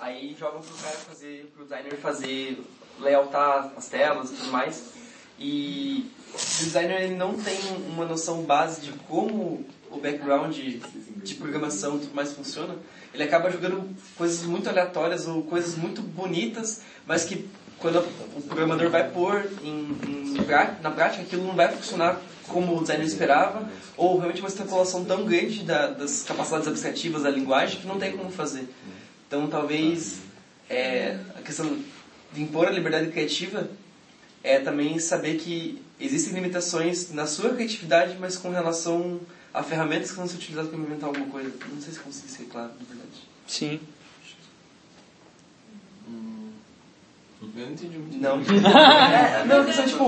Aí jogam pro designer fazer, layoutar as telas e tudo mais. E o designer ele não tem uma noção base de como o background de programação e tudo mais funciona. Ele acaba jogando coisas muito aleatórias ou coisas muito bonitas, mas que quando o programador vai pôr na prática, aquilo não vai funcionar como o designer esperava, ou realmente uma extrapolação tão grande das capacidades abstrativas da linguagem que não tem como fazer. Então, talvez a questão de impor a liberdade criativa é também saber que existem limitações na sua criatividade, mas com relação a ferramentas que vão ser utilizadas para inventar alguma coisa. Não sei se consegui ser claro, na verdade. Sim. Eu não entendi muito. Não. Não,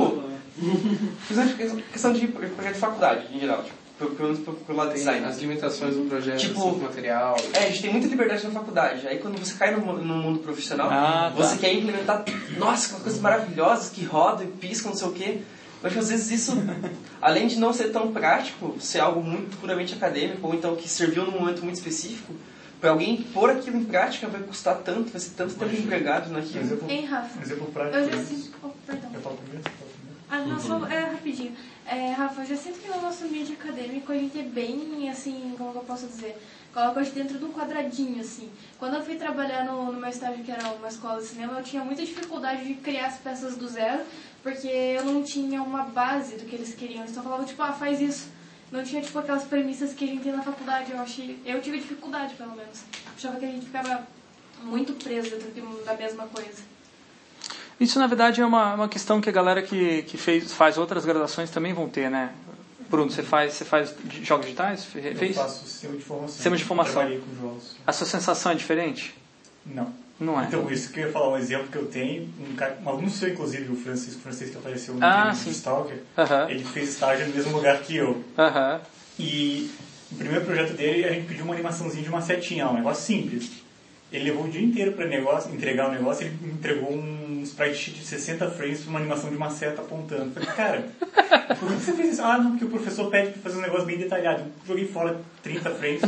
questão de projeto de faculdade, em geral. Pelo menos pro lado de design. As limitações do projeto, tipo, assim, material. A gente tem muita liberdade na faculdade. Aí quando você cai no mundo profissional, você quer implementar, nossa, aquelas coisas maravilhosas que rodam e piscam, não sei o quê. Mas às vezes isso, além de não ser tão prático, ser algo muito puramente acadêmico, ou então que serviu num momento muito específico, para alguém pôr aquilo em prática vai custar tanto, vai ser tanto tempo empregado naquilo. Hein, Rafa? Exemplo prático. Eu já sinto... perdão. Eu falo primeiro? Não, só rapidinho. Rafa, eu já sinto que no nosso ambiente acadêmico a gente é bem, assim, como eu posso dizer, coloca a gente dentro de um quadradinho, assim. Quando eu fui trabalhar no meu estágio, que era uma escola de cinema, eu tinha muita dificuldade de criar as peças do zero, porque eu não tinha uma base do que eles queriam. Eles só falavam, tipo, faz isso. Não tinha, tipo, aquelas premissas que a gente tem na faculdade. Eu tive dificuldade, pelo menos. Achava que a gente ficava muito preso dentro da mesma coisa. Isso, na verdade, é uma questão que a galera que faz outras graduações também vão ter, né? Bruno, você faz jogos digitais? Eu faço sistema de informação. Sistema de informação. Trabalhei com jogos. A sua sensação é diferente? Não é. Então, isso que eu ia falar, um exemplo que eu tenho, um aluno seu, inclusive, o francês que apareceu no sim. Stalker, Uh-huh. ele fez estágio no mesmo lugar que eu. Uh-huh. E no primeiro projeto dele, a gente pediu uma animaçãozinha de uma setinha, um negócio simples. Ele levou o dia inteiro para entregar o negócio, ele me entregou um sprite sheet de 60 frames para uma animação de uma seta apontando. Eu falei, cara, por que você fez isso? Não, porque o professor pede para fazer um negócio bem detalhado. Eu joguei fora 30 frames.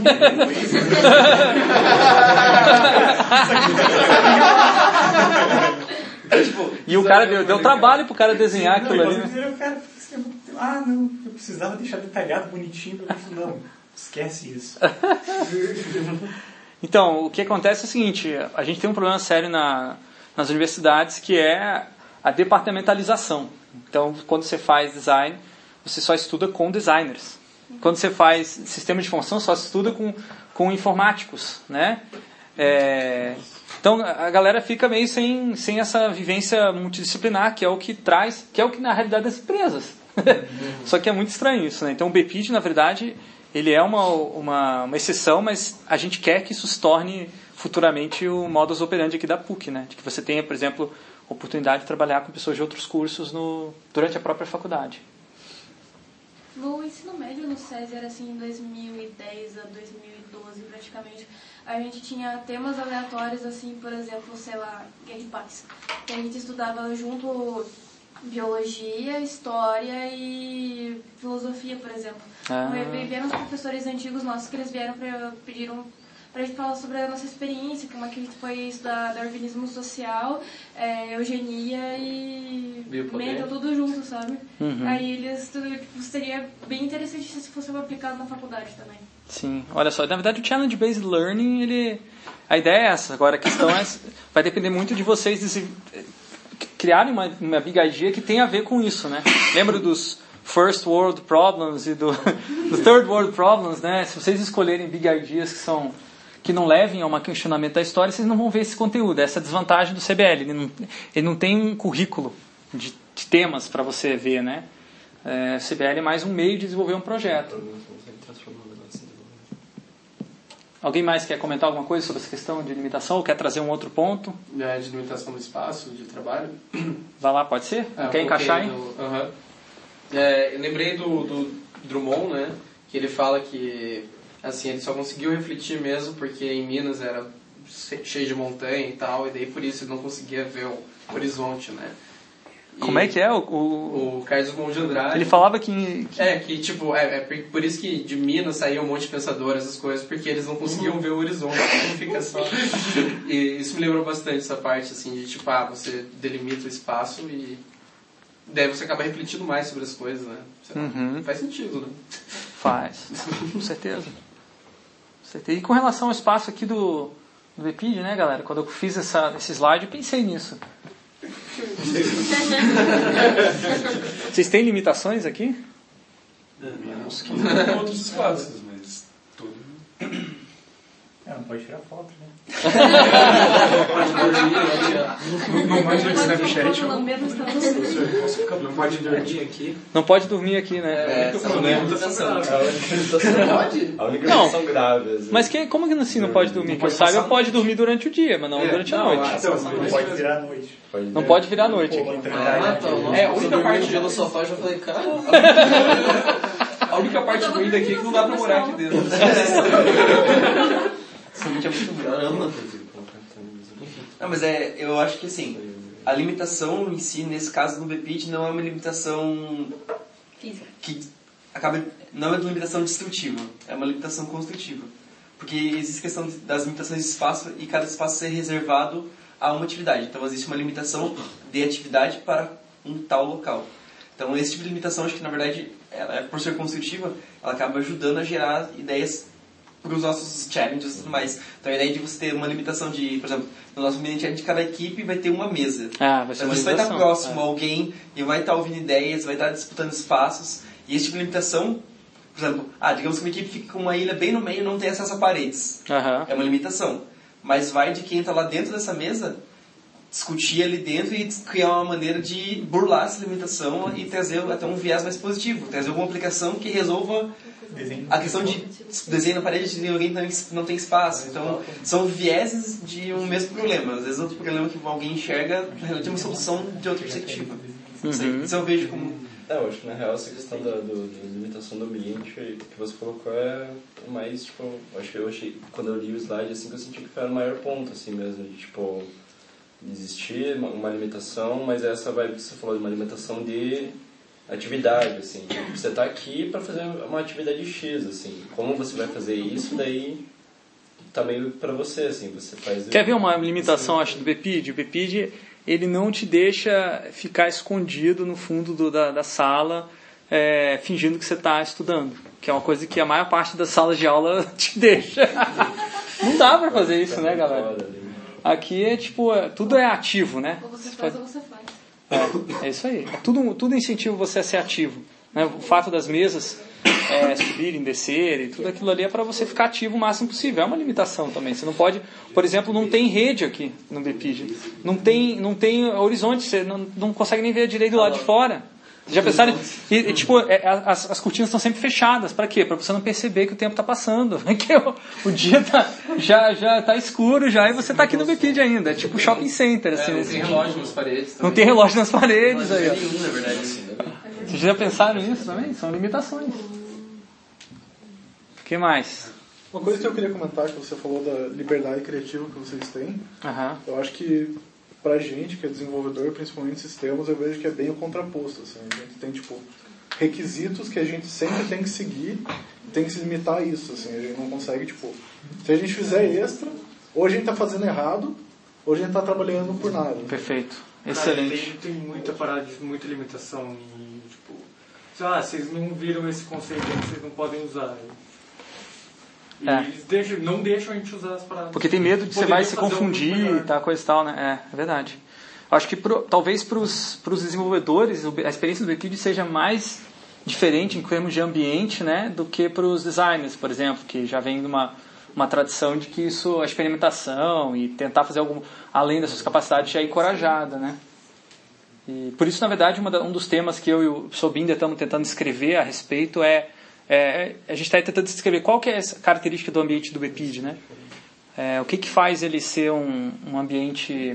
E o cara deu trabalho pro cara desenhar aquilo ali. Não, eu precisava deixar detalhado, bonitinho. Eu falei, não, esquece isso. Então, o que acontece é o seguinte, a gente tem um problema sério nas universidades, que é a departamentalização. Então, quando você faz design, você só estuda com designers. Quando você faz sistema de informação, só se estuda com informáticos, né? Então, a galera fica meio sem essa vivência multidisciplinar, que é o que na realidade das empresas. Só que é muito estranho isso, né? Então, o BPID, na verdade, ele é uma exceção, mas a gente quer que isso se torne futuramente o modus operandi aqui da PUC, né? De que você tenha, por exemplo, oportunidade de trabalhar com pessoas de outros cursos durante a própria faculdade. No ensino médio, no SESI, era assim, em 2010 a 2012, praticamente, a gente tinha temas aleatórios, assim, por exemplo, sei lá, Guerra e Paz. Que a gente estudava junto biologia, história e filosofia, por exemplo. Vieram os professores antigos nossos que eles vieram pediram pra gente falar sobre a nossa experiência, como é que a gente foi estudar darwinismo social, eugenia e Mendel, tudo junto, sabe? Uhum. Aí eles, seria bem interessante se fosse aplicado na faculdade também. Sim, olha só, na verdade o Challenge-Based Learning, a ideia é essa, agora a questão vai depender muito de vocês criarem uma Big Idea que tem a ver com isso, né? Lembra dos First World Problems e do Third World Problems, né? Se vocês escolherem Big Ideas que não levem a um questionamento da história, vocês não vão ver esse conteúdo. Essa é a desvantagem do CBL. Ele não tem um currículo de temas para você ver, né? O CBL é mais um meio de desenvolver um projeto. Alguém mais quer comentar alguma coisa sobre essa questão de limitação ou quer trazer um outro ponto? De limitação do espaço, de trabalho. Vai lá, pode ser? Quer encaixar aí? Eu lembrei do Drummond, né? Que ele fala que assim, ele só conseguiu refletir mesmo porque em Minas era cheio de montanha e tal, e daí por isso ele não conseguia ver o horizonte, né? Como é que é? O Carlos Drummond de Andrade. Ele falava que... Tipo, por isso que de Minas saía um monte de pensadores, essas coisas, porque eles não conseguiam ver o horizonte, fica só... E isso me lembrou bastante essa parte, assim, de tipo, você delimita o espaço e daí você acaba refletindo mais sobre as coisas, né? Sei lá, faz sentido, né? Faz, com certeza. E com relação ao espaço aqui do Bepid, né, galera? Quando eu fiz esse slide, eu pensei nisso. Vocês têm limitações aqui? Menos que em outros espaços, mas tudo. Não pode tirar foto, né? Não mande no Snapchat. Não pode dormir aqui. Não pode dormir aqui, né? Essa não é a limitação. A única limitação grave. Assim. Mas como que assim não pode dormir? Que eu saiba, pode dormir durante o dia, mas não durante a noite. Não pode virar à noite. Não pode virar à noite aqui. A única parte do sofá, eu já falei, cara... A única parte ruim daqui é que não dá pra morar aqui dentro. Somente é muito ruim. Não, mas eu acho que assim, a limitação em si, nesse caso no Bepid, não é uma limitação física. Que acaba, não é uma limitação destrutiva, é uma limitação construtiva. Porque existe a questão das limitações de espaço e cada espaço ser reservado a uma atividade. Então existe uma limitação de atividade para um tal local. Então esse tipo de limitação, acho que na verdade, por ser construtiva, ela acaba ajudando a gerar ideias para os nossos challenges e tudo mais. Então a ideia de você ter uma limitação de, por exemplo, no nosso ambiente de cada equipe vai ter uma mesa. Vai ser então uma você vai estar limitação. próximo a alguém e vai estar ouvindo ideias, vai estar disputando espaços. E esse tipo de limitação, por exemplo, digamos que uma equipe fica com uma ilha bem no meio e não tem acesso a paredes. É uma limitação. Mas vai de quem está lá dentro dessa mesa discutir ali dentro e criar uma maneira de burlar essa limitação e trazer até um viés mais positivo, trazer alguma aplicação que resolva a questão de desenho na parede de alguém não tem espaço. Então, são vieses de um mesmo problema. Às vezes, outro problema que alguém enxerga tem uma solução de outra perspectiva. Isso eu vejo como... Eu acho que na real essa questão da limitação do ambiente que você colocou é o mais, tipo, acho que eu achei, quando eu li o slide, assim, que eu senti que foi o maior ponto, assim mesmo, de, tipo, existir uma limitação, mas essa vibe que você falou, de uma limitação de atividade, assim, tipo, você tá aqui para fazer uma atividade X, assim, como você vai fazer isso, daí tá meio para você, assim, você faz... Quer ver uma limitação, acho, do Bepid? O Bepid, ele não te deixa ficar escondido no fundo da sala, fingindo que você está estudando, que é uma coisa que a maior parte das salas de aula te deixa. Não dá para fazer isso, né, galera? Aqui é tipo, tudo é ativo, né? Ou você faz ou você faz. É isso aí. Tudo incentiva você a ser ativo. Né? O fato das mesas subirem, descerem, tudo aquilo ali é para você ficar ativo o máximo possível. É uma limitação também. Você não pode, por exemplo, não tem rede aqui no Bepid. Não tem horizonte, você não consegue nem ver direito do lado de fora. Já pensaram? As cortinas estão sempre fechadas. Para quê? Para você não perceber que o tempo está passando. Que o dia já está escuro já e você está aqui no Bepid ainda. É tipo shopping center. Assim, não tem relógio nas paredes também. Não tem relógio nas paredes. Aí, nenhum, na verdade. Vocês já pensaram nisso também? São limitações. O que mais? Uma coisa que eu queria comentar, que você falou da liberdade criativa que vocês têm. Eu acho que pra gente, que é desenvolvedor, principalmente de sistemas, eu vejo que é bem o contraposto. Assim. A gente tem, requisitos que a gente sempre tem que seguir e tem que se limitar a isso. Assim. A gente não consegue, se a gente fizer extra, ou a gente tá fazendo errado, ou a gente tá trabalhando por nada. Perfeito. Excelente. Tem muita parada, muita limitação em, vocês não viram esse conceito aí, vocês não podem usar. E eles não deixam a gente usar as paradas. Porque tem medo de você vai se confundir e tal, coisa e tal, né? É verdade. Acho que talvez para os desenvolvedores a experiência do Bepid seja mais diferente em termos de ambiente, né, do que para os designers, por exemplo, que já vem de uma tradição de que a experimentação e tentar fazer algo além das suas capacidades já é encorajada, né? E por isso, na verdade, um dos temas que eu e o Sobinder estamos tentando escrever a respeito a gente está tentando descrever qual que é essa característica do ambiente do Bepid, né? O que faz ele ser um ambiente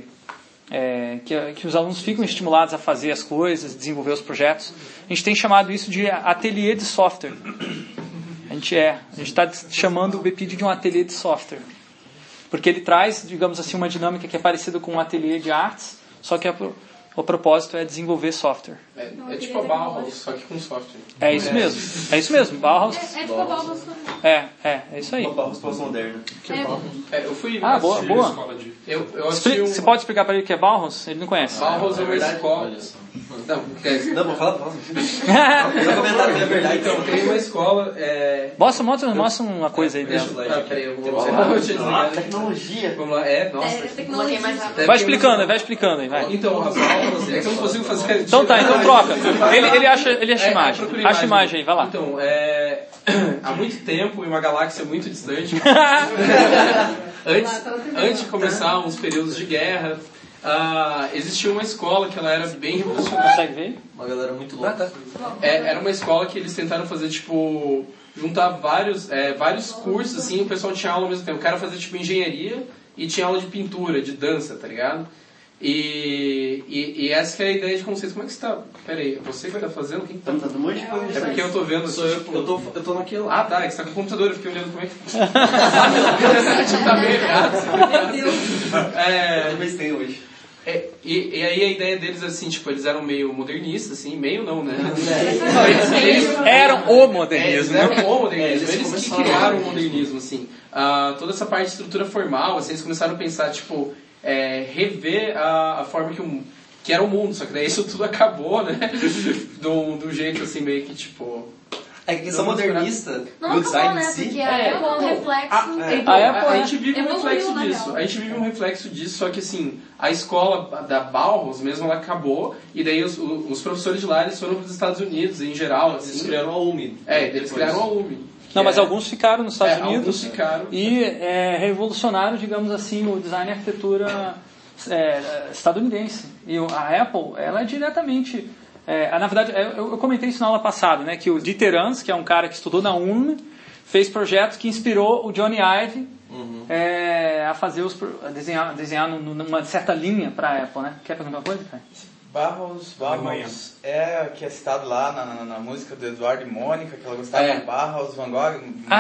que os alunos ficam estimulados a fazer as coisas, desenvolver os projetos. A gente tem chamado isso de ateliê de software. A gente está chamando o Bepid de um ateliê de software. Porque ele traz, digamos assim, uma dinâmica que é parecida com um ateliê de artes, só que o propósito é desenvolver software. É tipo a Bauhaus, só que com software. É isso mesmo. É isso mesmo. Bauhaus. É tipo a Bauhaus. É isso aí. Bauhaus pós-moderna. Eu fui boa. Eu assisti Você pode explicar para ele o que é Bauhaus? Ele não conhece. Bauhaus é uma escola. Não, vou falar. Não comentário, é verdade. Então, tem uma escola. Mostra uma coisa aí dela. Peraí, eu vou desligar. Tecnologia. Vamos lá, nossa. Tecnologia mais rápida. Vai explicando aí, vai. Então, a Bauhaus, é que eu não consigo fazer. Então tá, então troca. Ele acha imagem. Acha a imagem aí, vai lá. Então, há muito tempo, em uma galáxia muito distante, antes de começar uns períodos de guerra, existia uma escola que ela era bem revolucionária. Consegue ver? Uma galera muito louca. Era uma escola que eles tentaram fazer, tipo, juntar vários cursos, assim, o pessoal tinha aula ao mesmo tempo. O cara fazia, tipo, engenharia e tinha aula de pintura, de dança, tá ligado? E essa que é a ideia de conceito. Como é que você tá? Pera aí, você que tá fazendo? Quem tá? Tá dando um monte de coisa. É porque eu tô vendo. Sou eu tô naquilo. Ah, tá, é que você tá com o computador, eu fiquei olhando como é que... tá meio errado. Meu Deus. Talvez tenha hoje. E aí a ideia deles, assim, tipo, eles eram meio modernistas, assim, meio não, né? Eram o modernismo. Eles eram o modernismo, eles que criaram o modernismo, assim. Toda essa parte de estrutura formal, assim, eles começaram a pensar, tipo, rever a forma que era o mundo, só que daí isso tudo acabou, né? do jeito, assim, meio que, tipo... É que a questão modernista, não o design acabou, em né? si... Porque é um reflexo... A gente vive um reflexo disso. A gente vive um reflexo disso, só que assim, a escola da Bauhaus mesmo, ela acabou, e daí os professores de lá, eles foram para os Estados Unidos, em geral. Assim, eles criaram a UMI. Eles criaram a UMI. Não, mas alguns ficaram nos Estados Unidos alguns ficaram. E revolucionaram, digamos assim, o design e arquitetura estadunidense. E a Apple, ela é diretamente... na verdade, eu comentei isso na aula passada, né, que o Dieter Ans, que é um cara que estudou na UNM, fez projetos que inspirou o Johnny Ive a fazer desenhar numa certa linha para a Apple, né? Quer perguntar uma coisa, Caio? Bauhaus é que é citado lá na música do Eduardo e Mônica, que ela gostava de Bauhaus, Van Gogh.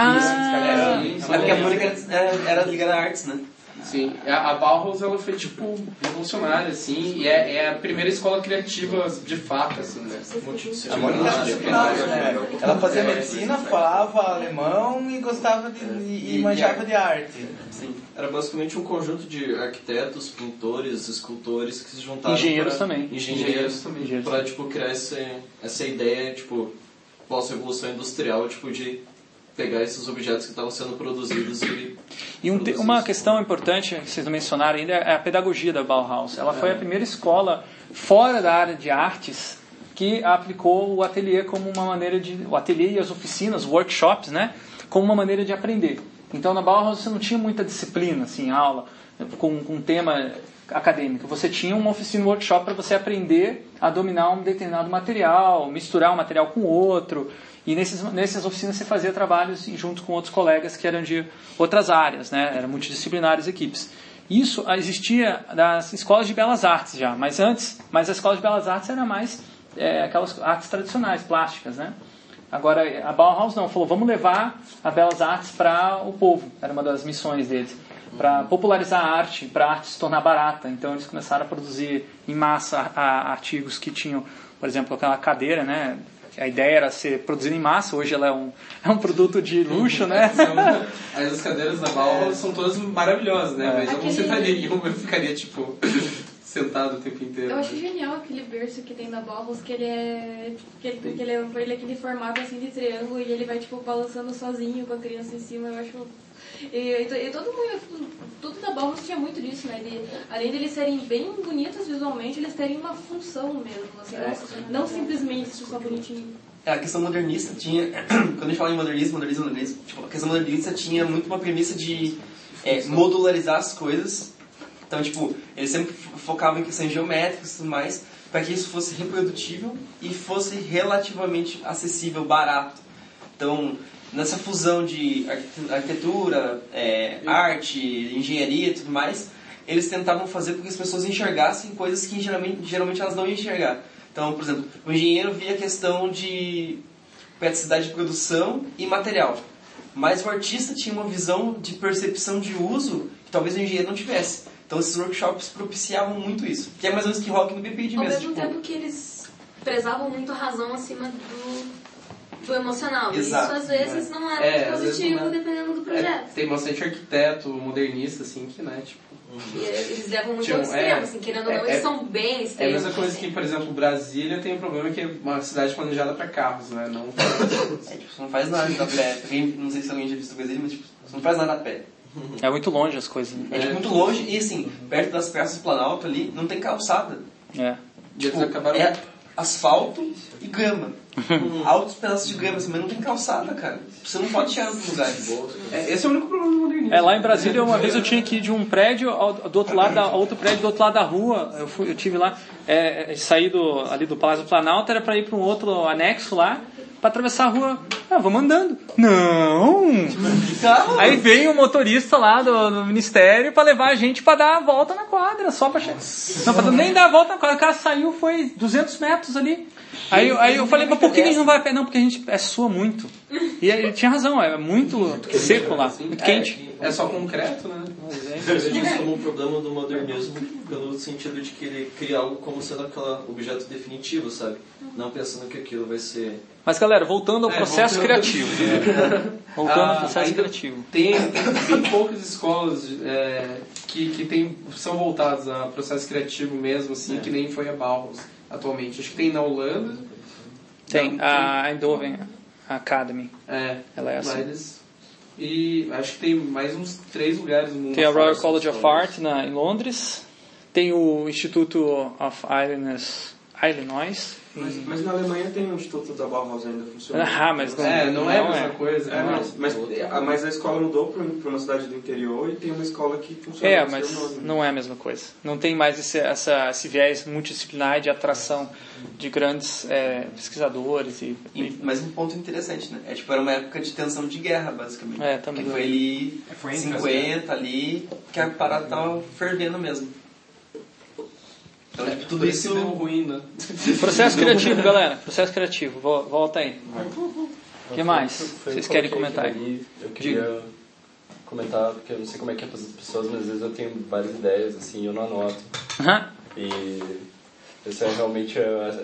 É porque a Mônica era ligada a artes, né? Sim, a Bauhaus ela foi tipo revolucionária, assim, e é a primeira escola criativa de fato, assim, né? A Mônica era disciplinada, né? Ela fazia medicina, falava alemão e gostava e manjava de arte. Sim, era basicamente um conjunto de arquitetos, pintores, escultores que se juntaram. Engenheiros também. Engenheiros também. Para tipo criar essa ideia, tipo, pós-revolução industrial, tipo de pegar esses objetos que estavam sendo produzidos e uma questão importante que vocês não mencionaram ainda é a pedagogia da Bauhaus. Ela foi a primeira escola fora da área de artes que aplicou o ateliê como uma maneira o ateliê e as oficinas, workshops, né, como uma maneira de aprender. Então na Bauhaus você não tinha muita disciplina, assim, aula com tema acadêmico. Você tinha uma oficina, um workshop para você aprender a dominar um determinado material, misturar um material com outro. E nessas oficinas você fazia trabalhos junto com outros colegas que eram de outras áreas, né? Eram multidisciplinares equipes. Isso existia nas escolas de belas artes já, mas as escolas de belas artes eram mais aquelas artes tradicionais, plásticas, né? Agora a Bauhaus não, falou, vamos levar a belas artes para o povo, era uma das missões deles, para popularizar a arte, para a arte se tornar barata. Então eles começaram a produzir em massa artigos que tinham, por exemplo, aquela cadeira, né? A ideia era ser produzida em massa, hoje ela é um produto de luxo, né? As cadeiras da Bauhaus são todas maravilhosas, né? Mas eu não sentaria em uma, eu ficaria, tipo, sentado o tempo inteiro. Eu acho genial aquele berço que tem na Bauhaus, que ele é aquele formato assim de triângulo e ele vai, tipo, balançando sozinho com a criança em cima. Eu acho... E tudo da Bauhaus tinha muito disso, né? Além de eles serem bem bonitos visualmente, eles terem uma função mesmo, assim, não simplesmente só bonitinho. A questão modernista tinha, quando a gente fala em modernismo, tipo, a questão modernista tinha muito uma premissa de modularizar as coisas. Então, tipo, eles sempre focavam em questões geométricas e tudo mais, para que isso fosse reprodutível e fosse relativamente acessível, barato. Então, nessa fusão de arquitetura, arte, engenharia e tudo mais, eles tentavam fazer com que as pessoas enxergassem coisas que geralmente elas não iam enxergar. Então, por exemplo, o engenheiro via a questão de praticidade de produção e material. Mas o artista tinha uma visão de percepção de uso que talvez o engenheiro não tivesse. Então, Então esses workshops propiciavam muito isso. Que é mais ou menos que rock no BPID mesmo. Ao mesmo tempo que eles prezavam muito a razão acima do emocional. Exato. E isso às vezes não é muito positivo, não é. dependendo do projeto. Tem bastante arquiteto modernista, assim, que, né, tipo... E eles levam muito ao extremo, assim, querendo ou não, eles são bem extremos. É a mesma coisa que, por exemplo, Brasília tem um problema que é uma cidade planejada para carros, né? Não... tipo, você não faz nada a pé. Não sei se alguém já viu Brasília, mas tipo, você não faz nada a pé. É muito longe as coisas. Né? É tipo, muito longe e assim, perto das praças do Planalto ali, não tem calçada. Tipo, é asfalto e grama. Altos pedaços de grama, assim, mas não tem calçada, cara. Você não pode chegar nos lugares. Esse é o único problema do modernismo. Lá em Brasília, uma vez eu tinha que ir de um prédio do outro lado outro prédio do outro lado da rua. Eu tive lá, saí ali do Palácio do Planalto, era para ir para um outro anexo lá, para atravessar a rua. Vamos andando. Não! Aí veio o motorista lá do ministério para levar a gente para dar a volta na quadra, só para chegar. Não, para nem dar a volta na quadra. O cara saiu, foi 200 metros ali. Aí eu falei, mas por que a gente não vai a pé? Não, porque a gente sua muito. E ele tinha razão, é muito seco lá, muito quente. É só concreto, né? Eu vejo isso como um problema do modernismo, pelo sentido de que ele cria algo como sendo aquele objeto definitivo, sabe? Não pensando que aquilo vai ser... Mas galera, voltando ao processo criativo. Voltando ao processo criativo. Tem bem poucas escolas que são voltadas a processo criativo mesmo, assim, que nem foi a Bauhaus atualmente. Acho que tem na Holanda. Tem, a Eindhoven Academy. Ela é assim. E acho que tem mais uns 3 lugares no mundo. Tem a Royal College of Art em Londres. Tem o Instituto of Illinois. Mas na Alemanha tem o Instituto da Bauhaus ainda funcionando. Mas não é a mesma coisa. Mas a escola mudou para uma cidade do interior e tem uma escola que funciona. Mas não é a mesma coisa. Não tem mais esse viés multidisciplinar de atração de grandes pesquisadores. Mas um ponto interessante, né? Era uma época de tensão de guerra, basicamente. Também. Que foi ali, 50 ali, que a parada estava fervendo mesmo. Então, tudo isso deu ruim, né? Processo criativo, galera. Processo criativo. Volta aí. O que mais vocês querem comentar aí? Eu queria comentar, porque eu não sei como é que é para as pessoas, mas às vezes eu tenho várias ideias, assim, eu não anoto. E isso realmente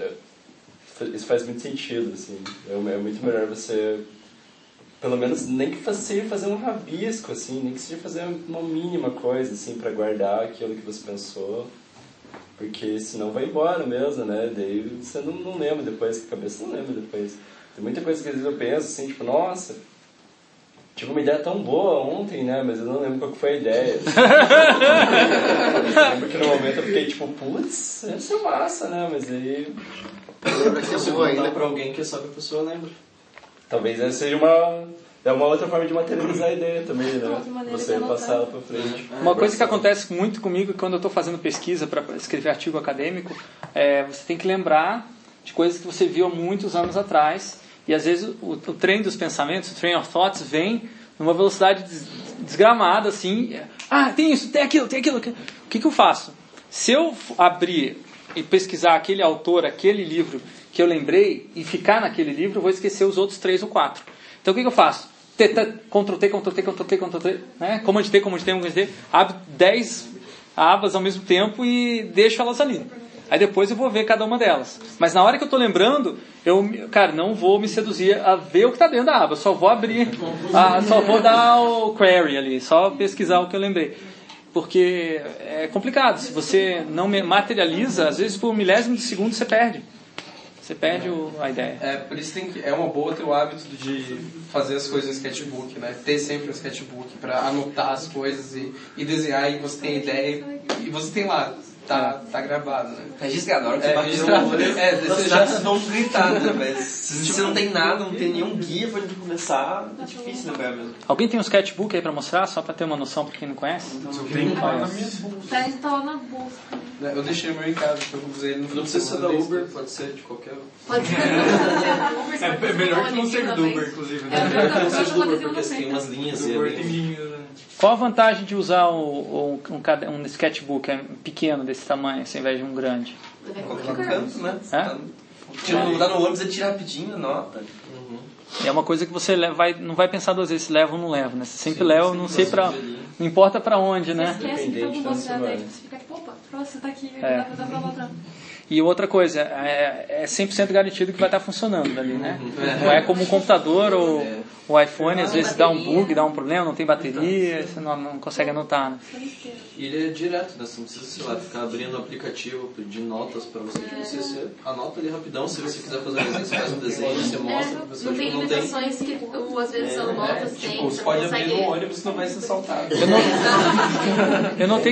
isso faz muito sentido, assim. É muito melhor você, pelo menos, nem que seja fazer um rabisco, assim, nem que seja fazer uma mínima coisa, assim, para guardar aquilo que você pensou. Porque senão vai embora mesmo, né? Daí você não lembra depois, que a cabeça não lembra depois. Tem muita coisa que às vezes eu penso assim, tipo, nossa, tive uma ideia tão boa ontem, né? Mas eu não lembro qual que foi a ideia. Eu lembro que no momento eu fiquei tipo, putz, essa é massa, né? Mas aí... Lembra que você vai contar pra alguém que só que a pessoa lembra. Talvez essa seja uma outra forma de materializar a ideia também, né? Você passar ela para frente. Uma coisa que acontece muito comigo quando eu estou fazendo pesquisa para escrever artigo acadêmico você tem que lembrar de coisas que você viu há muitos anos atrás e às vezes o trem dos pensamentos, o train of thoughts vem numa velocidade desgramada assim, tem isso, tem aquilo. O que eu faço? Se eu abrir e pesquisar aquele autor, aquele livro que eu lembrei e ficar naquele livro, eu vou esquecer os outros 3 ou 4. Então o que eu faço? Ctrl+T, né? Command T, abre 10 abas ao mesmo tempo e deixo elas ali. Aí depois eu vou ver cada uma delas. Mas na hora que eu estou lembrando, não vou me seduzir a ver o que está dentro da aba. Só vou abrir, só vou dar o query ali, só pesquisar o que eu lembrei. Porque é complicado. Se você não materializa, às vezes por milésimo de segundo você perde. Você perde a ideia. Por isso é uma boa ter o hábito de fazer as coisas em sketchbook, né? Ter sempre um sketchbook para anotar as coisas e desenhar, e você tem a ideia e você tem lá, tá gravado, né? Registrado, na hora que você bater no olho, você já vão gritar, né? Mas se você não tem nada, não tem nenhum guia pra gente começar, é difícil lembrar mesmo. Alguém tem um sketchbook aí pra mostrar, só pra ter uma noção pra quem não conhece? Eu tenho lá na minha bolsa. Tá lá na bolsa. Eu deixei o meu em casa, eu usei ele no Não precisa ser da Uber, pode ser de qualquer um. Pode ser. É melhor que não ser do Uber, inclusive. Não seja do Uber, porque tem umas linhas e Qual a vantagem de usar um sketchbook pequeno desse tamanho, assim, ao invés de um grande? Qualquer canto, né? Dá no ônibus, ele tira rapidinho, nota. É uma coisa que você não vai pensar 2 vezes se leva ou não leva, né? Você sempre leva, não sei Não importa pra onde, né? Você esquece que estão com você até, tipo, você fica tipo, opa, você tá aqui, dá pra voltar. E outra coisa, é 100% garantido que vai estar funcionando ali, né? Não é como um computador ou o iPhone, às vezes dá um bug, dá um problema, não tem bateria, você não consegue anotar, né? E ele é direto, né? Você não precisa, sei lá, ficar abrindo o aplicativo de notas pra você. Você anota ali rapidão, se você quiser fazer um desenho, você faz um desenho, você mostra pra pessoa. Não tem limitações que às vezes são notas, tem. Tipo, você pode abrir no ônibus, não vai ser assaltado. Eu notei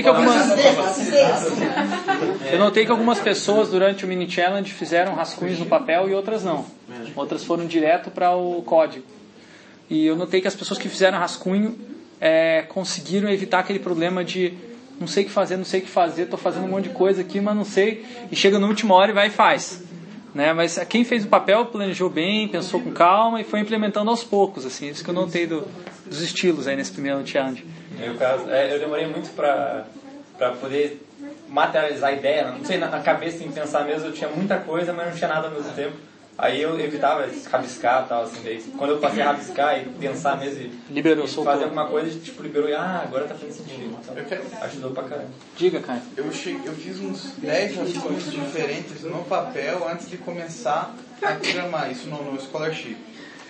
que algumas pessoas durante o Mini Challenge fizeram rascunhos no papel e outras não. Outras foram direto para o código. E eu notei que as pessoas que fizeram rascunho conseguiram evitar aquele problema de não sei o que fazer, estou fazendo um monte de coisa aqui, mas não sei. E chega na última hora e vai e faz. Né? Mas quem fez o papel planejou bem, pensou com calma e foi implementando aos poucos. Assim, isso que eu notei dos estilos aí nesse primeiro challenge. Eu demorei muito para poder materializar a ideia, não sei, na cabeça em pensar mesmo, eu tinha muita coisa, mas não tinha nada ao mesmo tempo. Aí eu evitava rabiscar e tal, assim, daí quando eu passei a rabiscar e pensar mesmo e fazer alguma coisa, tipo, liberou e agora tá fazendo sentido. Então, ajudou pra caramba. Diga, Caio. Eu fiz uns 10 rascunhos diferentes no papel antes de começar a programar, isso no Scholarship.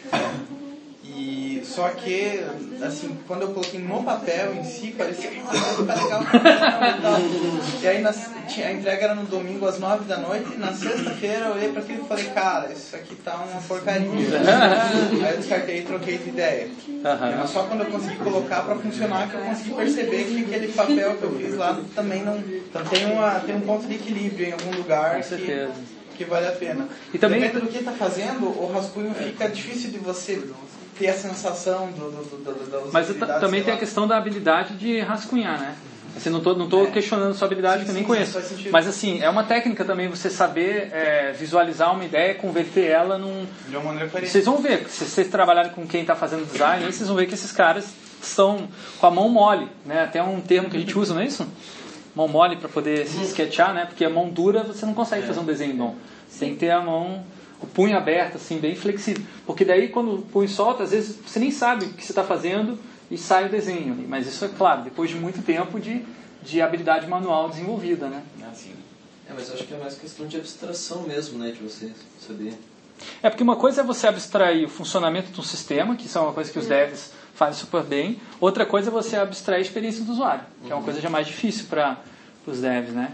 E só que, assim, quando eu coloquei no papel em si, parecia que ficar legal. E aí a entrega era no domingo às 9 da noite, e na sexta-feira eu olhei pra aquilo e falei, cara, isso aqui tá uma porcaria. Aí eu descartei e troquei de ideia. Mas só quando eu consegui colocar pra funcionar que eu consegui perceber que aquele papel que eu fiz lá também não... Então tem um ponto de equilíbrio em algum lugar que vale a pena. E também, dependendo do que está fazendo, o rascunho fica difícil de você ter a sensação da Mas também tem a questão da habilidade de rascunhar, né? Assim, não tô questionando sua habilidade, que eu nem conheço. Mas assim, é uma técnica também você saber visualizar uma ideia, converter ela de uma maneira parecida. Vocês vão ver, se vocês trabalharem com quem está fazendo design, aí vocês vão ver que esses caras estão com a mão mole, né? Até um termo que a gente usa, não é isso? Mão mole para poder se sketchar, né? Porque a mão dura você não consegue fazer um desenho bom. Você tem que ter a mão, o punho aberto, assim, bem flexível. Porque daí quando o punho solta, às vezes você nem sabe o que você está fazendo e sai o desenho. Mas isso é claro, depois de muito tempo de habilidade manual desenvolvida, né? Mas eu acho que é mais questão de abstração mesmo, né? De você saber. Porque uma coisa é você abstrair o funcionamento de um sistema, que isso é uma coisa que os devs fazem super bem. Outra coisa é você abstrair a experiência do usuário, que é uma coisa já mais difícil para os devs, né?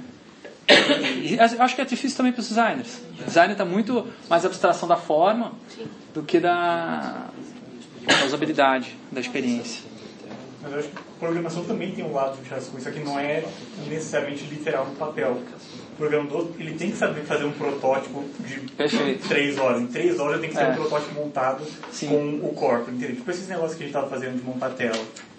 E acho que é difícil também para os designers. O designer está muito mais abstração da forma do que da usabilidade, da experiência. Mas eu acho que a programação também tem um lado de rascunho, isso aqui não é necessariamente literal no papel. O programador ele tem que saber fazer um protótipo de 3 horas. Em 3 horas tem que ser um protótipo montado com o corpo, entendeu? Tipo esses negócios que a gente estava fazendo de montar tela.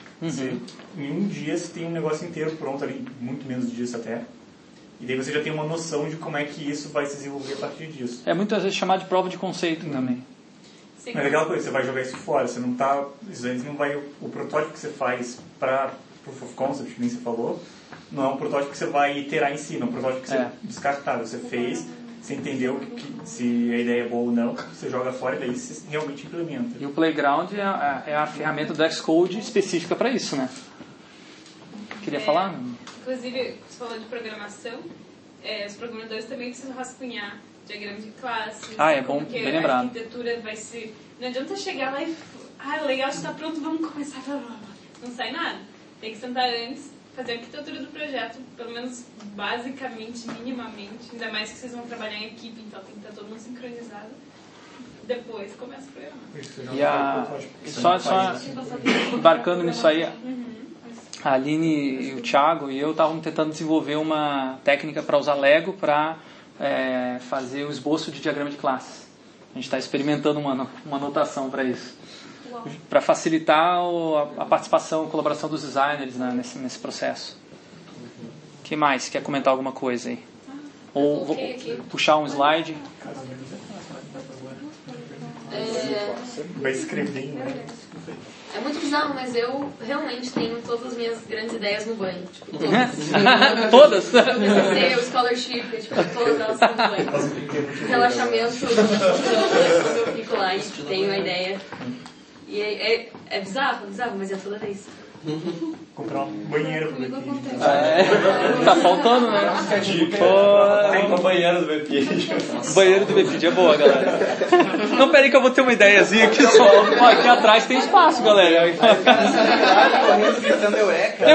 Em um dia você tem um negócio inteiro pronto ali, muito menos disso até. E daí você já tem uma noção de como é que isso vai se desenvolver a partir disso. É muitas vezes chamado de prova de conceito também. Sim. Mas é aquela coisa, você vai jogar isso fora, você não tá... não vai, o protótipo que você faz para Proof of Concept, que nem você falou, não é um protótipo que você vai iterar em cima, é um protótipo que você é descartável. Você fez, você entendeu se a ideia é boa ou não, você joga fora e daí você realmente implementa. E o Playground é a ferramenta do Xcode específica para isso, né? Queria falar? Inclusive, você falou de programação, os programadores também precisam rascunhar diagrama de classe. É bom, bem lembrado. A arquitetura vai ser... Não adianta chegar lá e... legal, está pronto, vamos começar. Não sai nada. Tem que sentar antes, fazer a arquitetura do projeto, pelo menos basicamente, minimamente. Ainda mais que vocês vão trabalhar em equipe, então tem que estar todo mundo sincronizado. Depois começa o programa. E só embarcando nisso aí... A Aline e o Thiago e eu estavam tentando desenvolver uma técnica para usar Lego para fazer o esboço de diagrama de classes. A gente está experimentando uma notação para isso. Para facilitar a participação, a colaboração dos designers nesse processo. O que mais? Quer comentar alguma coisa aí? Ou vou puxar um slide? Vai escrever, né? É muito bizarro, mas eu realmente tenho todas as minhas grandes ideias no banho. Tipo, todas? O Scholarship, tipo, todas elas no banho. Relaxamento, eu fico lá e tenho a ideia. E é bizarro, mas é toda vez. Comprar um banheiro pro BP. Tá faltando, né? Tem uma banheira do BP. Banheiro do BP é boa, galera. Não, peraí que eu vou ter uma ideiazinha aqui só. Ó, aqui atrás tem espaço, galera. Correndo, gritando eureka.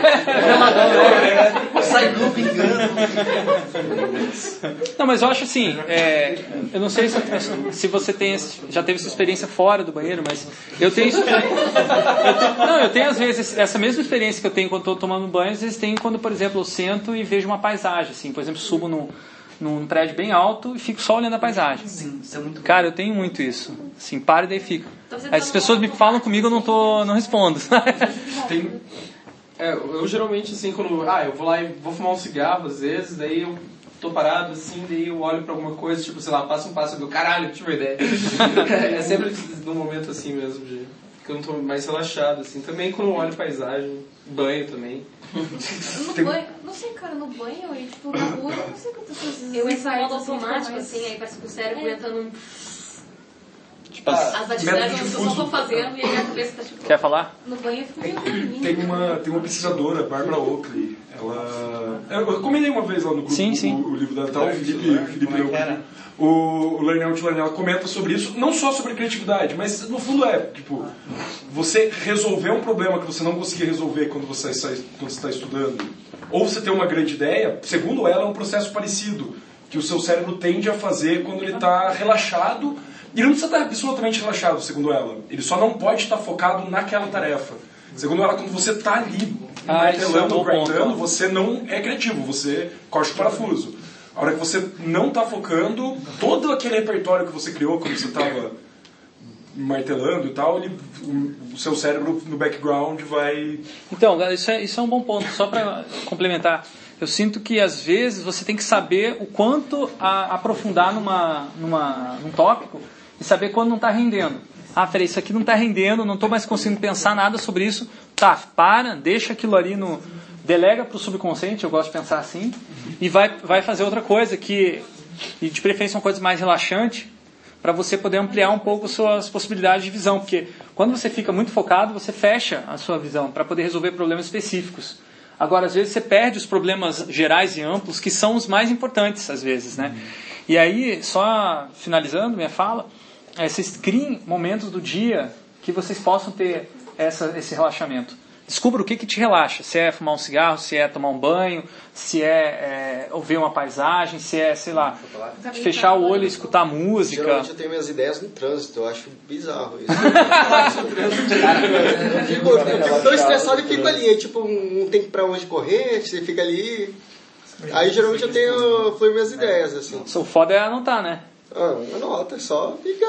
Sai do pingando. Não, mas eu acho assim, eu não sei se você já teve essa experiência fora do banheiro, mas eu tenho isso. Eu tenho às vezes essa mesma experiência que eu tenho quando estou tomando banho, às vezes tem quando, por exemplo, eu sento e vejo uma paisagem, assim, por exemplo, subo num prédio bem alto e fico só olhando a paisagem. Sim, isso é muito Cara, eu tenho muito isso. Assim, paro e daí fico. Aí as pessoas me falam comigo, eu não respondo. Eu geralmente, assim, quando eu vou lá e vou fumar um cigarro, às vezes, daí eu tô parado, assim, daí eu olho pra alguma coisa, tipo, sei lá, passa um pássaro do caralho, tive uma ideia. É sempre num momento assim mesmo, que eu não tô mais relaxado, assim. Também quando eu olho paisagem, banho também. No banho, não sei, cara, no banho e tipo, na rua, eu não sei quantas coisas. Eu entro em modo automático, assim, aí parece que o cérebro entra num... Tipo, as atividades eu só tô fazendo e aí a cabeça tá tipo... Quer falar? No banho eu fico meio dormindo. Tem uma pesquisadora, Barbara Oakley. Eu comentei uma vez lá no grupo o livro da tal, o Felipe leu. O Learn Out Learn, ela comenta sobre isso, não só sobre criatividade, mas no fundo tipo, você resolver um problema que você não conseguia resolver quando você está estudando, ou você tem uma grande ideia, segundo ela, é um processo parecido, que o seu cérebro tende a fazer quando ele está relaxado. E ele não precisa estar absolutamente relaxado, segundo ela. Ele só não pode estar focado naquela tarefa. Segundo ela, quando você está ali martelando, grindando, você não é criativo, você corta o parafuso. A hora que você não está focando, todo aquele repertório que você criou quando você estava martelando e tal, o seu cérebro no background vai... Então, galera, isso é um bom ponto. Só para complementar, eu sinto que às vezes você tem que saber o quanto aprofundar num tópico e saber quando não está rendendo. Peraí, isso aqui não está rendendo, não estou mais conseguindo pensar nada sobre isso. Tá, deixa aquilo ali delega para o subconsciente, eu gosto de pensar assim, e vai fazer outra coisa, e de preferência uma coisa mais relaxante, para você poder ampliar um pouco suas possibilidades de visão, porque quando você fica muito focado, você fecha a sua visão para poder resolver problemas específicos. Agora, às vezes, você perde os problemas gerais e amplos, que são os mais importantes, às vezes, né? E aí, só finalizando minha fala, vocês criem momentos do dia que vocês possam ter esse relaxamento. Descubra o que te relaxa. Se é fumar um cigarro, se é tomar um banho, se é ouvir uma paisagem, se é, sei lá, fechar o olho e escutar música. Geralmente eu tenho minhas ideias no trânsito, eu acho bizarro isso. Eu fico tão estressado e fico ali, aí tipo, não tem pra onde correr, você fica ali. Aí geralmente eu tenho minhas ideias, assim. O foda é anotar, né? Anota, só fica.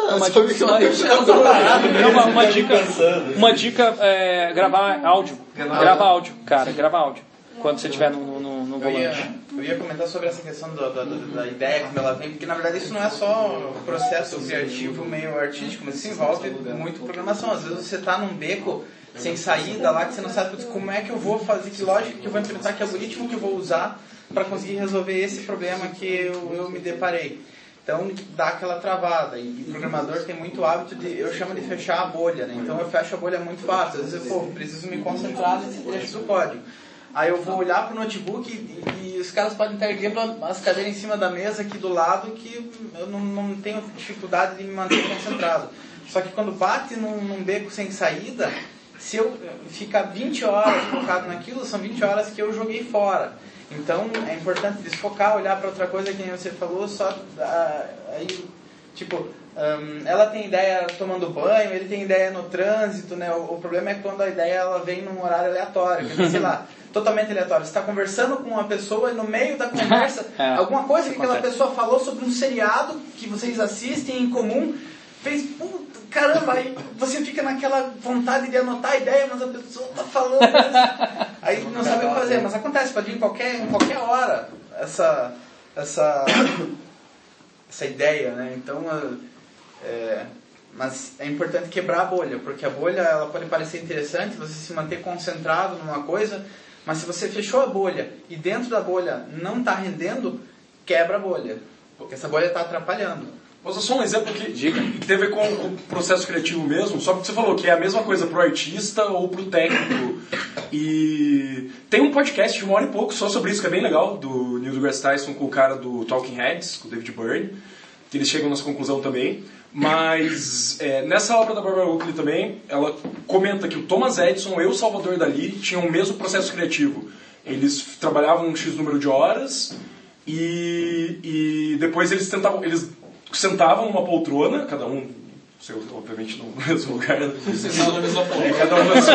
Uma dica é gravar áudio. Grava áudio, cara, grava áudio. Quando você estiver no volante. Eu ia comentar sobre essa questão da ideia, como ela vem, porque na verdade isso não é só processo criativo meio artístico, mas isso envolve muito programação. Às vezes você está num beco sem saída lá, que você não sabe como é que eu vou fazer, que lógica que eu vou implementar, que algoritmo que eu vou usar para conseguir resolver esse problema que eu me deparei. Então dá aquela travada, e o programador tem muito hábito eu chamo de fechar a bolha, né? Então eu fecho a bolha muito fácil, às vezes eu preciso me concentrar nesse trecho do código. Aí eu vou olhar para o notebook e os caras podem estar erguendo as cadeiras em cima da mesa aqui do lado, que eu não tenho dificuldade de me manter concentrado. Só que quando bate num beco sem saída, se eu ficar 20 horas focado naquilo, são 20 horas que eu joguei fora. Então é importante desfocar, olhar para outra coisa que nem você falou, só aí, tipo, ela tem ideia tomando banho, ele tem ideia no trânsito, né? O problema é quando a ideia ela vem num horário aleatório, quer dizer, sei lá, totalmente aleatório. Você está conversando com uma pessoa e no meio da conversa, alguma coisa que aquela pessoa falou sobre um seriado que vocês assistem em comum, fez, puta, caramba, aí você fica naquela vontade de anotar a ideia, mas a pessoa está falando isso. Aí não sabe o que fazer, mas acontece, pode ir em qualquer hora essa ideia, né? Então, mas é importante quebrar a bolha, porque a bolha ela pode parecer interessante, você se manter concentrado numa coisa, mas se você fechou a bolha e dentro da bolha não está rendendo, quebra a bolha, porque essa bolha está atrapalhando. Vou usar só um exemplo que tem a ver com o processo criativo mesmo, só porque você falou que é a mesma coisa pro artista ou pro técnico. E tem um podcast de 1 hora e pouco só sobre isso, que é bem legal, do Neil deGrasse Tyson com o cara do Talking Heads, com o David Byrne, que eles chegam nessa conclusão também. Mas nessa obra da Barbara Oakley também, ela comenta que o Thomas Edison e o Salvador Dalí tinham o mesmo processo criativo. Eles trabalhavam um X número de horas e depois eles sentavam numa poltrona, cada um, obviamente no mesmo lugar. Sentavam na mesma poltrona. Cada um na sua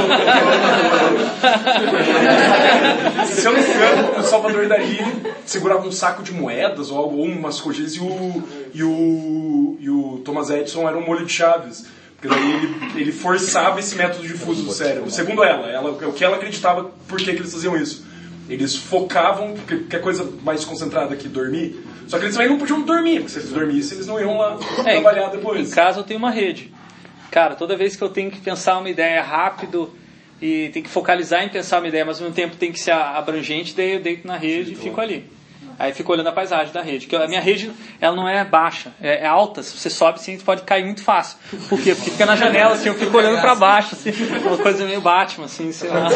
poltrona. Se eu não me engano, o Salvador Dalí segurava um saco de moedas ou algo, ou umas coisas, e o Thomas Edison era um molho de chaves. Porque daí ele forçava esse método difuso do cérebro. Segundo ela, o que ela acreditava, por que eles faziam isso. Eles focavam, que é coisa mais concentrada que dormir. Só que eles também não podiam dormir, porque se eles dormissem, eles não iam lá trabalhar depois. Em casa eu tenho uma rede. Cara, toda vez que eu tenho que pensar uma ideia rápido e tem que focalizar em pensar uma ideia, mas ao mesmo tempo tem que ser abrangente, daí eu deito na rede e fico ali. Aí fico olhando a paisagem da rede. Porque a minha rede, ela não é baixa, é alta. Se você sobe, assim, você pode cair muito fácil. Por quê? Porque fica na janela, assim, eu fico olhando pra baixo, assim, uma coisa meio Batman, assim, sei lá.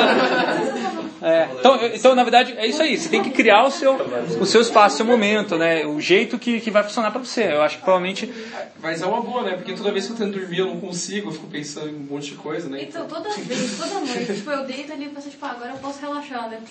Então, na verdade, é isso aí. Você tem que criar o seu espaço, o seu momento, né? O jeito que vai funcionar pra você. Eu acho que provavelmente... Mas é uma boa, né? Porque toda vez que eu tento dormir, eu não consigo. Eu fico pensando em um monte de coisa, né? Então, toda noite, tipo, eu deito ali e penso, tipo, agora eu posso relaxar, né?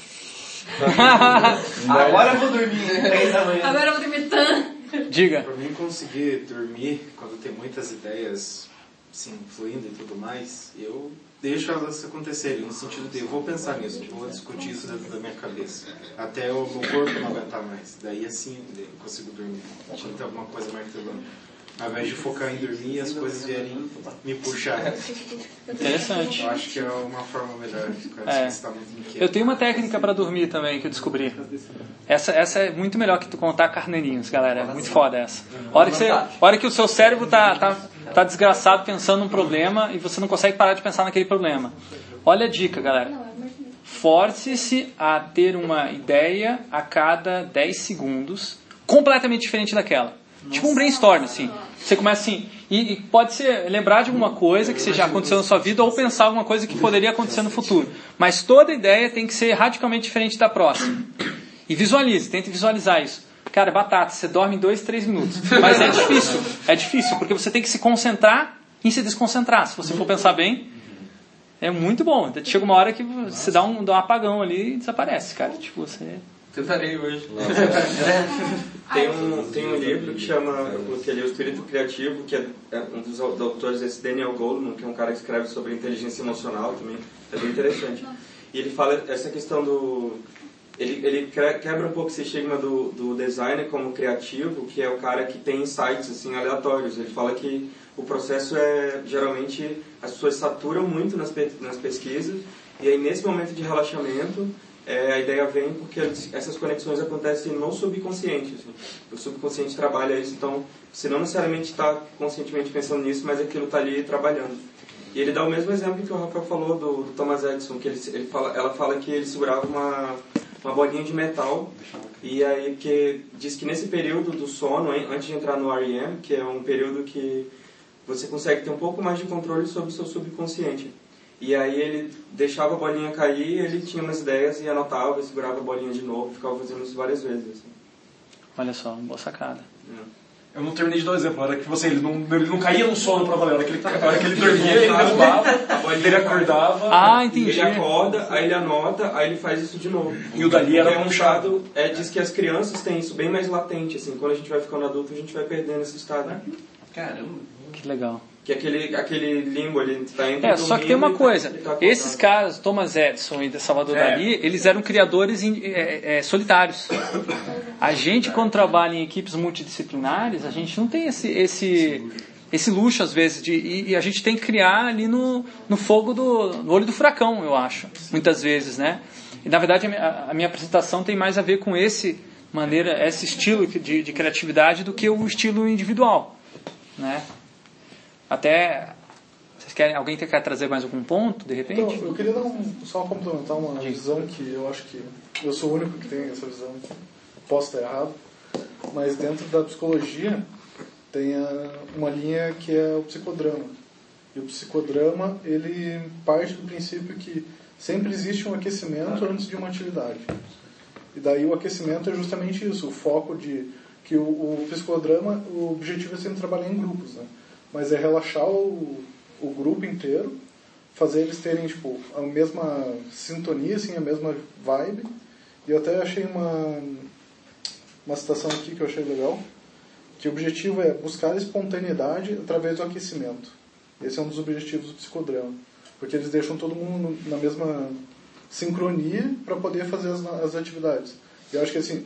Agora eu vou dormir, 3 da manhã. Agora eu vou dormir tanto. Diga. Pra mim conseguir dormir quando tem muitas ideias assim, fluindo e tudo mais, eu deixo elas acontecerem, no sentido de eu vou pensar nisso, tipo, vou discutir isso dentro da minha cabeça, até o meu corpo não aguentar mais. Daí assim eu consigo dormir. Tinha que ter alguma coisa martelando. Ao invés de focar em dormir, as coisas vierem me puxar. Interessante. Eu acho que é uma forma melhor de ficar se você tá muito inquieto. Eu tenho uma técnica para dormir também que eu descobri. Essa é muito melhor que tu contar carneirinhos, galera. É muito foda essa. A hora que o seu cérebro tá desgraçado pensando num problema e você não consegue parar de pensar naquele problema. Olha a dica, galera. Force-se a ter uma ideia a cada 10 segundos completamente diferente daquela. Tipo um brainstorm, assim. Você começa assim, e pode ser lembrar de alguma coisa que já aconteceu na sua vida ou pensar alguma coisa que poderia acontecer no futuro. Mas toda ideia tem que ser radicalmente diferente da próxima. E visualize, tente visualizar isso. Cara, batata, você dorme em 2-3 minutos. Mas é difícil, porque você tem que se concentrar em se desconcentrar. Se você for pensar bem, é muito bom. Chega uma hora que você dá um apagão ali e desaparece, cara. Tipo, você... Tentarei hoje. Tem um livro que chama O Espírito Criativo, que é um dos autores desse Daniel Goleman, que é um cara que escreve sobre inteligência emocional também. É bem interessante. E ele fala essa questão do... Ele quebra um pouco esse estigma do designer como criativo, que é o cara que tem insights assim, aleatórios. Ele fala que o processo geralmente, as pessoas saturam muito nas pesquisas, e aí nesse momento de relaxamento, a ideia vem porque essas conexões acontecem no subconsciente. Assim. O subconsciente trabalha isso, então você não necessariamente está conscientemente pensando nisso, mas aquilo está ali trabalhando. E ele dá o mesmo exemplo que o Rafael falou do Thomas Edison, que ela fala que ele segurava uma bolinha de metal, e aí que diz que nesse período do sono, antes de entrar no REM, que é um período que você consegue ter um pouco mais de controle sobre o seu subconsciente. E aí ele deixava a bolinha cair, ele tinha umas ideias e anotava, segurava a bolinha de novo, ficava fazendo isso várias vezes. Assim. Olha só, uma boa sacada. Eu não terminei de dar o exemplo, era que ele não caía no sono pra valer, a hora que ele dormia, ele derrubava, ele acordava, entendi. Ele acorda, aí ele anota, aí ele faz isso de novo. E o dali era puxado. Diz que as crianças têm isso bem mais latente, assim, quando a gente vai ficando adulto, a gente vai perdendo esse estado. Caramba. Que legal. Que aquele limbo ali está entre só que tem uma coisa, esses caras, Thomas Edison e Salvador Dalí, eles eram criadores solitários. A gente, quando trabalha em equipes multidisciplinares, a gente não tem esse luxo, às vezes, e a gente tem que criar ali no fogo no olho do furacão, eu acho, muitas vezes, né? E, na verdade, a minha apresentação tem mais a ver com esse estilo de criatividade do que o estilo individual, né? Até, alguém quer trazer mais algum ponto, de repente? Então, eu queria só complementar uma visão que eu acho que eu sou o único que tem essa visão, posso estar errado, mas dentro da psicologia tem uma linha que é o psicodrama. E o psicodrama, ele parte do princípio que sempre existe um aquecimento antes de uma atividade. E daí o aquecimento é justamente isso, o foco de que o psicodrama, o objetivo é sempre trabalhar em grupos, né? Mas é relaxar o grupo inteiro, fazer eles terem tipo, a mesma sintonia, assim, a mesma vibe. E eu até achei uma citação aqui que eu achei legal, que o objetivo é buscar a espontaneidade através do aquecimento. Esse é um dos objetivos do psicodrama, porque eles deixam todo mundo na mesma sincronia para poder fazer as atividades. E eu acho que assim,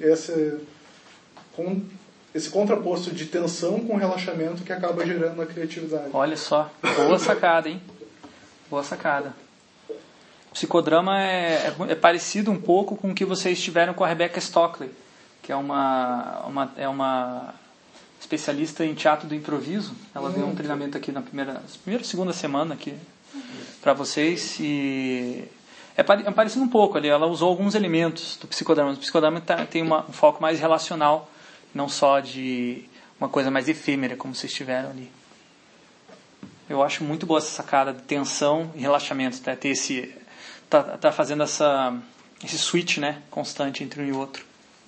esse contraposto de tensão com relaxamento que acaba gerando a criatividade. Olha só, boa sacada, hein? Boa sacada. O psicodrama é parecido um pouco com o que vocês tiveram com a Rebecca Stockley, que é uma especialista em teatro do improviso. Ela deu um treinamento aqui na segunda semana aqui para vocês e é parecido um pouco ali. Ela usou alguns elementos do psicodrama. O psicodrama tem um foco mais relacional, não só de uma coisa mais efêmera como vocês tiveram ali. Eu acho muito boa essa sacada de tensão e relaxamento, tá? Ter tá fazendo esse switch, né, constante entre um e outro.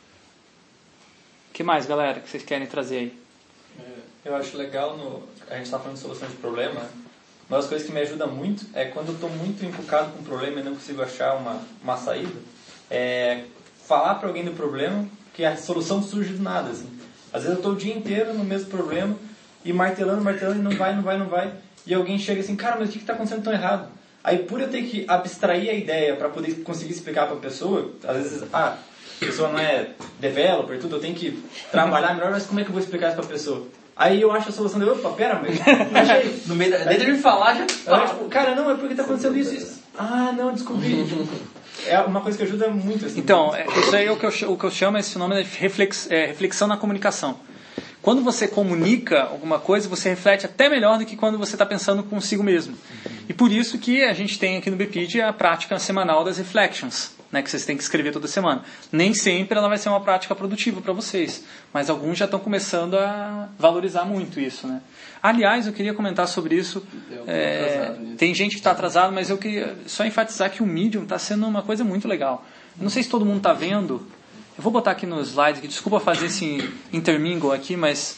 O que mais, galera, que vocês querem trazer aí? Eu acho legal, a gente está falando de solução de problema, uma das coisas que me ajuda muito é quando eu estou muito encucado com um problema e não consigo achar uma saída, é falar para alguém do problema que a solução surge do nada. Assim. Às vezes eu estou o dia inteiro no mesmo problema e martelando e não vai, e alguém chega assim, cara, mas o que está acontecendo tão errado? Aí por eu ter que abstrair a ideia para poder conseguir explicar para a pessoa, às vezes, a pessoa não é developer, tudo, eu tenho que trabalhar melhor, mas como é que eu vou explicar isso para a pessoa? Aí eu acho a solução de, opa, pera, mas achei. No meio de me falar, já tipo, cara, não, é porque está acontecendo isso. Ah, não, descobri. É uma coisa que ajuda muito. Assim, então, isso aí é o que eu chamo, esse fenômeno de reflexão na comunicação. Quando você comunica alguma coisa, você reflete até melhor do que quando você está pensando consigo mesmo. E por isso que a gente tem aqui no BPID a prática semanal das reflections, né, que vocês têm que escrever toda semana. Nem sempre ela vai ser uma prática produtiva para vocês, mas alguns já estão começando a valorizar muito isso. Né? Aliás, eu queria comentar sobre isso. Tem gente que está atrasado, mas eu queria só enfatizar que o Medium está sendo uma coisa muito legal. Não sei se todo mundo está vendo. Eu vou botar aqui no slide, que desculpa fazer esse intermingle aqui, mas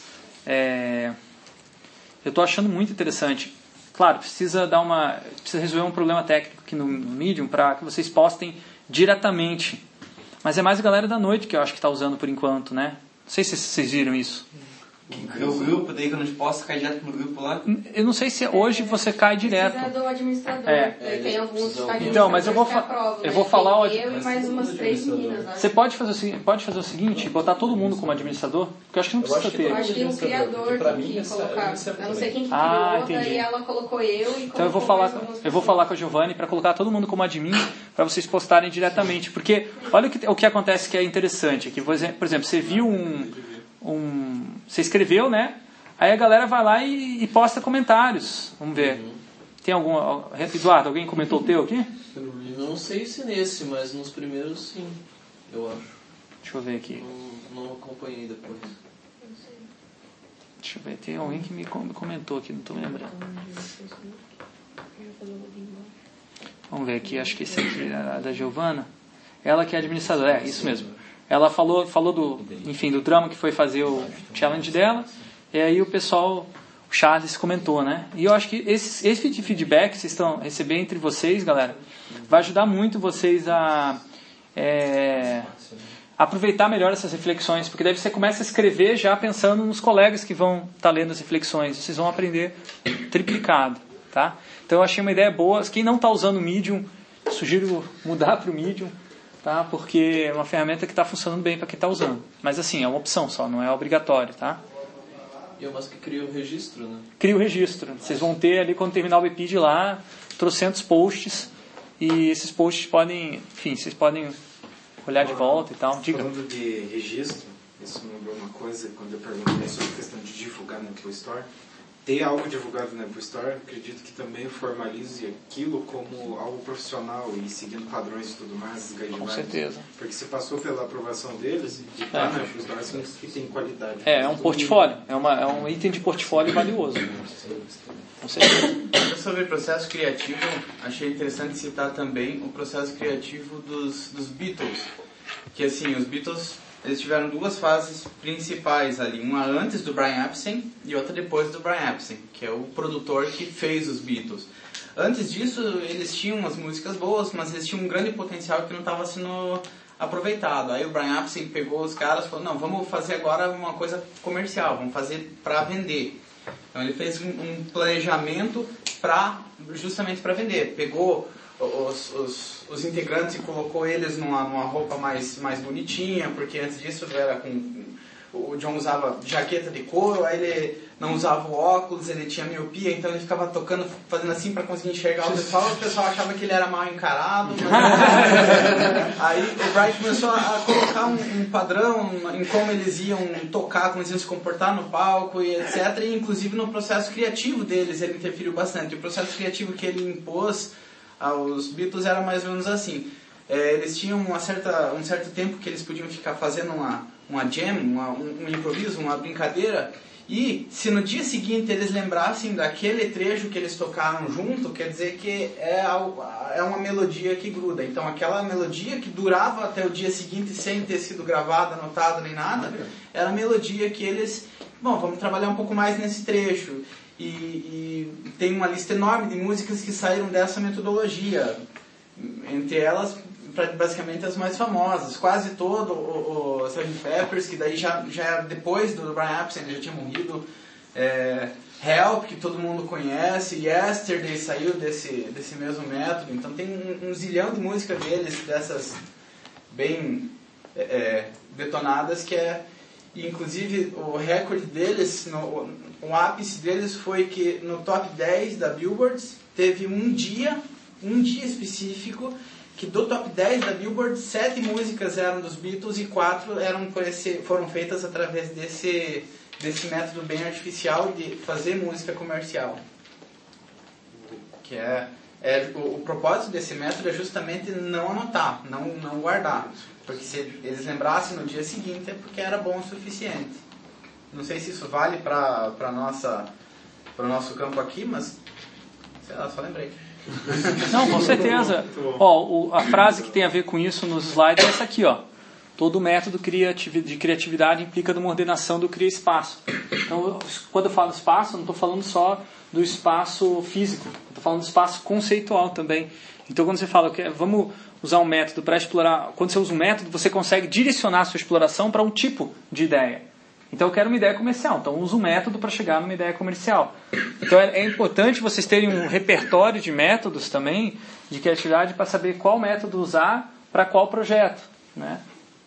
eu estou achando muito interessante. Claro, precisa resolver um problema técnico aqui no Medium para que vocês postem diretamente. Mas é mais a galera da noite que eu acho que está usando por enquanto, né? Não sei se vocês viram isso. O grupo, daí que eu não posso cair direto no grupo lá. Eu não sei se hoje você cai direto. Precisa do administrador. Tem alguns administradores então, mas eu vou falar eu e mais umas 3 meninas. Né? Você pode fazer o seguinte, botar todo mundo como administrador, porque eu acho que não precisa ter. Eu acho que o criador tem que colocar. Eu não sei quem que criou, daí ela colocou eu e então eu vou falar com a Giovanni para colocar todo mundo como admin, para vocês postarem diretamente, porque olha o que acontece que é interessante aqui. Por exemplo, você viu você escreveu, né? Aí a galera vai lá e posta comentários. Vamos ver. Tem algum... Eduardo, alguém comentou o teu aqui? Não sei se nesse, mas nos primeiros sim, eu acho. Deixa eu ver aqui. Não acompanhei depois. Deixa eu ver, tem alguém que me comentou aqui, não estou me lembrando. Vamos ver aqui, acho que esse aqui é da Giovana. Ela que é administradora, isso mesmo. Ela falou do drama que foi fazer o challenge dela, e aí o pessoal, o Charles comentou, né? E eu acho que esse feedback que vocês estão recebendo entre vocês, galera, vai ajudar muito vocês a aproveitar melhor essas reflexões, porque daí você começa a escrever já pensando nos colegas que vão estar lendo as reflexões, vocês vão aprender triplicado, tá? Então eu achei uma ideia boa. Quem não está usando o Medium, sugiro mudar para o Medium, tá? Porque é uma ferramenta que está funcionando bem para quem está usando. Mas assim, é uma opção só, não é obrigatório, tá? E é mais que cria o registro, né? Cria o registro. Vocês vão ter ali, quando terminar o BPID lá, 300 posts, e esses posts podem, enfim, vocês podem olhar de volta e tal. Diga. Falando de registro, isso me lembrou uma coisa, quando eu perguntei sobre a questão de divulgar no Apple Store, ter algo divulgado na Apple Store, acredito que também formalize aquilo como algo profissional e seguindo padrões e tudo mais, guidelines. Com certeza. Porque se passou pela aprovação deles, e está na Apple Store, significa que tem qualidade. É um portfólio, é um item de portfólio valioso. Com certeza. Sobre processo criativo, achei interessante citar também o processo criativo dos Beatles. Que assim, os Beatles, eles tiveram duas fases principais ali, uma antes do Brian Epstein e outra depois do Brian Epstein, que é o produtor que fez os Beatles. Antes disso, eles tinham umas músicas boas, mas eles tinham um grande potencial que não estava sendo aproveitado. Aí o Brian Epstein pegou os caras e falou, não, vamos fazer agora uma coisa comercial, vamos fazer para vender. Então ele fez um planejamento justamente para vender. Pegou os integrantes e colocou eles numa roupa mais bonitinha, porque antes disso era o John usava jaqueta de couro, aí ele não usava o óculos, ele tinha miopia, então ele ficava tocando, fazendo assim para conseguir enxergar o pessoal achava que ele era mal encarado. Aí o Brian começou a colocar um padrão em como eles iam tocar, como eles iam se comportar no palco e etc. E inclusive no processo criativo deles ele interferiu bastante. O processo criativo que ele impôs aos Beatles era mais ou menos assim. Eles tinham um certo tempo que eles podiam ficar fazendo uma jam, um improviso, uma brincadeira, e se no dia seguinte eles lembrassem daquele trecho que eles tocaram junto, quer dizer que é uma melodia que gruda. Então aquela melodia que durava até o dia seguinte sem ter sido gravada, anotada nem nada, era a melodia que eles, vamos trabalhar um pouco mais nesse trecho. E tem uma lista enorme de músicas que saíram dessa metodologia, entre elas basicamente as mais famosas, quase todo o Sgt. Peppers, que daí já depois do Brian Epstein, já tinha morrido, Help, que todo mundo conhece, Yesterday saiu desse mesmo método, então tem um zilhão de músicas deles, dessas bem detonadas, e inclusive o recorde deles, o ápice deles foi que no top 10 da Billboard teve um dia específico que do top 10 da Billboard 7 músicas eram dos Beatles e 4 foram feitas através desse método bem artificial de fazer música comercial, que o propósito desse método é justamente não anotar, não guardar, porque se eles lembrassem no dia seguinte é porque era bom o suficiente. Não sei se isso vale para o nosso campo aqui, mas sei lá, só lembrei. Não, com certeza. A frase que tem a ver com isso nos slides é essa aqui, Todo método de criatividade implica uma ordenação do cria espaço. Então, quando eu falo espaço, eu não estou falando só do espaço físico, estou falando do espaço conceitual também. Então, quando você fala que vamos usar um método para explorar, quando você usa um método, você consegue direcionar a sua exploração para um tipo de ideia. Então eu quero uma ideia comercial, então eu uso um método para chegar numa ideia comercial. Então é importante vocês terem um repertório de métodos também, de criatividade, para saber qual método usar para qual projeto, né?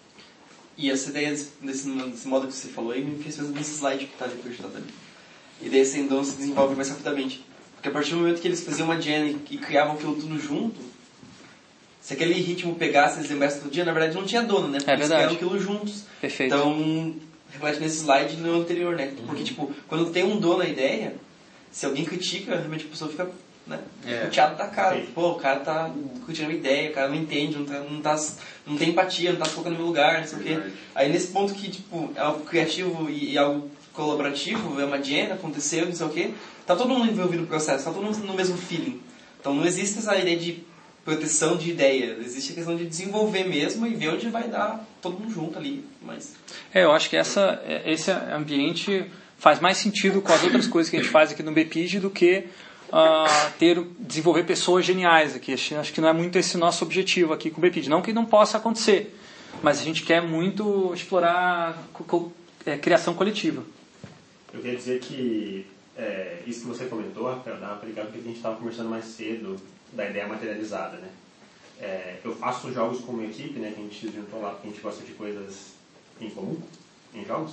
E essa ideia desse modo que você falou aí me fez pensar nesse slide que está ali projetado ali. E daí esse então se desenvolve mais rapidamente. Porque a partir do momento que eles faziam uma jam e criavam aquilo tudo junto, se aquele ritmo pegasse, eles lembrassem do dia, na verdade não tinha dono, né? Porque eles criaram aquilo juntos. Perfeito. Então, reflete nesse slide no anterior, né? Porque, quando tem um dono a ideia, se alguém critica, realmente a pessoa fica, né, chateada da cara. Pô, o cara tá curtindo a ideia, o cara não entende, não tem empatia, não tá se colocando no meu lugar, não sei o quê. Aí nesse ponto que, é algo criativo e algo colaborativo, é uma jam, aconteceu, não sei o quê, tá todo mundo envolvido no processo, tá todo mundo no mesmo feeling. Então não existe essa ideia de proteção de ideia, existe a questão de desenvolver mesmo e ver onde vai dar todo mundo junto ali. Mas... eu acho que esse ambiente faz mais sentido com as outras coisas que a gente faz aqui no BPID do que desenvolver pessoas geniais aqui. Acho que não é muito esse nosso objetivo aqui com o BPID. Não que não possa acontecer, mas a gente quer muito explorar criação coletiva. Eu queria dizer que isso que você comentou, Rafael, dá para ligar porque a gente estava conversando mais cedo da ideia materializada, né? Eu faço jogos como equipe, né? Que a gente se juntou lá porque a gente gosta de coisas em comum, em jogos.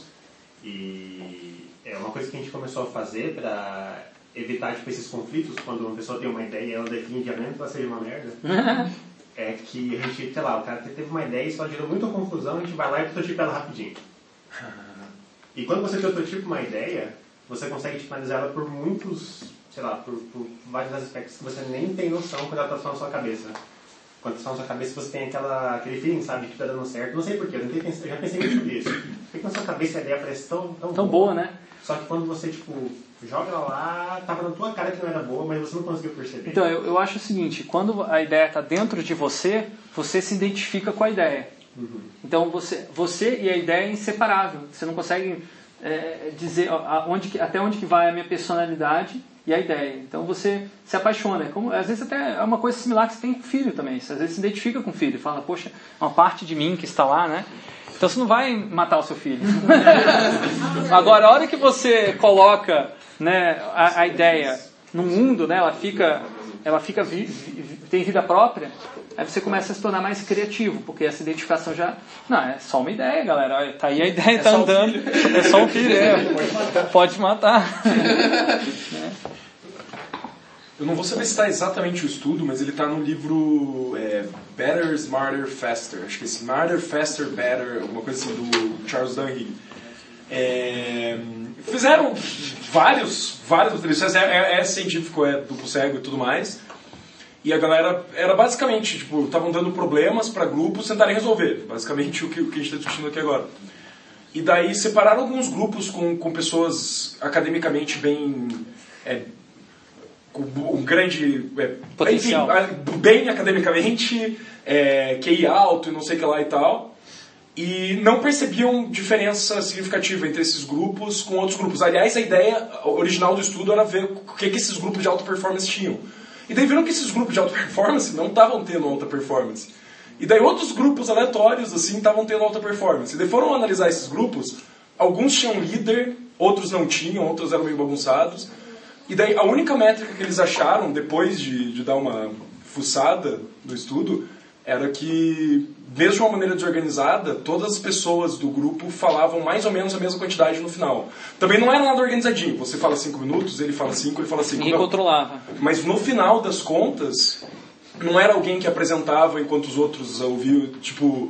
E é uma coisa que a gente começou a fazer para evitar esses conflitos, quando uma pessoa tem uma ideia e ela define de mesmo que ela seja uma merda. É que a gente, sei lá, o cara teve uma ideia e só gerou muita confusão, a gente vai lá e prototipa ela rapidinho. E quando você prototipa uma ideia, você consegue tipo, analisar ela por muitos, sei lá, por vários aspectos que você nem tem noção quando ela está só na sua cabeça. Quando está na sua cabeça você tem aquele feeling, sabe, que está dando certo. Não sei porquê, eu já pensei muito sobre isso. Por que na sua cabeça a ideia parece tão boa, né? Só que quando você, tipo, joga ela lá, tava na tua cara que não era boa, mas você não conseguiu perceber. Então, eu acho o seguinte, quando a ideia está dentro de você, você se identifica com a ideia. Uhum. Então, você e a ideia é inseparável. Você não consegue dizer até onde que vai a minha personalidade e a ideia. Então, você se apaixona. Às vezes até é uma coisa similar que você tem com o filho também. Você às vezes se identifica com o filho. Fala, poxa, é uma parte de mim que está lá, né? Então você não vai matar o seu filho. Agora, a hora que você coloca, né, a ideia no mundo, né, ela fica tem vida própria, aí você começa a se tornar mais criativo, porque essa identificação já... Não, é só uma ideia, galera. Olha, tá aí a ideia, tá andando. É só o filho, pode matar. Eu não vou saber citar exatamente o estudo, mas ele está no livro Better, Smarter, Faster. Acho que é Smarter, Faster, Better, alguma coisa assim, do Charles Duhigg. Fizeram várias entrevistas, é científico, é duplo cego e tudo mais. E a galera era basicamente, tipo, estavam dando problemas para grupos tentarem resolver. Basicamente o que a gente está discutindo aqui agora. E daí separaram alguns grupos com pessoas academicamente bem... com um grande potencial, enfim, bem academicamente, QI alto e não sei o que lá e tal, e não percebiam diferença significativa entre esses grupos com outros grupos. Aliás, a ideia original do estudo era ver o que esses grupos de alta performance tinham. E daí viram que esses grupos de alta performance não estavam tendo alta performance. E daí outros grupos aleatórios assim estavam tendo alta performance. E daí foram analisar esses grupos, alguns tinham líder, outros não tinham, outros eram meio bagunçados. E daí a única métrica que eles acharam, depois de dar uma fuçada no estudo, era que, mesmo de uma maneira desorganizada, todas as pessoas do grupo falavam mais ou menos a mesma quantidade no final. Também não era nada organizadinho. Você fala 5 minutos, ele fala 5, ele fala 5. Ninguém controlava. Mas no final das contas, não era alguém que apresentava enquanto os outros ouviam, tipo...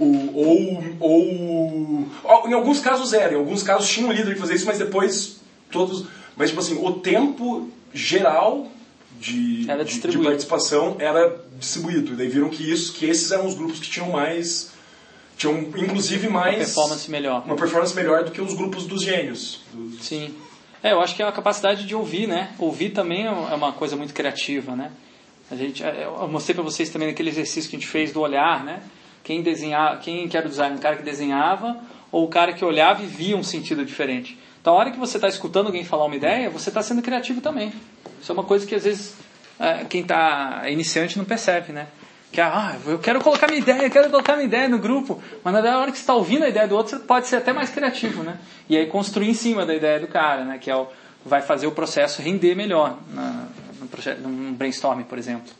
Em alguns casos era, em alguns casos tinha um líder que fazia isso, mas depois todos... Mas, tipo assim, o tempo geral de participação era distribuído. E daí viram que esses eram os grupos que tinham inclusive mais... Uma performance melhor do que os grupos dos gênios. Sim. Eu acho que é a capacidade de ouvir, né? Ouvir também é uma coisa muito criativa, né? Eu mostrei para vocês também naquele exercício que a gente fez do olhar, né? Quem que era o designer? O cara que desenhava ou o cara que olhava e via um sentido diferente? Então, a hora que você está escutando alguém falar uma ideia, você está sendo criativo também. Isso é uma coisa que, às vezes, quem está iniciante não percebe, né? Que, eu quero colocar minha ideia no grupo. Mas, na hora que você está ouvindo a ideia do outro, você pode ser até mais criativo, né? E aí, construir em cima da ideia do cara, né? Que vai fazer o processo render melhor num brainstorming, por exemplo.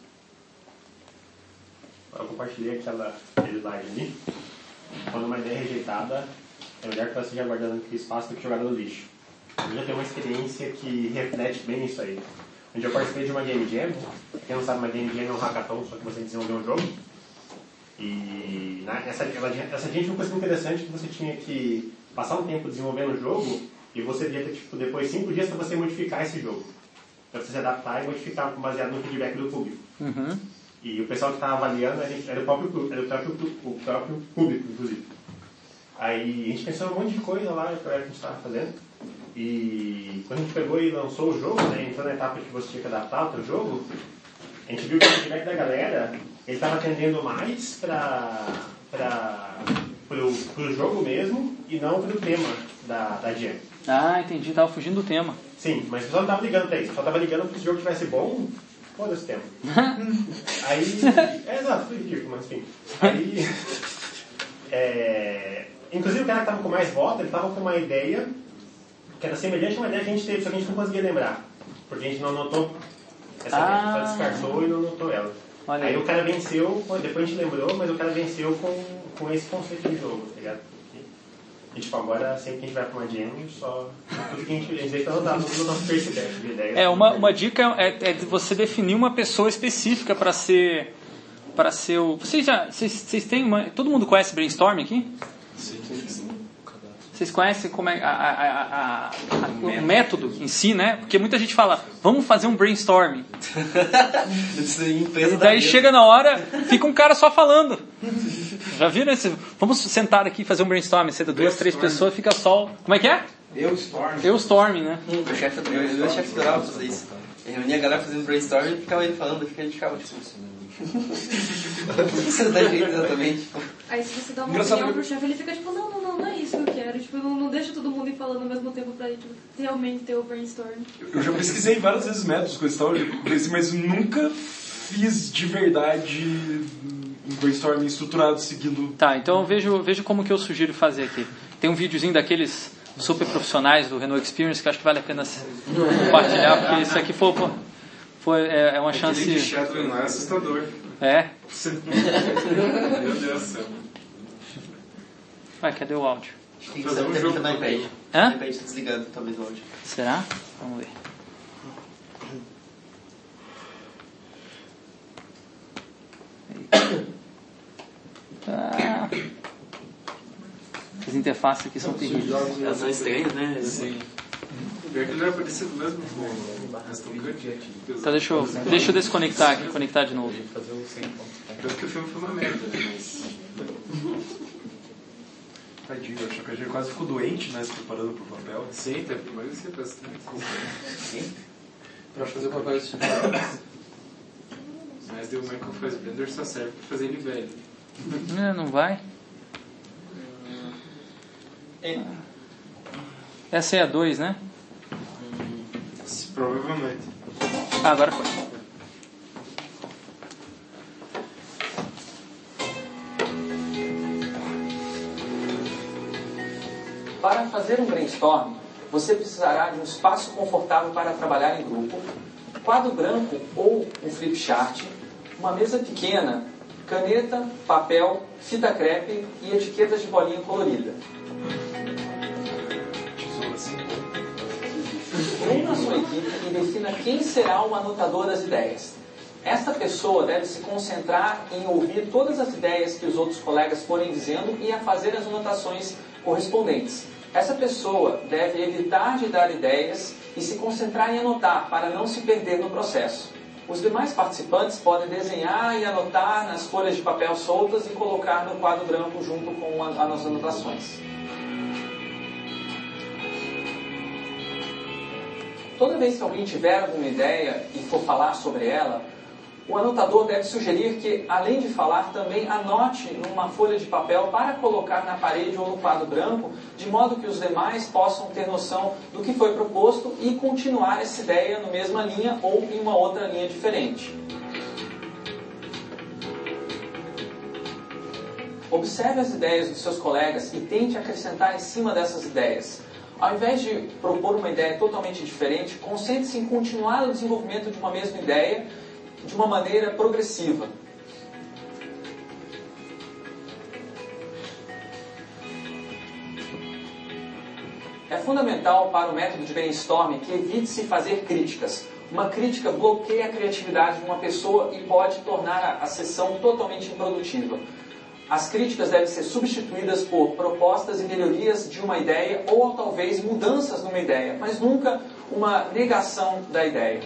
Eu compartilhei aquele slide ali. Quando uma ideia é rejeitada... é melhor que ela seja guardada naquele espaço do que jogada no lixo. Eu já tenho uma experiência que reflete bem isso aí. Onde eu participei de uma Game Jam. Quem não sabe, uma Game Jam é um hackathon, só que você desenvolveu um jogo. E essa gente uma coisa interessante que você tinha que passar um tempo desenvolvendo o jogo e você devia ter, tipo, depois 5 dias para você modificar esse jogo. Para você se adaptar e modificar baseado no feedback do público. Uhum. E o pessoal que estava avaliando era o próprio público, inclusive. Aí a gente pensou em um monte de coisa lá que a gente estava fazendo. E quando a gente pegou e lançou o jogo, né, entrou na etapa que você tinha que adaptar o teu jogo, a gente viu que o feedback da galera ele estava atendendo mais pro jogo mesmo e não pro tema da Jam. Entendi, estava fugindo do tema. Sim, mas o pessoal não estava ligando para isso, só estava ligando para que o jogo tivesse bom, foda-se o tema. Aí, exato, foi ridículo, mas enfim. Aí, inclusive o cara que estava com mais voto, ele estava com uma ideia que era semelhante a uma ideia que a gente teve, só que a gente não conseguia lembrar, porque a gente não notou essa ideia, só descartou e não notou ela. Aí o cara venceu, depois a gente lembrou, mas o cara venceu com esse conceito de jogo, tá ligado? E tipo, agora sempre que a gente vai pra uma jam, só tudo que a gente deixa anotado no nosso perceber de ideia. Uma dica é você definir uma pessoa específica para ser o... Vocês têm todo mundo conhece brainstorming aqui? Sim. Vocês conhecem como é o método em si, né? Porque muita gente fala, vamos fazer um brainstorming. E daí chega na hora, fica um cara só falando. Já viram esse? Vamos sentar aqui e fazer um brainstorming. Senta 2, 3 pessoas, fica só... Como é que é? Eustorming, né? Meu chefe adorava fazer isso. Ele reunia a galera fazendo brainstorming e ficava ele falando, e ele ficava tipo... O que você dá jeito exatamente? Aí se você dá uma opinião pro chefe, ele fica tipo, não é isso que eu quero. Tipo, não deixa todo mundo ir falando ao mesmo tempo pra tipo, realmente ter o brainstorm. Eu já pesquisei várias vezes métodos com esse tal, mas nunca fiz de verdade um brainstorming estruturado seguindo... Tá, então vejo como que eu sugiro fazer aqui. Tem um videozinho daqueles super profissionais do Renault Experience que eu acho que vale a pena compartilhar, porque isso aqui é uma chance... Aquele de Shetland lá é assustador. É? Meu Deus do céu. Ué, cadê o áudio? Acho que fazer um jogo no iPad. Hã? O iPad tá desligado, talvez, o áudio. Será? Vamos ver. Ah. As interfaces aqui são terríveis. Elas são estranhas, né? Sim. Pior que ele era parecido mesmo com o Aston Kutcher. Então deixa eu desconectar aqui, conectar de novo. Pior que o filme foi uma merda, né? Mas... Tadinho, acho que a gente quase ficou doente, né? Se preparando pro papel. Sim, teve que emagrecer bastante. Sim. Pra fazer o papel de Mas deu o Michael Fassbender só serve pra fazer ele velho. Não vai? Essa é a 2, né? Provavelmente. Agora foi. Para fazer um brainstorm, você precisará de um espaço confortável para trabalhar em grupo, quadro branco ou um flip chart, uma mesa pequena, caneta, papel, fita crepe e etiquetas de bolinha colorida. Reúna a sua equipe e defina quem será o anotador das ideias. Esta pessoa deve se concentrar em ouvir todas as ideias que os outros colegas forem dizendo e a fazer as anotações correspondentes. Essa pessoa deve evitar de dar ideias e se concentrar em anotar para não se perder no processo. Os demais participantes podem desenhar e anotar nas folhas de papel soltas e colocar no quadro branco junto com as anotações. Toda vez que alguém tiver alguma ideia e for falar sobre ela, o anotador deve sugerir que, além de falar, também anote numa folha de papel para colocar na parede ou no quadro branco, de modo que os demais possam ter noção do que foi proposto e continuar essa ideia na mesma linha ou em uma outra linha diferente. Observe as ideias dos seus colegas e tente acrescentar em cima dessas ideias. Ao invés de propor uma ideia totalmente diferente, concentre-se em continuar o desenvolvimento de uma mesma ideia de uma maneira progressiva. É fundamental para o método de brainstorming que evite-se fazer críticas. Uma crítica bloqueia a criatividade de uma pessoa e pode tornar a sessão totalmente improdutiva. As críticas devem ser substituídas por propostas e melhorias de uma ideia ou talvez mudanças numa ideia, mas nunca uma negação da ideia.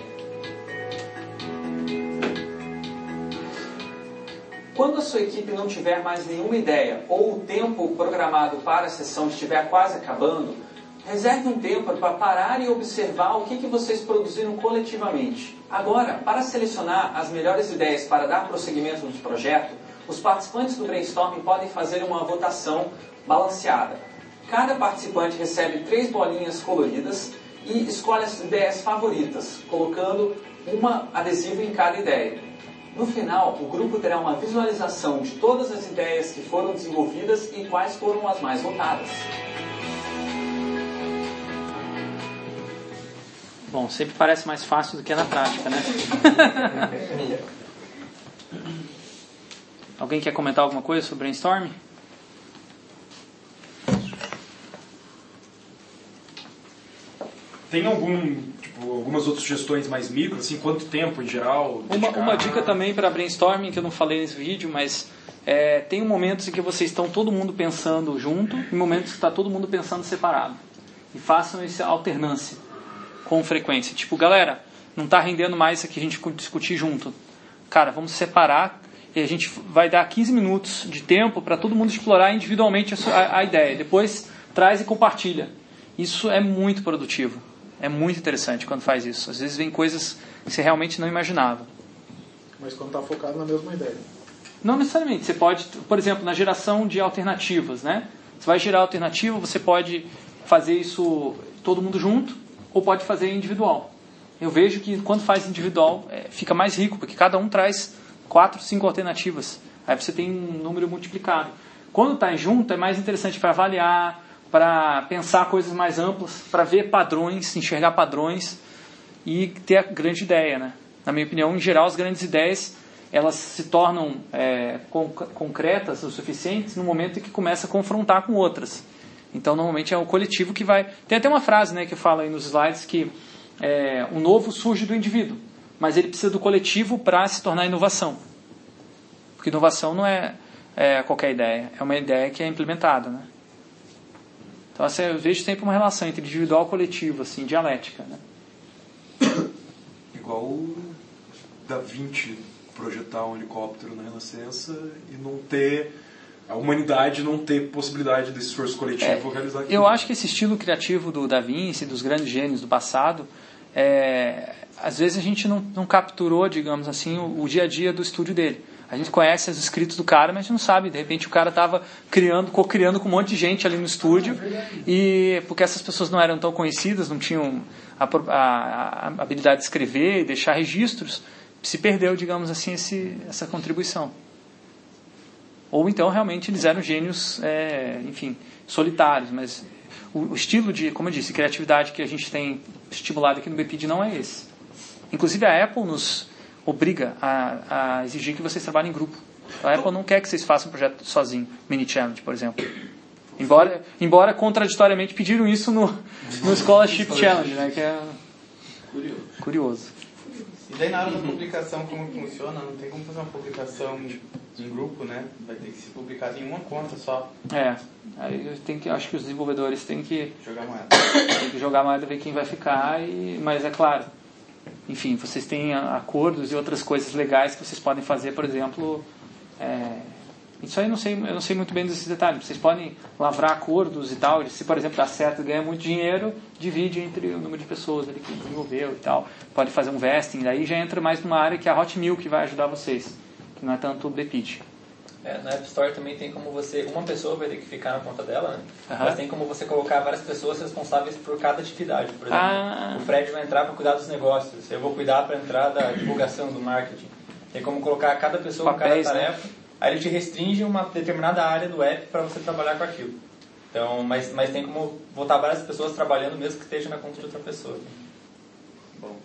Quando a sua equipe não tiver mais nenhuma ideia ou o tempo programado para a sessão estiver quase acabando, reserve um tempo para parar e observar o que vocês produziram coletivamente. Agora, para selecionar as melhores ideias para dar prosseguimento no projeto, os participantes do brainstorming podem fazer uma votação balanceada. Cada participante recebe 3 bolinhas coloridas e escolhe as ideias favoritas, colocando uma adesivo em cada ideia. No final, o grupo terá uma visualização de todas as ideias que foram desenvolvidas e quais foram as mais votadas. Bom, sempre parece mais fácil do que na prática, né? Alguém quer comentar alguma coisa sobre brainstorming? Tem algum Tipo, algumas outras sugestões mais micro, assim, quanto tempo em geral? Uma dica também para brainstorming, que eu não falei nesse vídeo, mas tem momentos em que vocês estão todo mundo pensando junto e momentos que está todo mundo pensando separado. E façam essa alternância com frequência. Tipo, galera, não está rendendo mais isso aqui a gente discutir junto. Cara, vamos separar e a gente vai dar 15 minutos de tempo para todo mundo explorar individualmente a ideia. Depois traz e compartilha. Isso é muito produtivo. É muito interessante quando faz isso. Às vezes vem coisas que você realmente não imaginava. Mas quando está focado na mesma ideia. Não necessariamente. Você pode, por exemplo, na geração de alternativas, né? Você vai gerar alternativa, você pode fazer isso todo mundo junto ou pode fazer individual. Eu vejo que quando faz individual fica mais rico, porque cada um traz 4, 5 alternativas. Aí você tem um número multiplicado. Quando está junto é mais interessante para avaliar, para pensar coisas mais amplas, para ver padrões, enxergar padrões e ter a grande ideia, né? Na minha opinião, em geral, as grandes ideias elas se tornam concretas o suficiente no momento em que começa a confrontar com outras. Então, normalmente é o coletivo que vai... Tem até uma frase, né, que fala aí nos slides que o novo surge do indivíduo, mas ele precisa do coletivo para se tornar inovação. Porque inovação não é qualquer ideia, é uma ideia que é implementada, né? Então, assim, eu vejo sempre uma relação entre individual e coletivo, assim, dialética, né? Igual o Da Vinci projetar um helicóptero na Renascença e não ter... A humanidade não ter possibilidade desse esforço coletivo realizar aquilo. Eu acho que esse estilo criativo do Da Vinci, dos grandes gênios do passado, às vezes a gente não capturou, digamos assim, o dia a dia do estúdio dele. A gente conhece os escritos do cara, mas a gente não sabe. De repente o cara estava co-criando com um monte de gente ali no estúdio, e porque essas pessoas não eram tão conhecidas, não tinham a habilidade de escrever e deixar registros, se perdeu, digamos assim, essa contribuição. Ou então realmente eles eram gênios, enfim, solitários, mas o estilo de, como eu disse, criatividade que a gente tem estimulado aqui no BPID não é esse. Inclusive a Apple nos obriga a exigir que vocês trabalhem em grupo. A Apple não quer que vocês façam um projeto sozinho, Mini Challenge, por exemplo. Embora contraditoriamente pediram isso no Scholarship Challenge, né, que é curioso. E daí na hora da publicação, como funciona? Não tem como fazer uma publicação em grupo, né? Vai ter que ser publicado em uma conta só. Aí acho que os desenvolvedores têm que jogar moeda, ver quem vai ficar, mas é claro, enfim, vocês têm acordos e outras coisas legais que vocês podem fazer, por exemplo, isso aí eu não sei muito bem desses detalhes. Vocês podem lavrar acordos e tal. Se, por exemplo, dá certo e ganha muito dinheiro, divide entre o número de pessoas ali que desenvolveu e tal. Pode fazer um vesting, daí já entra mais numa área que é a Hot Milk que vai ajudar vocês, que não é tanto o BPID. Na App Store também tem como uma pessoa vai ter que ficar na conta dela, né? Mas tem como você colocar várias pessoas responsáveis por cada atividade. Por exemplo, o Fred vai entrar para cuidar dos negócios, eu vou cuidar para entrar da divulgação, do marketing. Tem como colocar cada pessoa com cada tarefa. Né? Aí ele te restringe uma determinada área do app para você trabalhar com aquilo. Então, mas tem como botar várias pessoas trabalhando mesmo que esteja na conta de outra pessoa. Bom.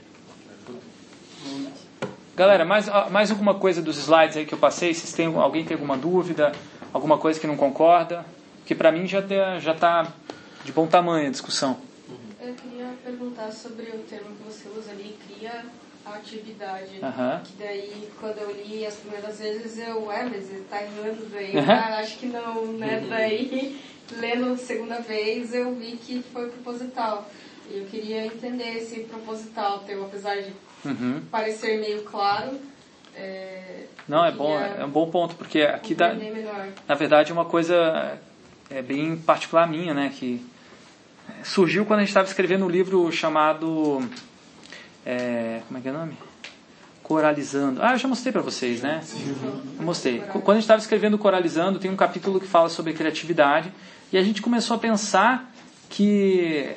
Galera, mais alguma coisa dos slides aí que eu passei? Alguém tem alguma dúvida? Alguma coisa que não concorda? Porque para mim já está de bom tamanho a discussão. Eu queria perguntar sobre o termo que você usa ali, cria atividade. Que daí, quando eu li as primeiras vezes, mas ele tá errando daí. Acho que não, né? Daí, lendo a segunda vez, eu vi que foi proposital. E eu queria entender esse proposital, apesar de parecer meio claro. Não, é um bom ponto, porque aqui na verdade é uma coisa bem particular minha, né? Que surgiu quando a gente estava escrevendo um livro chamado... como é que é o nome? Coralizando. Eu já mostrei para vocês, né? Eu mostrei. Quando a gente estava escrevendo Coralizando, tem um capítulo que fala sobre criatividade, e a gente começou a pensar que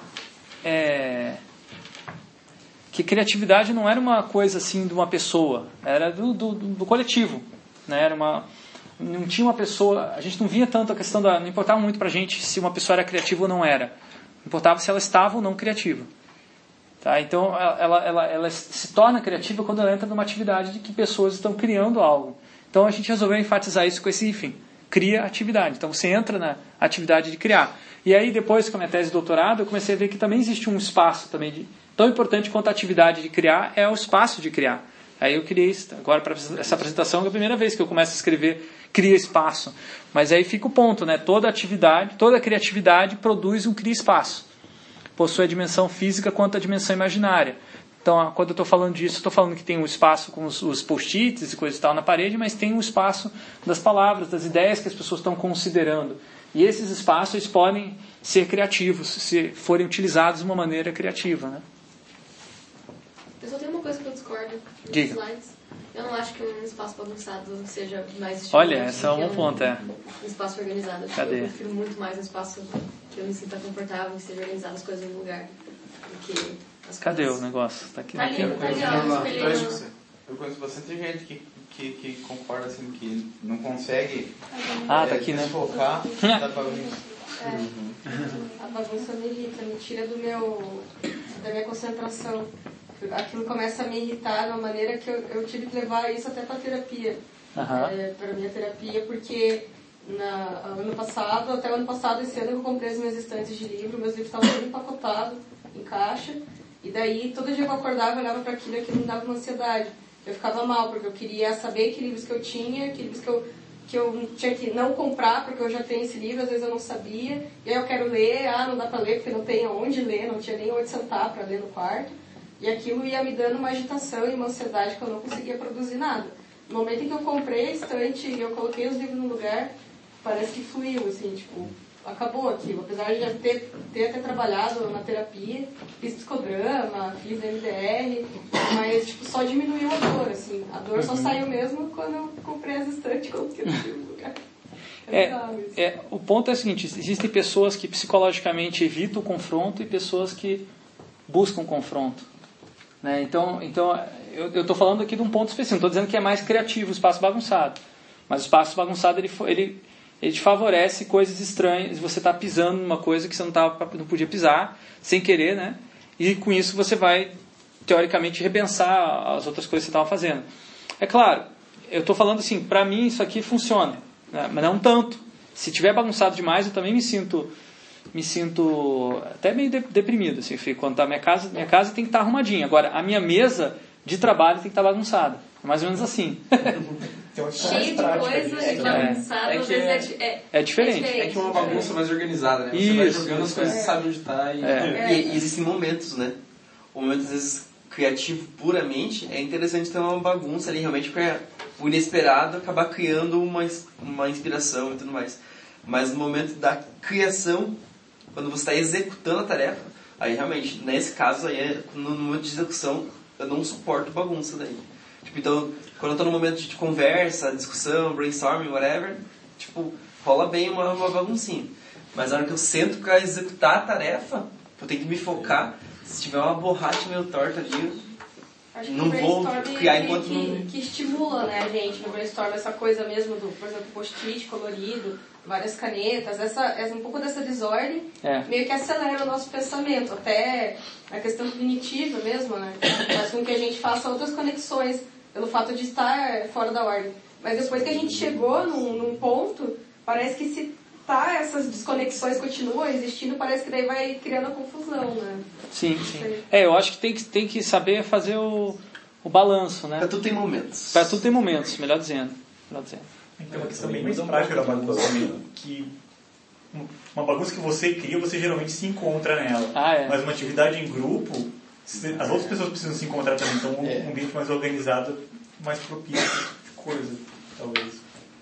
criatividade não era uma coisa assim de uma pessoa, era do coletivo, né? Não tinha uma pessoa, a gente não via tanto a questão não importava muito pra gente se uma pessoa era criativa ou não era, importava se ela estava ou não criativa. Tá? Então ela se torna criativa quando ela entra numa atividade de que pessoas estão criando algo. Então a gente resolveu enfatizar isso com esse hífen, cria atividade. Então você entra na atividade de criar. E aí depois, com a minha tese de doutorado, eu comecei a ver que também existe um espaço também tão importante quanto a atividade de criar é o espaço de criar. Aí eu criei, agora para essa apresentação é a primeira vez que eu começo a escrever, cria espaço. Mas aí fica o ponto, né? Toda atividade, toda criatividade produz um cria espaço. Possui a dimensão física quanto a dimensão imaginária. Então, quando eu estou falando disso, eu estou falando que tem um espaço com os post-its e coisa e tal na parede, mas tem um espaço das palavras, das ideias que as pessoas estão considerando. E esses espaços eles podem ser criativos, se forem utilizados de uma maneira criativa, né? Eu só tenho uma coisa que eu discordo nos Diga. slides. Eu não acho que um espaço bagunçado seja mais estimulante. Olha, esse é um ponto, um espaço organizado. Cadê? Eu prefiro muito mais um espaço que eu me sinta confortável, que seja organizado as coisas no lugar. Do que as Cadê coisas. o negócio? Tá aqui. Tá ali, Eu conheço bastante gente que concorda assim, que não consegue tá aqui, né? focar da bagunça. A bagunça me irrita, me tira da minha concentração. Aquilo começa a me irritar de uma maneira que eu tive que levar isso até para terapia. Para minha terapia, porque até o ano passado, esse ano eu comprei as minhas estantes de livro, meus livros estavam todos empacotados em caixa, e daí todo dia que eu acordava eu olhava para aquilo e aquilo me dava uma ansiedade. Eu ficava mal, porque eu queria saber que livros que eu tinha, que livros que eu tinha que não comprar, porque eu já tenho esse livro, às vezes eu não sabia, e aí eu quero ler, não dá para ler porque não tem onde ler, não tinha nem onde sentar para ler no quarto, e aquilo ia me dando uma agitação e uma ansiedade que eu não conseguia produzir nada. No momento em que eu comprei a estante e eu coloquei os livros no lugar, parece que fluiu, assim, tipo, acabou aquilo. Apesar de já ter até trabalhado na terapia, fiz psicodrama, fiz MDR, mas tipo, só diminuiu a dor, assim. A dor só saiu mesmo quando eu comprei as estantes e coloquei os livros no lugar. O ponto é o seguinte, existem pessoas que psicologicamente evitam o confronto e pessoas que buscam confronto. Né? Então eu estou falando aqui de um ponto específico, não estou dizendo que é mais criativo o espaço bagunçado, mas o espaço bagunçado ele te favorece coisas estranhas, você está pisando numa coisa que você não podia pisar, sem querer, né? E com isso você vai, teoricamente, repensar as outras coisas que você estava fazendo. É claro, eu estou falando assim, para mim isso aqui funciona, né? Mas não tanto. Se tiver bagunçado demais, eu também me sinto até meio deprimido, assim, quando tá minha casa tem que estar arrumadinha. Agora, a minha mesa de trabalho tem que estar bagunçada. É mais ou menos assim. Cheio de coisas bagunçadas, às vezes é diferente. É que uma bagunça mais organizada, né? Você Isso, vai jogando as coisas e sabe onde está. E existem momentos, né? O momento, às vezes, criativo puramente, é interessante ter uma bagunça ali, realmente, para o inesperado acabar criando uma inspiração e tudo mais. Mas no momento da criação, quando você está executando a tarefa, aí realmente, nesse caso, aí, no momento de execução, eu não suporto bagunça daí. Tipo, então, quando eu estou no momento de conversa, discussão, brainstorming, whatever, tipo, rola bem uma baguncinha. Mas na hora que eu sento para executar a tarefa, eu tenho que me focar. Se tiver uma borracha meio torta ali, não vou criar enquanto que estimula, né, a gente no brainstorm, essa coisa mesmo do, por exemplo, post-it colorido, várias canetas, um pouco dessa desordem meio que acelera o nosso pensamento, até a questão cognitiva mesmo, né? Faz com que a gente faça outras conexões pelo fato de estar fora da ordem. Mas depois que a gente chegou num ponto, parece que se essas desconexões continuam existindo, parece que daí vai criando a confusão, né? Sim. Eu acho que tem que saber fazer o balanço, né? Para tudo tem momentos. Para tudo tem momentos, melhor dizendo. Então, uma questão bem mais prática da bagunça, que uma bagunça que você cria, você geralmente se encontra nela. Mas uma atividade em grupo, as outras pessoas precisam se encontrar também. Então, um ambiente mais organizado, mais propício de coisa, talvez.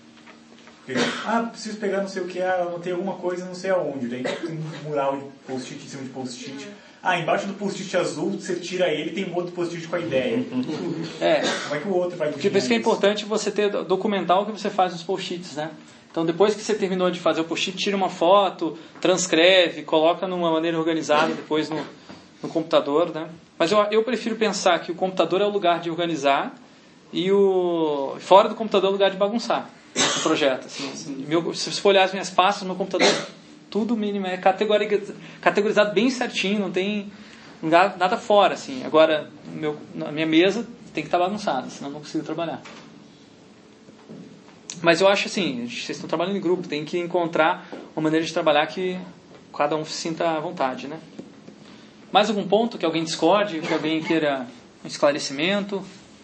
Preciso pegar não sei o que, anotei alguma coisa não sei aonde. Daí tem um mural de post-it em cima de post-it. Embaixo do post-it azul, você tira ele e tem um outro post-it com a ideia. Como é que o outro vai... Por isso que é importante você documentar o que você faz nos post-its, né? Então, depois que você terminou de fazer o post-it, tira uma foto, transcreve, coloca numa maneira organizada depois no computador, né? Mas eu prefiro pensar que o computador é o lugar de organizar e fora do computador é o lugar de bagunçar o projeto. Assim, se você for olhar as minhas pastas no meu computador, tudo mínimo é categorizado bem certinho, não tem nada fora. Assim. Agora, na minha mesa tem que estar bagunçada, senão não consigo trabalhar. Mas eu acho assim, vocês estão trabalhando em grupo, tem que encontrar uma maneira de trabalhar que cada um se sinta à vontade, né? Mais algum ponto que alguém discorde, que alguém queira um esclarecimento?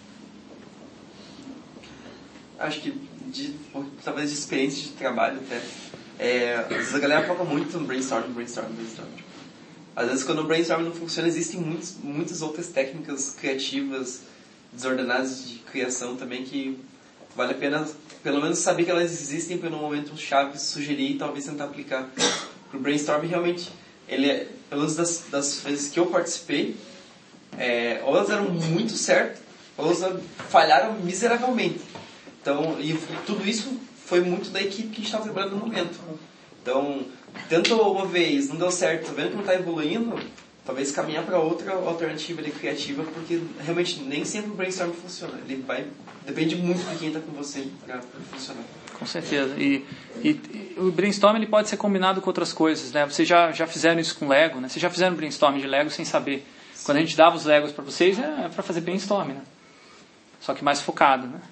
Acho que talvez de experiência de trabalho até. Às vezes a galera foca muito no brainstorm. Às vezes quando o brainstorm não funciona, existem muitas outras técnicas criativas, desordenadas de criação também, que vale a pena pelo menos saber que elas existem para no momento chave sugerir e talvez tentar aplicar. O brainstorm realmente, ele pelo menos das vezes que eu participei, ou elas eram muito certas, ou elas falharam miseravelmente. Então, e tudo isso foi muito da equipe que a gente estava trabalhando no momento. Então, tentou uma vez, não deu certo, vendo que não está evoluindo, talvez caminhar para outra alternativa criativa, porque realmente nem sempre o brainstorm funciona. Depende muito de quem está com você para funcionar. Com certeza. E o brainstorm ele pode ser combinado com outras coisas, né? Vocês já fizeram isso com Lego, né? Vocês já fizeram brainstorm de Lego sem saber. Sim. Quando a gente dava os Legos para vocês, é para fazer brainstorm, né? Só que mais focado, né?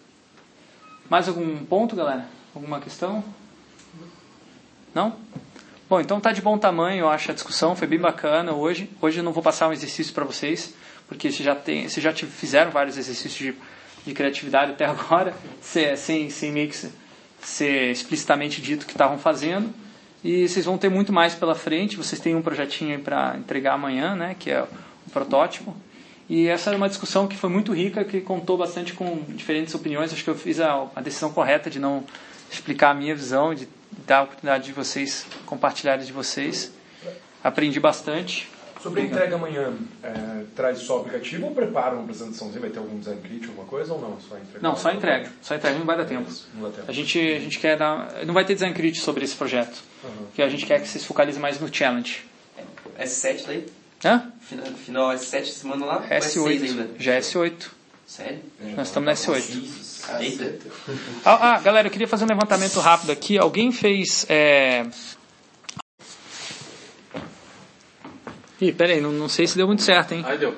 Mais algum ponto, galera? Alguma questão? Não? Bom, então tá de bom tamanho, eu acho, a discussão. Foi bem bacana hoje. Hoje eu não vou passar um exercício para vocês, porque vocês já fizeram vários exercícios de criatividade até agora, sem meio que ser explicitamente dito que estavam fazendo. E vocês vão ter muito mais pela frente. Vocês têm um projetinho aí para entregar amanhã, né, que é o protótipo. E essa era uma discussão que foi muito rica, que contou bastante com diferentes opiniões. Acho que eu fiz a decisão correta de não explicar a minha visão, de dar a oportunidade de vocês compartilharem de vocês. Aprendi bastante. Sobre a entrega amanhã, traz só o aplicativo ou prepara uma apresentaçãozinha? Vai ter algum design crítico, alguma coisa ou não? Só entrega? Não, só entrega. Só entrega, não vai dar tempo. Não dá tempo. A gente quer dar... Não vai ter design crítico sobre esse projeto. Porque a gente quer que vocês focalizem mais no challenge. S7 daí? Hã? Final S7 se manda lá? S8. Ainda? Já é S8. Sério? Nós estamos na S8. Eita. Galera, eu queria fazer um levantamento rápido aqui. Alguém fez... Ih, peraí, não sei se deu muito certo, hein? Aí deu.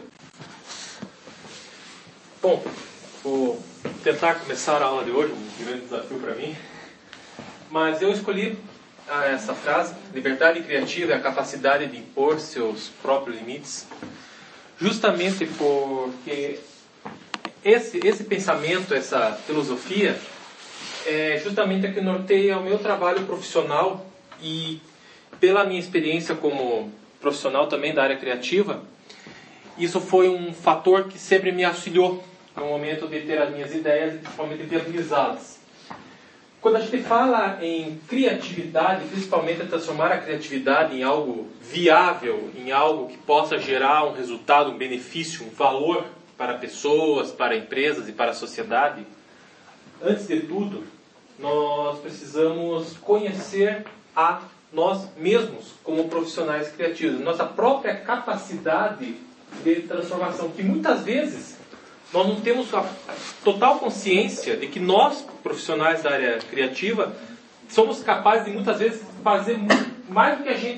Bom, vou tentar começar a aula de hoje, um grande desafio para mim. Mas eu escolhi essa frase: liberdade criativa é a capacidade de impor seus próprios limites, justamente porque esse pensamento, essa filosofia, é justamente a que norteia o meu trabalho profissional. E pela minha experiência como profissional também da área criativa, isso foi um fator que sempre me auxiliou no momento de ter as minhas ideias e principalmente viabilizá-las. Quando a gente fala em criatividade, principalmente é transformar a criatividade em algo viável, em algo que possa gerar um resultado, um benefício, um valor para pessoas, para empresas e para a sociedade, antes de tudo, nós precisamos conhecer a nós mesmos como profissionais criativos, nossa própria capacidade de transformação, que muitas vezes nós não temos a total consciência de que nós, profissionais da área criativa, somos capazes de muitas vezes fazer mais do que a gente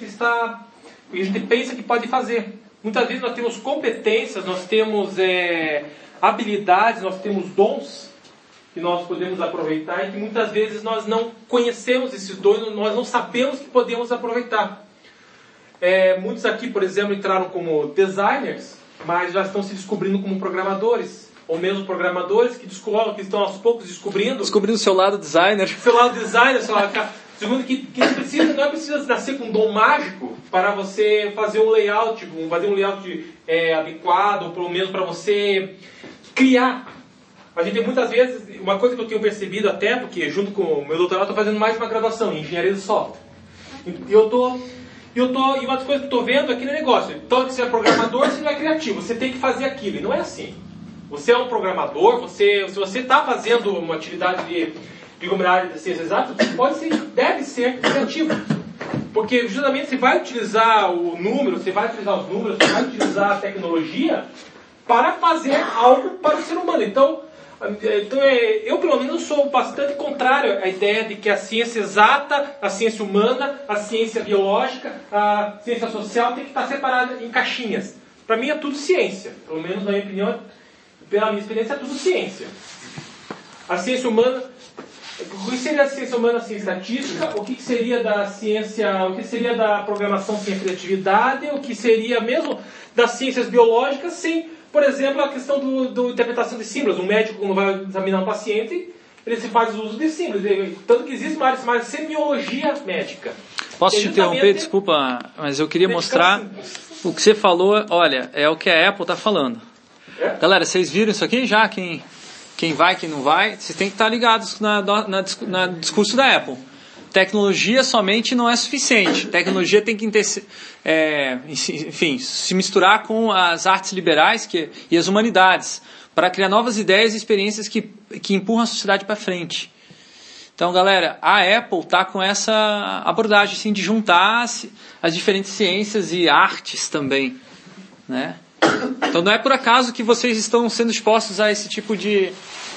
pensa que pode fazer. Muitas vezes nós temos competências, nós temos habilidades, nós temos dons que nós podemos aproveitar e que muitas vezes nós não conhecemos esses dons, nós não sabemos que podemos aproveitar. Muitos aqui, por exemplo, entraram como designers, mas já estão se descobrindo como programadores, ou mesmo programadores que estão aos poucos descobrindo o seu lado designer. Segundo que não é preciso nascer com um dom mágico para você fazer um layout adequado, ou pelo menos para você criar. A gente muitas vezes, uma coisa que eu tenho percebido até, porque junto com o meu doutorado eu estou fazendo mais uma graduação em engenharia de software. E uma das coisas que eu estou vendo aqui no negócio, então você é programador, você não é criativo, você tem que fazer aquilo. E não é assim. Você é um programador, se você está fazendo uma atividade de uma área de ciências exatas, você deve ser criativo. Porque justamente você vai utilizar os números, você vai utilizar a tecnologia para fazer algo para o ser humano. Então, eu pelo menos sou bastante contrário à ideia de que a ciência exata, a ciência humana, a ciência biológica, a ciência social tem que estar separada em caixinhas. Para mim é tudo ciência. Pelo menos na minha opinião, pela minha experiência, é tudo ciência. A ciência humana O que seria a ciência humana sem estatística? O que seria da ciência, o que seria da programação sem criatividade? O que seria mesmo das ciências biológicas sem, por exemplo, a questão do interpretação de símbolos? Um médico, quando vai examinar um paciente, ele se faz uso de símbolos. Tanto que existe uma área chamada semiologia médica. Posso te interromper? Desculpa, mas eu queria mostrar o que você falou. Olha, é o que a Apple está falando. Galera, vocês viram isso aqui já? Quem vai, quem não vai, vocês têm que estar ligados na discurso da Apple. Tecnologia somente não é suficiente. Tecnologia tem que se misturar com as artes liberais e as humanidades para criar novas ideias e experiências que empurram a sociedade para frente. Então, galera, a Apple está com essa abordagem assim, de juntar as diferentes ciências e artes também, né? Então não é por acaso que vocês estão sendo expostos a esse tipo de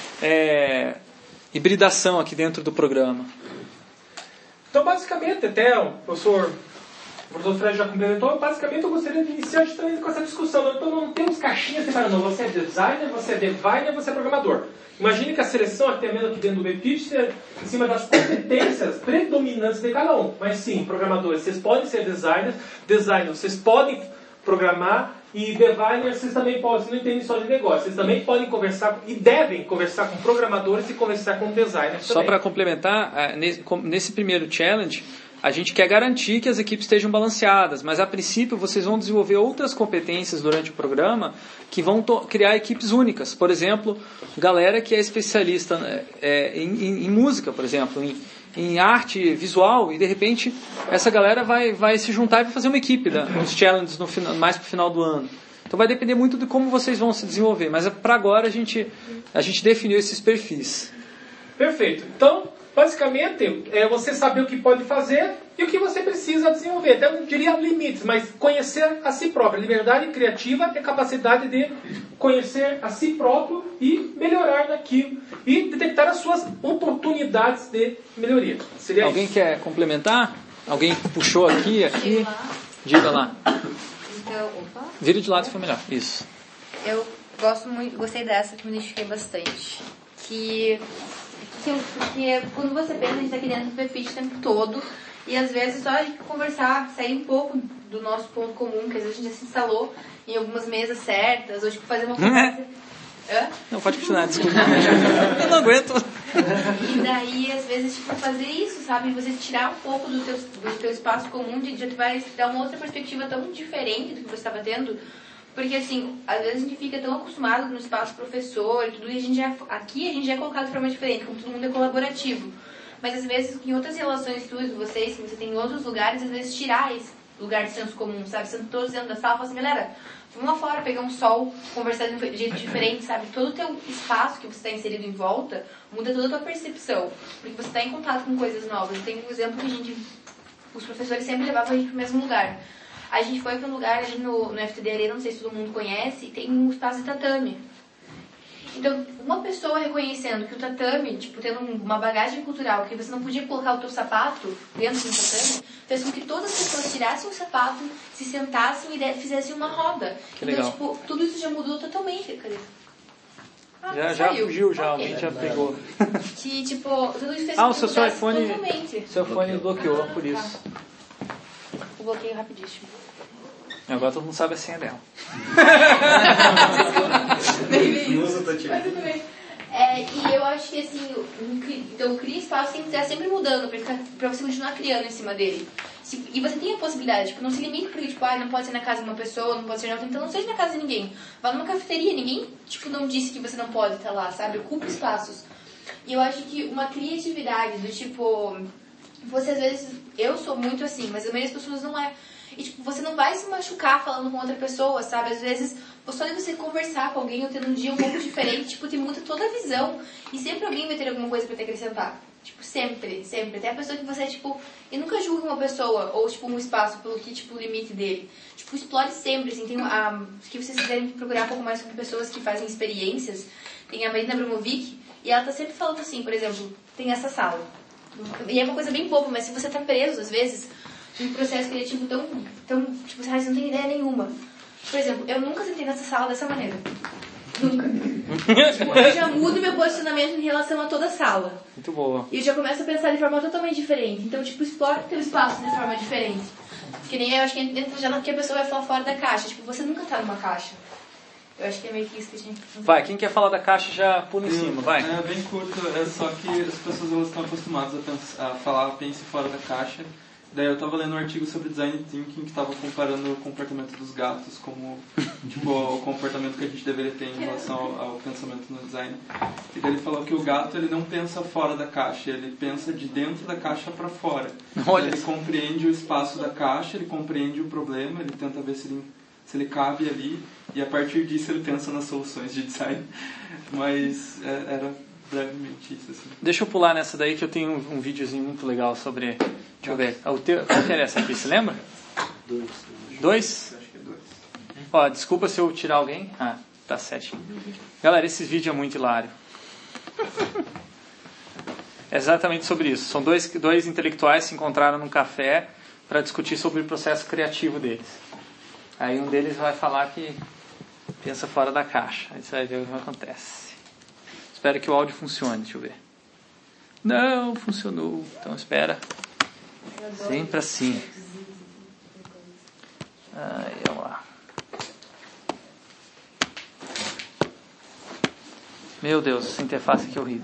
hibridação aqui dentro do programa. Então, basicamente, até o professor Fred já complementou, basicamente eu gostaria de iniciar justamente com essa discussão. Então não temos caixinhas separadas, não. Você é designer, você é diviner, você é programador. Imagine que a seleção, até mesmo aqui dentro do BPIT, é em cima das competências predominantes de cada um. Mas sim, programadores, vocês podem ser designers, vocês podem programar, e diviners, vocês também podem, vocês não entendem só de negócio, vocês também podem conversar e devem conversar com programadores e conversar com designers também. Só para complementar, nesse primeiro challenge, a gente quer garantir que as equipes estejam balanceadas, mas a princípio vocês vão desenvolver outras competências durante o programa que vão criar equipes únicas. Por exemplo, galera que é especialista em música, por exemplo, em arte visual, e de repente essa galera vai se juntar e vai fazer uma equipe nos challenges mais para o final do ano. Então vai depender muito de como vocês vão se desenvolver, mas para agora a gente definiu esses perfis. Perfeito. Então, basicamente, é você saber o que pode fazer e o que você precisa desenvolver. Até não diria limites, mas conhecer a si próprio. Liberdade criativa é a capacidade de conhecer a si próprio e melhorar naquilo. E detectar as suas oportunidades de melhoria. Seria Alguém isso. Quer complementar? Alguém puxou aqui? Diga lá. Então, opa. Vira de lado se for melhor. Isso. Eu gostei dessa, que me identifiquei bastante. Porque quando você pensa, a gente está aqui dentro do PFIT o tempo todo, e às vezes só a gente conversar, sair um pouco do nosso ponto comum, que às vezes a gente já se instalou em algumas mesas certas, ou tipo fazer uma conversa. Não, pode continuar, desculpa. Eu não aguento. E daí, às vezes, tipo, fazer isso, sabe? Você tirar um pouco do teu espaço comum, já vai dar uma outra perspectiva tão diferente do que você estava tendo. Porque, assim, às vezes a gente fica tão acostumado no espaço professor e tudo, e aqui a gente já é colocado de forma diferente, como todo mundo é colaborativo. Mas, às vezes, em outras relações tuas, vocês, que você tem em outros lugares, às vezes tirar esse lugar de senso comum, sabe? Sendo todos dentro da sala, falar assim, galera, vamos lá fora, pegar um sol, conversar de um jeito diferente, sabe? Todo o teu espaço que você está inserido em volta, muda toda a tua percepção. Porque você está em contato com coisas novas. Eu tenho um exemplo que os professores sempre levavam a gente para o mesmo lugar. A gente foi para um lugar ali no FTD Arena, não sei se todo mundo conhece, e tem um espaço de tatame. Então, uma pessoa reconhecendo que o tatame, tipo, tendo uma bagagem cultural, que você não podia colocar o teu sapato dentro do tatame, fez com que todas as pessoas tirassem o sapato, se sentassem e fizessem uma roda. Que então, legal. tipo, tudo isso já mudou totalmente, cara. Já fugiu, já, alguém já pegou. Que, tipo, tudo isso fez o com que seu mudasse iPhone, totalmente. seu iPhone bloqueou, por isso. Eu bloqueio rapidíssimo. Agora todo mundo sabe a senha dela. E eu acho que assim, então cria espaço tem que estar sempre mudando pra você continuar criando em cima dele. E você tem a possibilidade, tipo, não se limite porque tipo, não pode ser na casa de uma pessoa, não pode ser na outra, então não seja na casa de ninguém. Vá numa cafeteria, ninguém tipo, não disse que você não pode estar lá, sabe? Ocupa espaços. E eu acho que uma criatividade do tipo, você às vezes, eu sou muito assim, mas a maioria das pessoas não é. E, tipo, você não vai se machucar falando com outra pessoa, sabe? Às vezes, só de você conversar com alguém ou ter um dia um pouco diferente, tipo, te muda toda a visão. E sempre alguém vai ter alguma coisa pra te acrescentar. Tipo, sempre, sempre. Até a pessoa que você, tipo... E nunca julgue uma pessoa ou, tipo, um espaço pelo que, tipo, o limite dele. Tipo, explore sempre, assim. Tem que vocês quiserem procurar um pouco mais sobre pessoas que fazem experiências. Tem a Marina Abramovic, e ela tá sempre falando assim, por exemplo, tem essa sala. E é uma coisa bem boba, mas se você tá preso, às vezes... um processo criativo tão tipo, você não tem ideia nenhuma. Por exemplo, eu nunca sentei nessa sala dessa maneira. Nunca. Tipo, eu já mudo meu posicionamento em relação a toda a sala. Muito boa. E eu já começo a pensar de forma totalmente diferente. Então, tipo, explora o teu espaço de forma diferente. Que nem eu acho que entra já no que a pessoa vai falar fora da caixa. Tipo, você nunca tá numa caixa. Eu acho que é meio que isso que a gente... Vai, quem quer falar da caixa já pula em cima, vai. É bem curto, é só que as pessoas elas estão acostumadas a falar pense fora da caixa. Daí eu estava lendo um artigo sobre design thinking que estava comparando o comportamento dos gatos como tipo, o comportamento que a gente deveria ter em relação ao pensamento no design. E daí ele falou que o gato ele não pensa fora da caixa, ele pensa de dentro da caixa para fora. Olha. Ele compreende o espaço da caixa, ele compreende o problema, ele tenta ver se ele cabe ali e a partir disso ele pensa nas soluções de design. Mas era brevemente isso. Assim. Deixa eu pular nessa daí que eu tenho um videozinho muito legal sobre... Deixa eu ver. Qual que era essa aqui? Você lembra? 2? Acho que é 2. Ó, desculpa se eu tirar alguém. Ah, tá 7. Galera, esse vídeo é muito hilário. É exatamente sobre isso. São dois intelectuais que se encontraram num café para discutir sobre o processo criativo deles. Aí um deles vai falar que pensa fora da caixa. Aí você vai ver o que acontece. Espero que o áudio funcione. Deixa eu ver. Não funcionou. Então espera. Sempre assim. Aí, vamos lá. Meu Deus, essa interface aqui é horrível.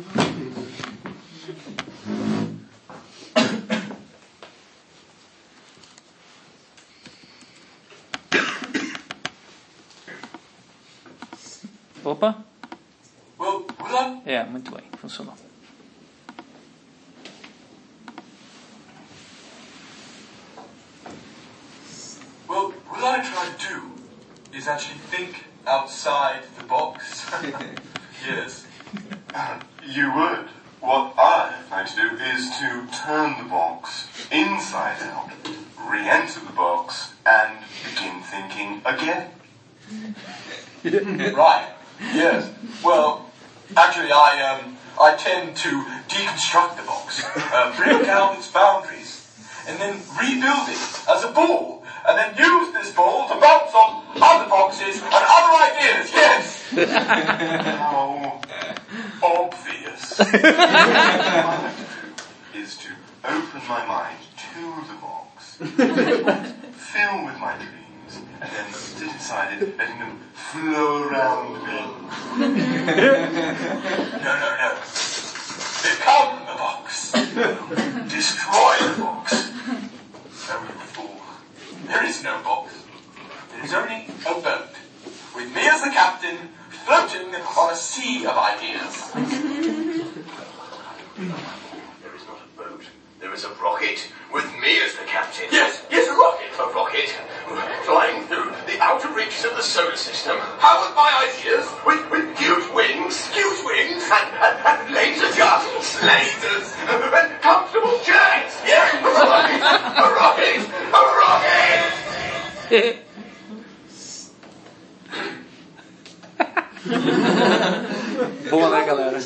Opa. É, muito bem, funcionou. Well, what I try to do is actually think outside the box. Yes. You would. What I like to do is to turn the box inside out, re-enter the box, and begin thinking again. Right. Yes. Well, actually, I tend to deconstruct the box, break down its boundaries, and then rebuild it as a ball, and then use this ball to bounce on other boxes and other ideas. Yes. How obvious is to open my mind to the box, fill with my dreams, and then sit inside it, letting them flow around me. No. Become the box. Destroy the box. No, you fool. There is no box. There is only a boat. With me as the captain, floating on a sea of ideas. There is not a boat. There is a rocket with me as the captain. Yes, a rocket. A rocket. Flying through the outer reaches of the solar system. Powered by ideas with huge wings. And laser guns. Lasers. And comfortable chairs. Yes, a rocket. A rocket. Boa, né, galera?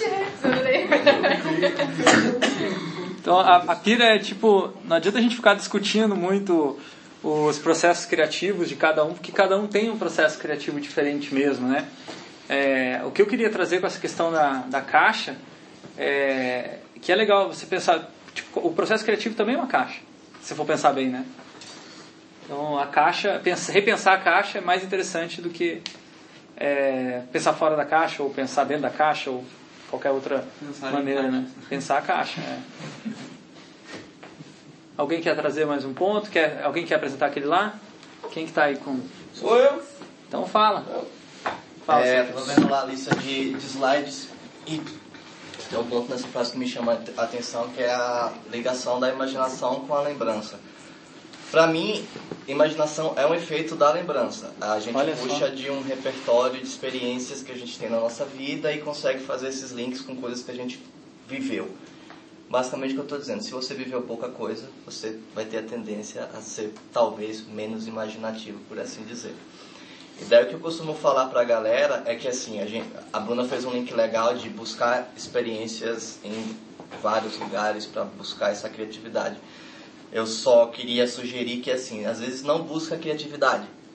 Então a pira é tipo, não adianta a gente ficar discutindo muito os processos criativos de cada um, porque cada um tem um processo criativo diferente mesmo, né? O que eu queria trazer com essa questão da caixa que é legal você pensar, tipo, o processo criativo também é uma caixa, se for pensar bem, né? Então a caixa, repensar a caixa é mais interessante do que pensar fora da caixa ou pensar dentro da caixa ou qualquer outra maneira, né? Pensar a caixa. Alguém quer trazer mais um ponto? Alguém quer apresentar aquele lá? Quem que está aí com... Sou eu. Então fala. Estou vendo lá a lista de slides e tem um ponto nessa frase que me chama a atenção, que é a ligação da imaginação com a lembrança. Para mim, imaginação é um efeito da lembrança. A gente puxa de um repertório de experiências que a gente tem na nossa vida e consegue fazer esses links com coisas que a gente viveu. Basicamente o que eu estou dizendo, se você viveu pouca coisa, você vai ter a tendência a ser talvez menos imaginativo, por assim dizer. E daí o que eu costumo falar para a galera é que assim, a Bruna fez um link legal de buscar experiências em vários lugares para buscar essa criatividade. Eu só queria sugerir que, assim, às vezes não busca criatividade.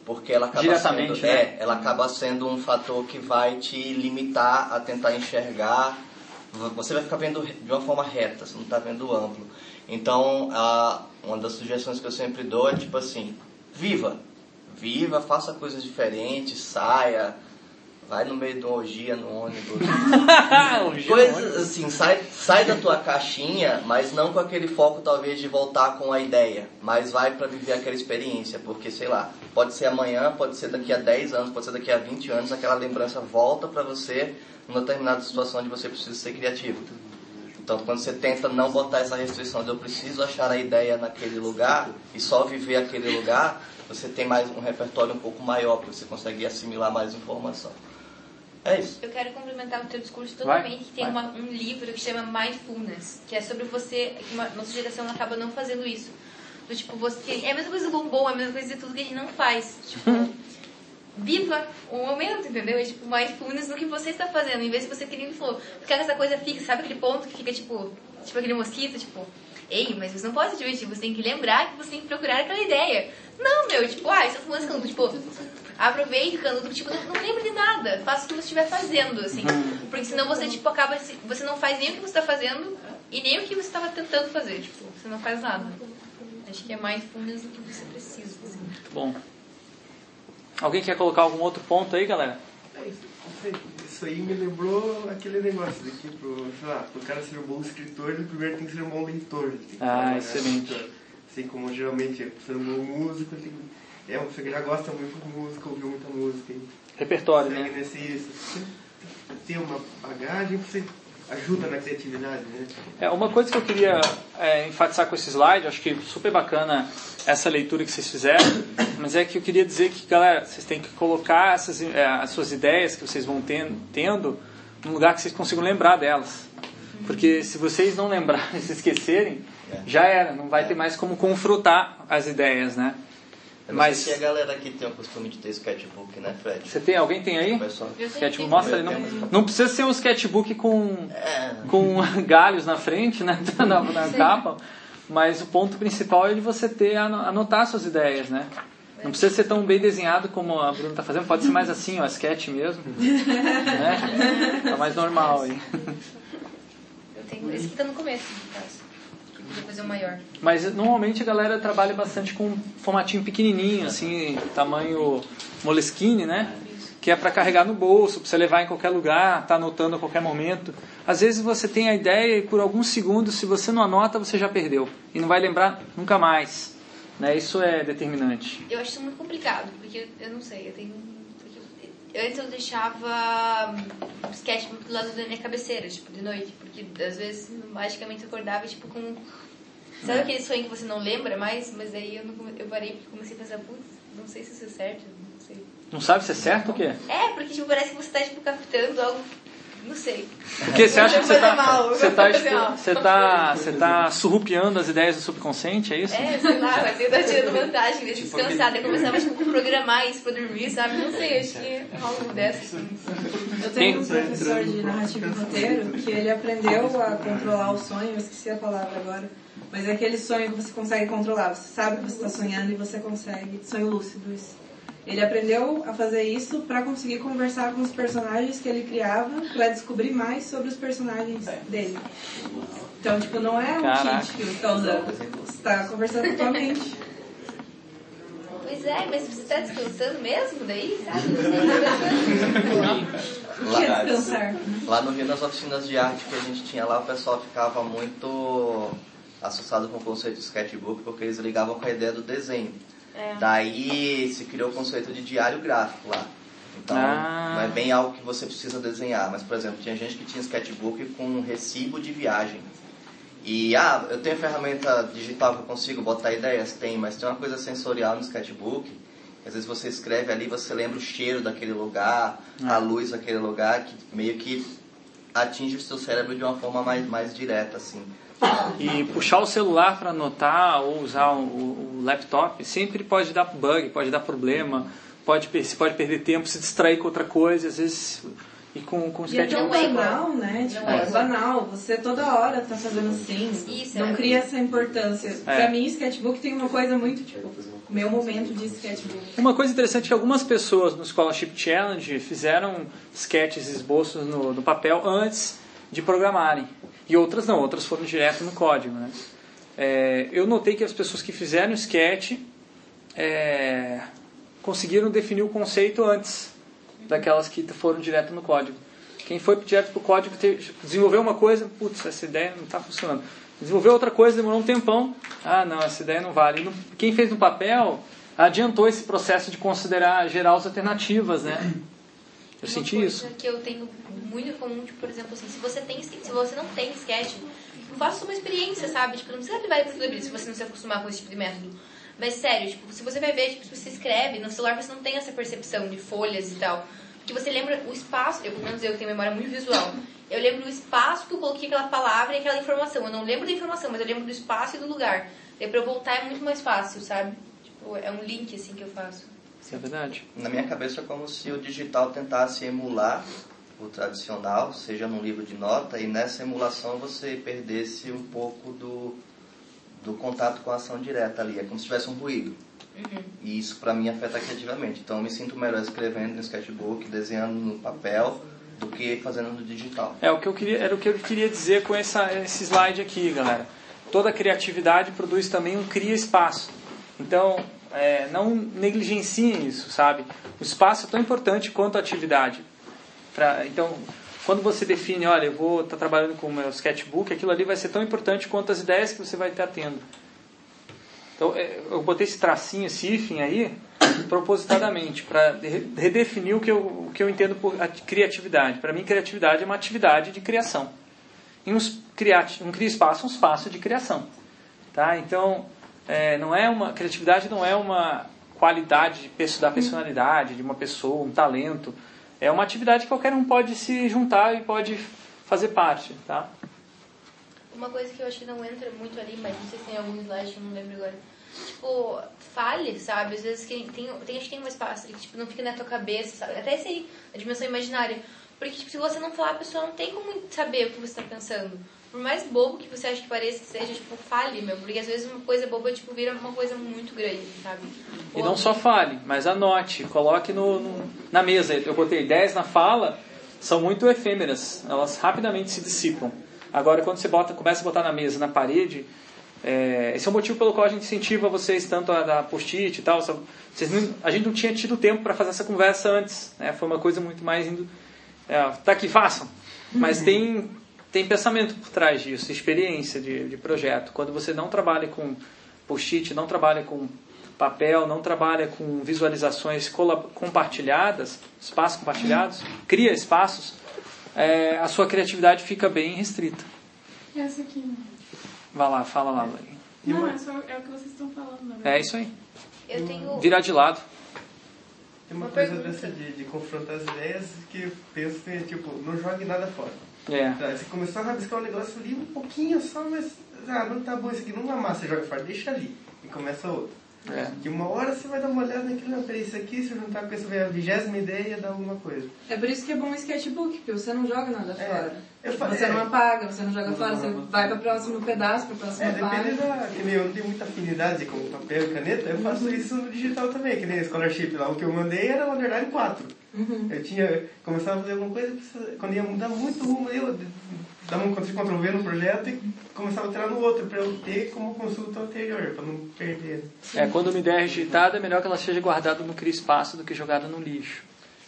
porque ela acaba diretamente, sendo, ela acaba sendo um fator que vai te limitar a tentar enxergar. Você vai ficar vendo de uma forma reta, você não está vendo amplo. Então, uma das sugestões que eu sempre dou é tipo assim, viva, faça coisas diferentes, saia, vai no meio de uma orgia no ônibus. Coisas assim, sai da tua caixinha, mas não com aquele foco talvez de voltar com a ideia, mas vai para viver aquela experiência, porque sei lá, pode ser amanhã, pode ser daqui a 10 anos, pode ser daqui a 20 anos, aquela lembrança volta para você numa determinada situação onde você precisa ser criativo. Então, quando você tenta não botar essa restrição de eu preciso achar a ideia naquele lugar e só viver aquele lugar, você tem mais um repertório um pouco maior, porque você consegue assimilar mais informação. É isso. Eu quero complementar o teu discurso totalmente. Tem um livro que chama Mindfulness, que é sobre você, que nossa geração acaba não fazendo isso. Do tipo, você, é a mesma coisa do bombom, é a mesma coisa de tudo que a gente não faz. Tipo, viva o momento, entendeu? É tipo, mindfulness no que você está fazendo. Em vez de você querer ficar com essa coisa fixa, sabe aquele ponto que fica tipo aquele mosquito, tipo, ei, mas você não pode se divertir, você tem que lembrar que você tem que procurar aquela ideia. Não, meu, tipo, estou fumando, tipo, aproveite, canudo, tipo, não lembre de nada, faça o que você estiver fazendo, assim. Porque senão você, tipo, você não faz nem o que você está fazendo e nem o que você estava tentando fazer, tipo, você não faz nada. Acho que é mindfulness do que você precisa, assim. Muito bom. Alguém quer colocar algum outro ponto aí, galera? Isso aí me lembrou aquele negócio daqui pro cara ser um bom escritor, ele primeiro tem que ser um bom leitor. Excelente. Assim como geralmente ser um bom músico, você que já gosta muito de música, ouviu muita música. Repertório, né? Você tem uma bagagem, você ajuda na criatividade, né? Uma coisa que eu queria enfatizar com esse slide, acho que super bacana essa leitura que vocês fizeram, mas é que eu queria dizer que, galera, vocês têm que colocar as suas ideias que vocês vão tendo num lugar que vocês consigam lembrar delas. Porque se vocês não lembrarem, se esquecerem, já era, não vai ter mais como confrontar as ideias, né? Mas se a galera aqui tem o costume de ter sketchbook, né, Fred? Você tem? Alguém tem aí? Sketchbook, mostra ali. Não precisa ser um sketchbook com galhos na frente, né, na capa, mas o ponto principal é de você anotar suas ideias, né? Não precisa ser tão bem desenhado como a Bruna está fazendo, pode ser mais assim, sketch mesmo. Né? Tá mais normal aí. Eu tenho esse que está no começo, no caso. Fazer um maior. Mas normalmente a galera trabalha bastante com um formatinho pequenininho, assim, tamanho Moleskine, né? Que é para carregar no bolso, para você levar em qualquer lugar, tá anotando a qualquer momento. Às vezes você tem a ideia e por alguns segundos, se você não anota, você já perdeu. E não vai lembrar nunca mais. Né? Isso é determinante. Eu acho isso muito complicado, porque eu não sei, antes eu deixava o sketchbook do lado da minha cabeceira, tipo, de noite, porque às vezes magicamente eu acordava, tipo, com... Sabe aquele sonho que você não lembra mais? Mas aí eu parei porque comecei a pensar, putz, não sei se isso é certo, não sei. Não sabe se é certo ou o quê? Porque tipo, parece que você tá, tipo, captando algo, não sei. Porque você acha que você tá surrupiando as ideias do subconsciente, é isso? Sei lá, mas eu tava tirando vantagem, mesmo descansada. Eu começava tipo, a programar isso pra dormir, sabe? Não sei, acho que rola um dessas. Eu tenho um professor de narrativa e roteiro que ele aprendeu a controlar o sonho, eu esqueci a palavra agora, mas é aquele sonho que você consegue controlar, você sabe que você está sonhando e você consegue, sonho lúcido isso. Ele aprendeu a fazer isso para conseguir conversar com os personagens que ele criava, para descobrir mais sobre os personagens dele. Então, tipo, não é um cheat que você está usando, você está conversando com a tua mente. Pois é, mas você está descansando mesmo daí, sabe? Lá no Rio, nas oficinas de arte que a gente tinha lá, o pessoal ficava muito assustado com o conceito de sketchbook, porque eles ligavam com a ideia do desenho. Daí se criou o conceito de diário gráfico lá. Então não é bem algo que você precisa desenhar, mas por exemplo, tinha gente que tinha sketchbook com um recibo de viagem. E eu tenho ferramenta digital que eu consigo botar ideias? Tem, mas tem uma coisa sensorial no sketchbook. Às vezes você escreve ali, você lembra o cheiro daquele lugar, a luz daquele lugar, que meio que atinge o seu cérebro de uma forma mais direta, assim. E puxar o celular para anotar ou usar o laptop sempre pode dar bug, pode dar problema, você pode perder tempo, se distrair com outra coisa, às vezes. E com sketchbook. E é tão banal, né? Tipo, é banal. Você toda hora tá fazendo assim. Isso, não cria essa importância. Pra mim, sketchbook tem uma coisa muito, tipo, meu momento de sketchbook. Uma coisa interessante é que algumas pessoas no Scholarship Challenge fizeram sketches, esboços no papel antes de programarem. E outras não, outras foram direto no código, né? Eu notei que as pessoas que fizeram sketch conseguiram definir o conceito antes daquelas que foram direto no código. Quem foi direto para o código desenvolveu uma coisa, putz, essa ideia não está funcionando. Desenvolveu outra coisa, demorou um tempão, não, essa ideia não vale. Quem fez no papel adiantou esse processo de considerar gerar as alternativas, né? Eu senti isso. Uma coisa que eu tenho muito comum, tipo, por exemplo, assim, se você não tem sketch, faça uma experiência, sabe? Tipo, não precisa levar isso se você não se acostumar com esse tipo de método. Mas sério, tipo, se você vai ver, tipo, se você escreve, no celular você não tem essa percepção de folhas e tal. Porque você lembra o espaço, pelo menos eu que tenho memória muito visual, eu lembro do espaço que eu coloquei aquela palavra e aquela informação. Eu não lembro da informação, mas eu lembro do espaço e do lugar. Daí pra eu voltar é muito mais fácil, sabe? Tipo, é um link assim que eu faço. Isso é verdade. Na minha cabeça é como se o digital tentasse emular o tradicional, seja num livro de nota, e nessa emulação você perdesse um pouco do contato com a ação direta ali. É como se tivesse um ruído. E isso para mim afeta criativamente. Então eu me sinto melhor escrevendo no sketchbook, desenhando no papel, do que fazendo no digital. Era o que eu queria dizer com esse slide aqui, galera. Toda criatividade produz também um cria-espaço. Então, não negligenciem isso, sabe? O espaço é tão importante quanto a atividade. Então, quando você define, olha, eu vou estar trabalhando com o meu sketchbook, aquilo ali vai ser tão importante quanto as ideias que você vai estar tendo. Então, eu botei esse tracinho, esse hífen aí, propositadamente, para redefinir o que eu entendo por criatividade. Para mim, criatividade é uma atividade de criação. E um cria-espaço é um espaço de criação. Tá? Então, criatividade não é uma qualidade da personalidade de uma pessoa, um talento. É uma atividade que qualquer um pode se juntar e pode fazer parte, tá? Uma coisa que eu acho que não entra muito ali, mas não sei se tem algum slide, eu não lembro agora. Tipo, fale, sabe? Às vezes acho que tem um espaço que tipo, não fica na tua cabeça, sabe? Até esse aí, a dimensão imaginária. Porque tipo, se você não falar, a pessoa não tem como saber o que você está pensando. Por mais bobo que você acha que pareça que seja, tipo, fale, meu. Porque às vezes uma coisa boba, tipo, vira uma coisa muito grande, sabe? E não só fale, mas anote, coloque na mesa. Eu botei ideias na fala, são muito efêmeras. Elas rapidamente se dissipam. Agora, quando você começa a botar na mesa, na parede, esse é o motivo pelo qual a gente incentiva vocês tanto a dar post-it e tal. A gente não tinha tido tempo para fazer essa conversa antes. Né? Foi uma coisa muito mais indo... tá aqui, façam. Mas tem pensamento por trás disso, experiência de projeto. Quando você não trabalha com post-it, não trabalha com papel, não trabalha com visualizações compartilhadas, espaços compartilhados, cria espaços, a sua criatividade fica bem restrita. Essa aqui. Vai lá, fala lá. Não, é o que vocês estão falando. Né? É isso aí. Virar de lado. Tem uma coisa dessa de confrontar as ideias que eu penso, tipo, não jogue nada fora. Você começou a rabiscar um negócio ali um pouquinho só, mas não tá bom isso aqui, não amassa, você joga fora, deixa ali e começa outro. De uma hora você vai dar uma olhada naquilo, peraí, isso aqui, se eu juntar com essa 20ª ideia, dá alguma coisa. É por isso que é bom o sketchbook, porque você não joga nada fora. Você não apaga, você não joga fora, você vai para o próximo pedaço, para a próxima página. Depende eu não tenho muita afinidade com papel e caneta, eu faço isso no digital também, que nem a Scholarship lá. O que eu mandei era, na verdade, 4. Eu começava a fazer alguma coisa, quando ia mudar muito o rumo, eu dava um Ctrl+V no projeto e começava a tirar no outro, para eu ter como consulta anterior, para não perder. Quando uma ideia é digitada, é melhor que ela seja guardada no cria-espaço do que jogada no lixo.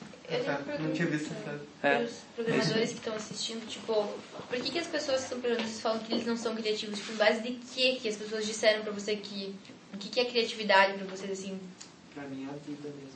Não tinha visto para os programadores que estão assistindo, tipo, por que as pessoas que são programadores falam que eles não são criativos? Tipo, em base de que as pessoas disseram para você que... O que é criatividade para vocês, assim? Pra mim é a vida mesmo.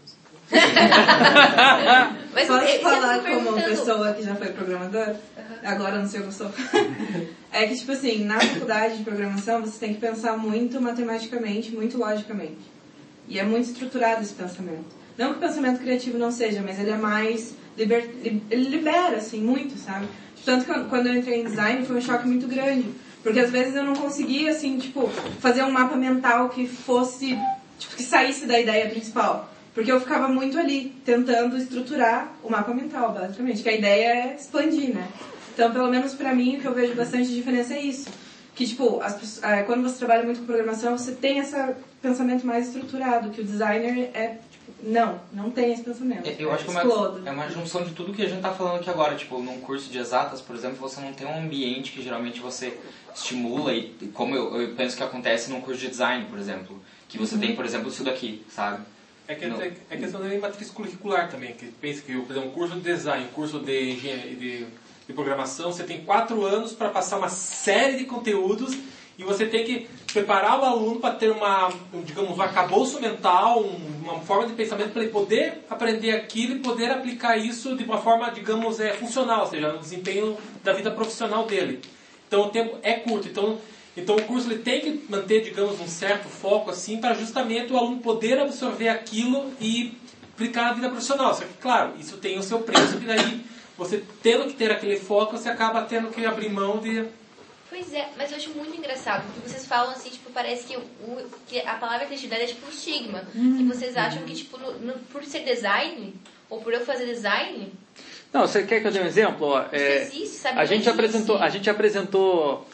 Mas posso falar como uma pessoa que já foi programadora? Agora não sei o que eu sou. É que, tipo assim, na faculdade de programação você tem que pensar muito matematicamente, muito logicamente. E é muito estruturado esse pensamento. Não que o pensamento criativo não seja, mas ele é mais... Ele libera, assim, muito, sabe? Tanto que quando eu entrei em design foi um choque muito grande. Porque às vezes eu não conseguia, assim, tipo, fazer um mapa mental que fosse... Tipo, que saísse da ideia principal. Porque eu ficava muito ali, tentando estruturar o mapa mental, basicamente. Que a ideia é expandir, né? Então, pelo menos pra mim, o que eu vejo bastante diferença é isso. Que, tipo, quando você trabalha muito com programação, você tem esse pensamento mais estruturado, que o designer é... Não tem esse pensamento. Eu acho que é uma junção de tudo que a gente está falando aqui agora. Tipo, num curso de exatas, por exemplo, você não tem um ambiente que geralmente você estimula, e como eu penso que acontece num curso de design, por exemplo. Que você tem, por exemplo, isso daqui, sabe? É questão da matriz curricular também. Que pensa que, por exemplo, um curso de design, um curso de engenharia, de programação, você tem 4 anos para passar uma série de conteúdos e você tem que preparar o aluno para ter um arcabouço mental, uma forma de pensamento para ele poder aprender aquilo e poder aplicar isso de uma forma, digamos, funcional, ou seja, no desempenho da vida profissional dele. Então o tempo é curto. Então o curso ele tem que manter, digamos, um certo foco assim para justamente o aluno poder absorver aquilo e aplicar na vida profissional. Só que, claro, isso tem o seu preço, que daí você tendo que ter aquele foco, você acaba tendo que abrir mão de... Pois é, mas eu acho muito engraçado, porque vocês falam assim, tipo, parece que a palavra criatividade é tipo um estigma. E vocês acham que, tipo, por ser design, ou por eu fazer design... Não, você quer que eu dê um exemplo? Existe, sabe? A gente apresentou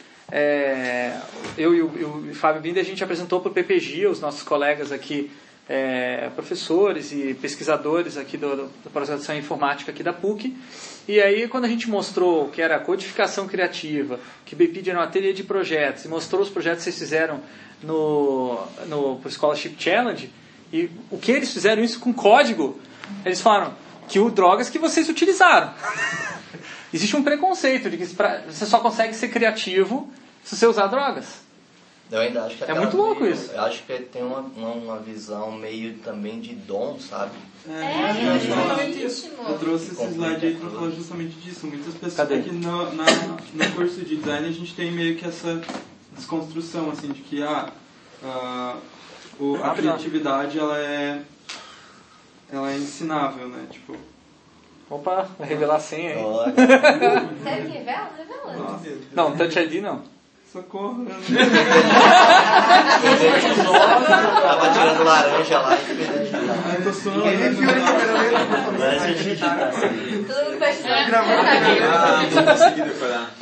eu e o Fábio Binder, a gente apresentou para o PPG, os nossos colegas aqui, professores e pesquisadores aqui da pós-graduação em informática aqui da PUC. E aí, quando a gente mostrou que era codificação criativa, que o BPID era um ateliê de projetos, e mostrou os projetos que vocês fizeram no Scholarship Challenge, e o que eles fizeram isso com código, eles falaram que drogas que vocês utilizaram. Existe um preconceito de que você só consegue ser criativo se você usar drogas. Eu ainda acho que é muito louco isso. Eu acho que tem uma visão meio também de dom, sabe? Justamente isso. Eu trouxe esse slide aí para falar justamente disso. Muitas pessoas aqui no curso de design a gente tem meio que essa desconstrução assim, de que a criatividade ela é ensinável, né? Tipo, opa, vai revelar a senha aí. Sério que revela? Revela. Não, Touch ID não. Socorro. Tava tirando laranja lá e eu tô suando. Todo mundo vai não consegui decorar.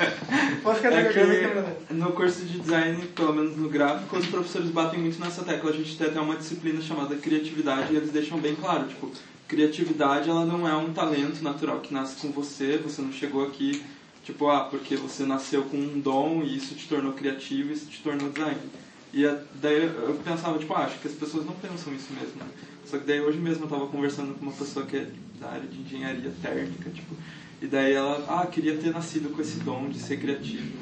No curso de design, pelo menos no gráfico, os professores batem muito nessa tecla. A gente tem até uma disciplina chamada criatividade e eles deixam bem claro, tipo, criatividade ela não é um talento natural que nasce com você não chegou aqui tipo, porque você nasceu com um dom e isso te tornou criativo e isso te tornou designer. E daí eu pensava, tipo, acho que as pessoas não pensam isso mesmo. Né? Só que daí hoje mesmo eu estava conversando com uma pessoa que é da área de engenharia térmica, tipo, e daí ela, queria ter nascido com esse dom de ser criativo.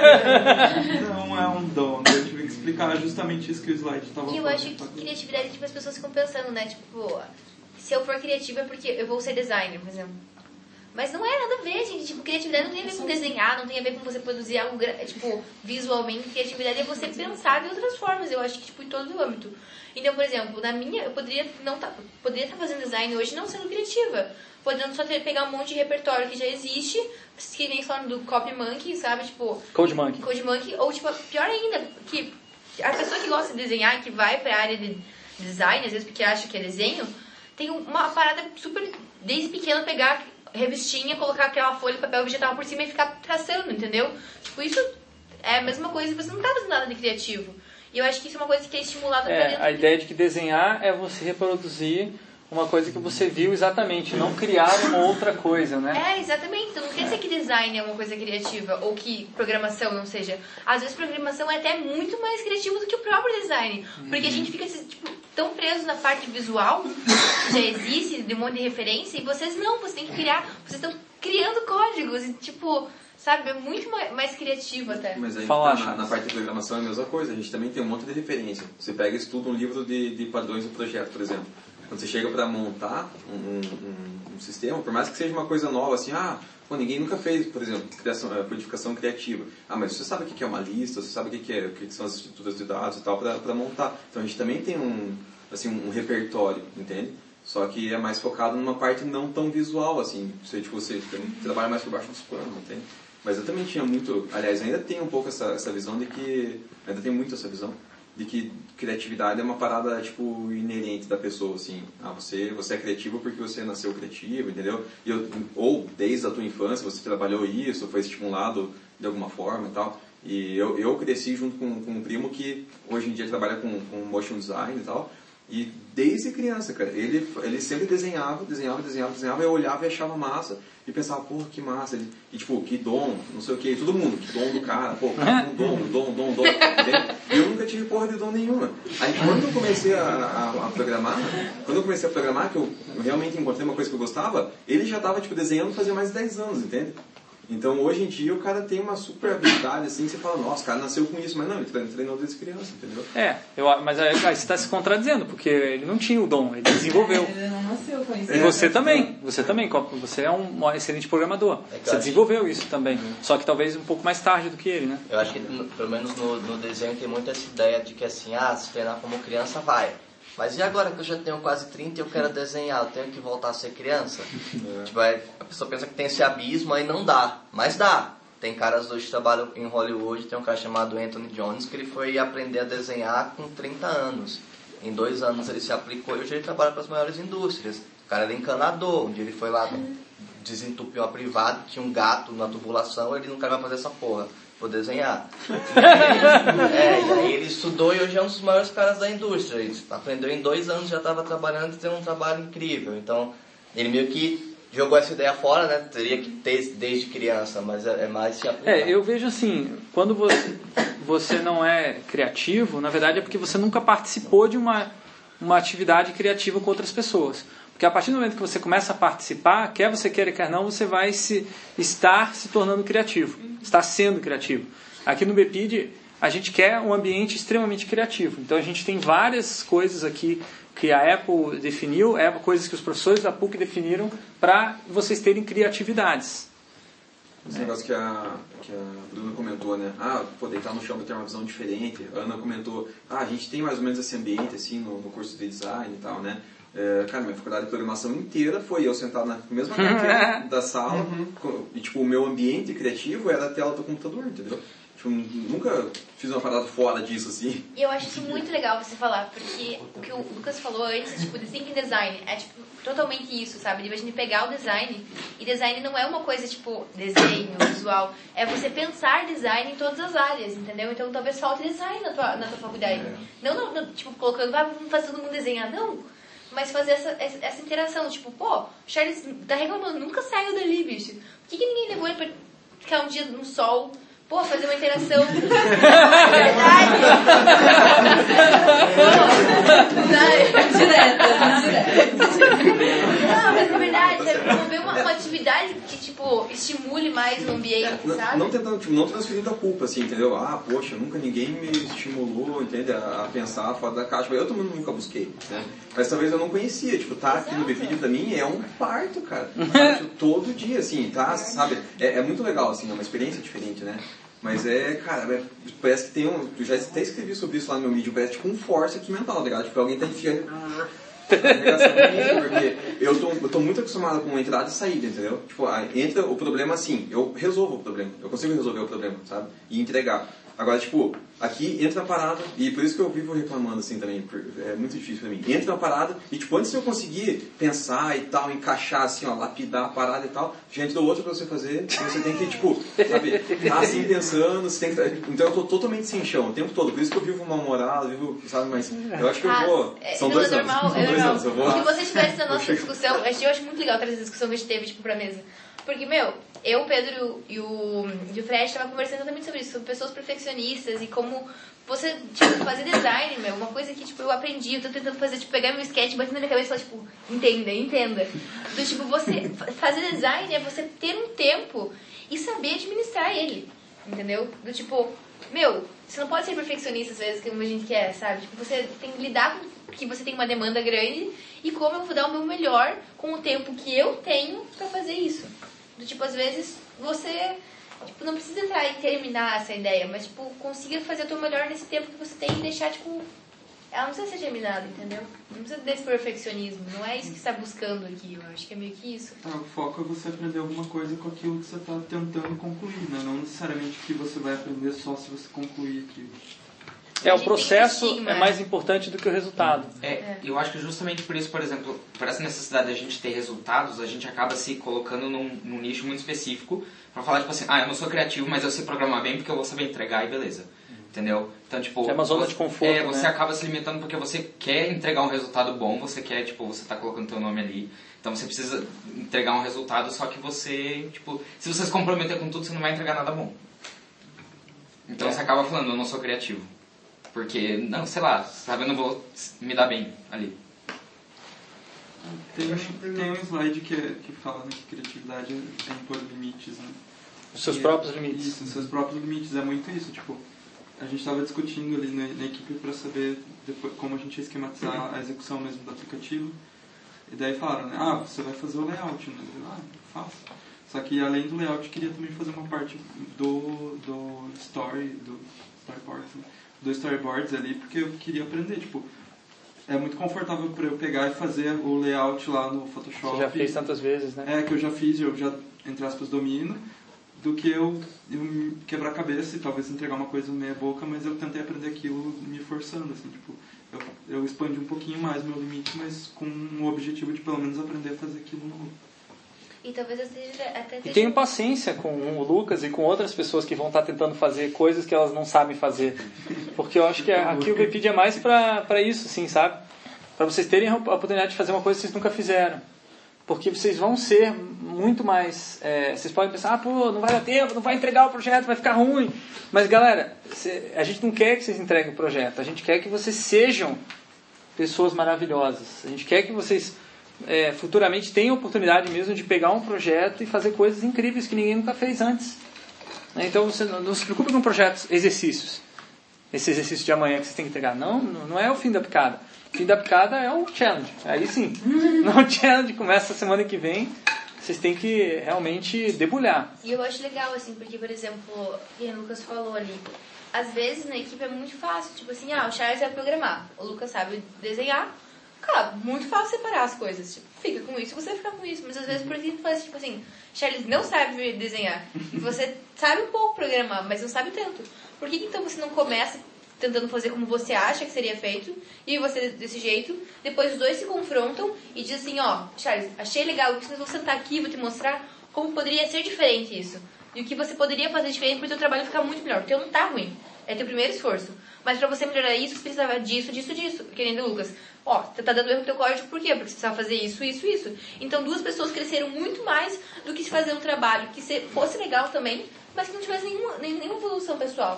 Não é um dom, né? Eu tive que explicar justamente isso que o slide estava falando. E eu acho que criatividade, tipo, as pessoas ficam pensando, né, tipo, se eu for criativa é porque eu vou ser designer, por exemplo. Mas não é nada a ver, gente. Tipo, criatividade não tem a ver com desenhar, não tem a ver com você produzir algo, tipo, visualmente. Criatividade é você pensar de outras formas. Eu acho que, tipo, em todo o âmbito. Então, por exemplo, na minha, eu poderia estar fazendo design hoje não sendo criativa. Podendo só pegar um monte de repertório que já existe, que nem falando do Copy Monkey, sabe? Tipo... Code Monkey. Ou, tipo, pior ainda, que a pessoa que gosta de desenhar, que vai pra área de design, às vezes porque acha que é desenho, tem uma parada super, desde pequeno, pegar revistinha, colocar aquela folha de papel vegetal por cima e ficar traçando, entendeu? Tipo, isso é a mesma coisa, você não tá fazendo nada de criativo. E eu acho que isso é uma coisa que é estimulada pra dentro. A ideia de que desenhar é você reproduzir uma coisa que você viu exatamente, não criar uma outra coisa, né? Exatamente. Então não quer dizer que design é uma coisa criativa ou que programação não seja. Às vezes programação é até muito mais criativa do que o próprio design. Porque a gente fica tipo, tão preso na parte visual, que já existe, de um monte de referência, e vocês não, vocês têm que criar, vocês estão criando códigos e tipo... Sabe, é muito mais criativo até. Mas aí na parte de programação é a mesma coisa. A gente também tem um monte de referência. Você pega e estuda um livro de padrões do projeto, por exemplo. Quando você chega para montar um sistema, por mais que seja uma coisa nova, assim, ninguém nunca fez, por exemplo, codificação criativa. Mas você sabe o que é uma lista, você sabe o que são as estruturas de dados e tal para montar. Então a gente também tem um repertório, entende? Só que é mais focado numa parte não tão visual, assim. Você trabalha mais por baixo dos panos, entende? Mas eu também tinha muito... Aliás, ainda tenho um pouco essa visão de que... Ainda tenho muito essa visão de que criatividade é uma parada, tipo, inerente da pessoa, assim. Você é criativo porque você nasceu criativo, entendeu? Ou desde a tua infância você trabalhou isso, foi estimulado de alguma forma e tal. E eu cresci junto com um primo que hoje em dia trabalha com motion design e tal. E desde criança, cara, ele sempre desenhava, eu olhava e achava massa e pensava, porra, que massa. E tipo, que dom, não sei o que, todo mundo, que dom do cara, pô, cara, um dom, entendeu? E eu nunca tive porra de dom nenhuma. Aí quando eu comecei a programar, que eu realmente encontrei uma coisa que eu gostava, ele já tava, tipo, desenhando fazia mais de 10 anos, entende? Então, hoje em dia, o cara tem uma super habilidade, assim, que você fala, nossa, o cara nasceu com isso, mas não, ele treinou desde criança, entendeu? Mas aí você está se contradizendo, porque ele não tinha o dom, ele desenvolveu. Ele não nasceu com isso. E você também, você é um excelente programador. Você desenvolveu isso também, só que talvez um pouco mais tarde do que ele, né? Eu acho que, pelo menos no desenho, tem muito essa ideia de que, assim, se treinar como criança, vai. Mas e agora que eu já tenho quase 30 e eu quero desenhar, eu tenho que voltar a ser criança? Tipo, a pessoa pensa que tem esse abismo, aí não dá. Mas dá. Tem caras hoje que trabalham em Hollywood, tem um cara chamado Anthony Jones, que ele foi aprender a desenhar com 30 anos. Em 2 anos ele se aplicou e hoje ele trabalha para as maiores indústrias. O cara era encanador, um dia ele foi lá, desentupiu uma privada, tinha um gato na tubulação, ele nunca vai fazer essa porra. Vou desenhar. E aí ele estudou e hoje é um dos maiores caras da indústria. Ele aprendeu em 2 anos, já estava trabalhando e tem um trabalho incrível. Então, ele meio que jogou essa ideia fora, né? Teria que ter desde criança, mas é mais se aplicar. Eu vejo assim, quando você não é criativo, na verdade é porque você nunca participou de uma atividade criativa com outras pessoas. Porque a partir do momento que você começa a participar, quer você queira, quer não, você vai estar se tornando criativo, estar sendo criativo. Aqui no BPID, a gente quer um ambiente extremamente criativo. Então, a gente tem várias coisas aqui que a Apple definiu, coisas que os professores da PUC definiram para vocês terem criatividades. Esse negócio que a Bruna comentou, né? Deitar no chão para ter uma visão diferente. A Ana comentou, a gente tem mais ou menos esse ambiente assim no curso de design e tal, né? Cara, minha faculdade de programação inteira foi eu sentado na mesma carteira da sala e, tipo, o meu ambiente criativo era a tela do computador, entendeu? Tipo, nunca fiz uma parada fora disso, assim. E eu acho isso muito legal você falar, porque o que o Lucas falou antes, tipo, de thinking design, é, tipo, totalmente isso, sabe? De a gente pegar o design, e design não é uma coisa, tipo, desenho, visual, é você pensar design em todas as áreas, entendeu? Então, talvez falte design na tua faculdade. Não, tipo, colocando, vamos fazer todo mundo desenhar, não. Mas fazer essa interação, tipo, pô, Charles tá reclamando, nunca saiu dali, bicho. Por que ninguém levou ele pra ficar um dia no sol, pô, fazer uma interação? Verdade! Direto. Não, mas é verdade, sabe? Promover uma atividade que, tipo, estimule mais o ambiente, sabe? Não tentando, tipo, não transferindo a culpa, assim, entendeu? Poxa, nunca ninguém me estimulou, entende? A pensar fora da caixa. Eu também nunca busquei, né? Mas talvez eu não conhecia, tipo, tá aqui no BPID pra mim é um parto, cara. Tipo, todo dia, assim, tá, sabe? É muito legal, assim, é uma experiência diferente, né? Mas cara, parece que tem eu já até escrevi sobre isso lá no meu vídeo, parece tipo um force aqui mental, tá ligado? Tipo, alguém tá enfiando... Porque eu tô muito acostumado com entrada e saída, entendeu? Tipo, entra o problema assim, eu resolvo o problema, eu consigo resolver o problema, sabe? E entregar. Agora, tipo, aqui entra a parada, e por isso que eu vivo reclamando assim também, é muito difícil pra mim. Entra a parada, e tipo, antes de eu conseguir pensar e tal, encaixar assim, ó, lapidar a parada e tal, já entrou outra pra você fazer, então você tem que, tipo, sabe, tá assim pensando, você tem que... Então eu tô totalmente sem chão o tempo todo, por isso que eu vivo mal-humorado, sabe, mas eu acho que eu vou... São 2 anos. São 2 anos, eu vou... Se você estivesse na nossa discussão, eu acho muito legal trazer a discussão que a gente teve, tipo, pra mesa. Porque, eu, o Pedro e o Fred estavam conversando exatamente sobre isso, sobre pessoas perfeccionistas e como você, tipo, fazer design, uma coisa que, tipo, eu aprendi, eu tô tentando fazer, tipo, pegar meu sketch, batendo na minha cabeça e falar, tipo, entenda. Então, tipo, você fazer design é você ter um tempo e saber administrar ele, entendeu? Do tipo, você não pode ser perfeccionista às vezes, como a gente quer, sabe? Tipo, você tem que lidar com que você tem uma demanda grande e como eu vou dar o meu melhor com o tempo que eu tenho pra fazer isso. Do tipo, às vezes, você tipo, não precisa entrar e terminar essa ideia, mas, tipo, consiga fazer o teu melhor nesse tempo que você tem e deixar, tipo... Ela não precisa ser terminada, entendeu? Não precisa desse perfeccionismo. Não é isso que você está buscando aqui, eu acho que é meio que isso. O foco é você aprender alguma coisa com aquilo que você está tentando concluir, né? Não necessariamente que você vai aprender só se você concluir aquilo. O processo é mais importante do que o resultado. Eu acho que justamente por isso, por exemplo, por essa necessidade de a gente ter resultados, a gente acaba se colocando num nicho muito específico pra falar, tipo assim, eu não sou criativo, mas eu sei programar bem porque eu vou saber entregar e beleza. Entendeu? Então, tipo... É uma zona de conforto, você acaba se limitando porque você quer entregar um resultado bom, você quer, tipo, você tá colocando teu nome ali. Então você precisa entregar um resultado, só que você, tipo... Se você se comprometer com tudo, você não vai entregar nada bom. Então você acaba falando, eu não sou criativo. Porque, não, sei lá, sabe, eu não vou me dar bem ali. Tem um slide que fala, né, que criatividade é impor limites, né? Os seus próprios limites. Isso, os seus próprios limites. É muito isso, tipo... A gente estava discutindo ali na equipe para saber depois, como a gente ia esquematizar a execução mesmo do aplicativo. E daí falaram, né? Você vai fazer o layout, né? Eu faço. Só que além do layout, eu queria também fazer uma parte do storyboards ali, porque eu queria aprender, tipo... É muito confortável para eu pegar e fazer o layout lá no Photoshop. Você já fez tantas vezes, né? Que eu já fiz, eu já, entre aspas, domino. Do que eu quebrar a cabeça e talvez entregar uma coisa meia boca, mas eu tentei aprender aquilo me forçando, assim, tipo, eu expandi um pouquinho mais meu limite, mas com o objetivo de pelo menos aprender a fazer aquilo novo. E talvez eu seja até... E tenho paciência com o Lucas e com outras pessoas que vão estar tentando fazer coisas que elas não sabem fazer. Porque eu acho que aqui o VPD é mais para isso, assim, sabe? Para vocês terem a oportunidade de fazer uma coisa que vocês nunca fizeram. Porque vocês vão ser muito mais... vocês podem pensar, não vai dar tempo, não vai entregar o projeto, vai ficar ruim. Mas, galera, a gente não quer que vocês entreguem o projeto. A gente quer que vocês sejam pessoas maravilhosas. A gente quer que vocês futuramente tenham a oportunidade mesmo de pegar um projeto e fazer coisas incríveis que ninguém nunca fez antes. Então, você não se preocupe com projetos, exercícios. Esse exercício de amanhã que vocês têm que entregar. Não é o fim da picada. O fim da picada é o challenge. Aí sim. Não, o challenge começa semana que vem. Vocês têm que realmente debulhar. E eu acho legal, assim, porque, por exemplo, o que o Lucas falou ali, às vezes na equipe é muito fácil. Tipo assim, o Charles vai programar, o Lucas sabe desenhar. Cara, muito fácil separar as coisas. Tipo, fica com isso, você fica com isso. Mas às vezes, por exemplo, faz tipo assim, Charles não sabe desenhar. E você sabe um pouco programar, mas não sabe tanto. Por que então você não começa tentando fazer como você acha que seria feito, e você desse jeito, depois os dois se confrontam e dizem assim, Charles, achei legal isso, mas vou sentar aqui e vou te mostrar como poderia ser diferente isso. E o que você poderia fazer diferente para o seu trabalho ficar muito melhor. O teu não tá ruim, é teu primeiro esforço. Mas para você melhorar isso, você precisava disso. Querendo, Lucas, você tá dando erro no teu código, por quê? Porque você precisava fazer isso. Então duas pessoas cresceram muito mais do que se fazer um trabalho que fosse legal também, mas que não tivesse nenhuma evolução pessoal.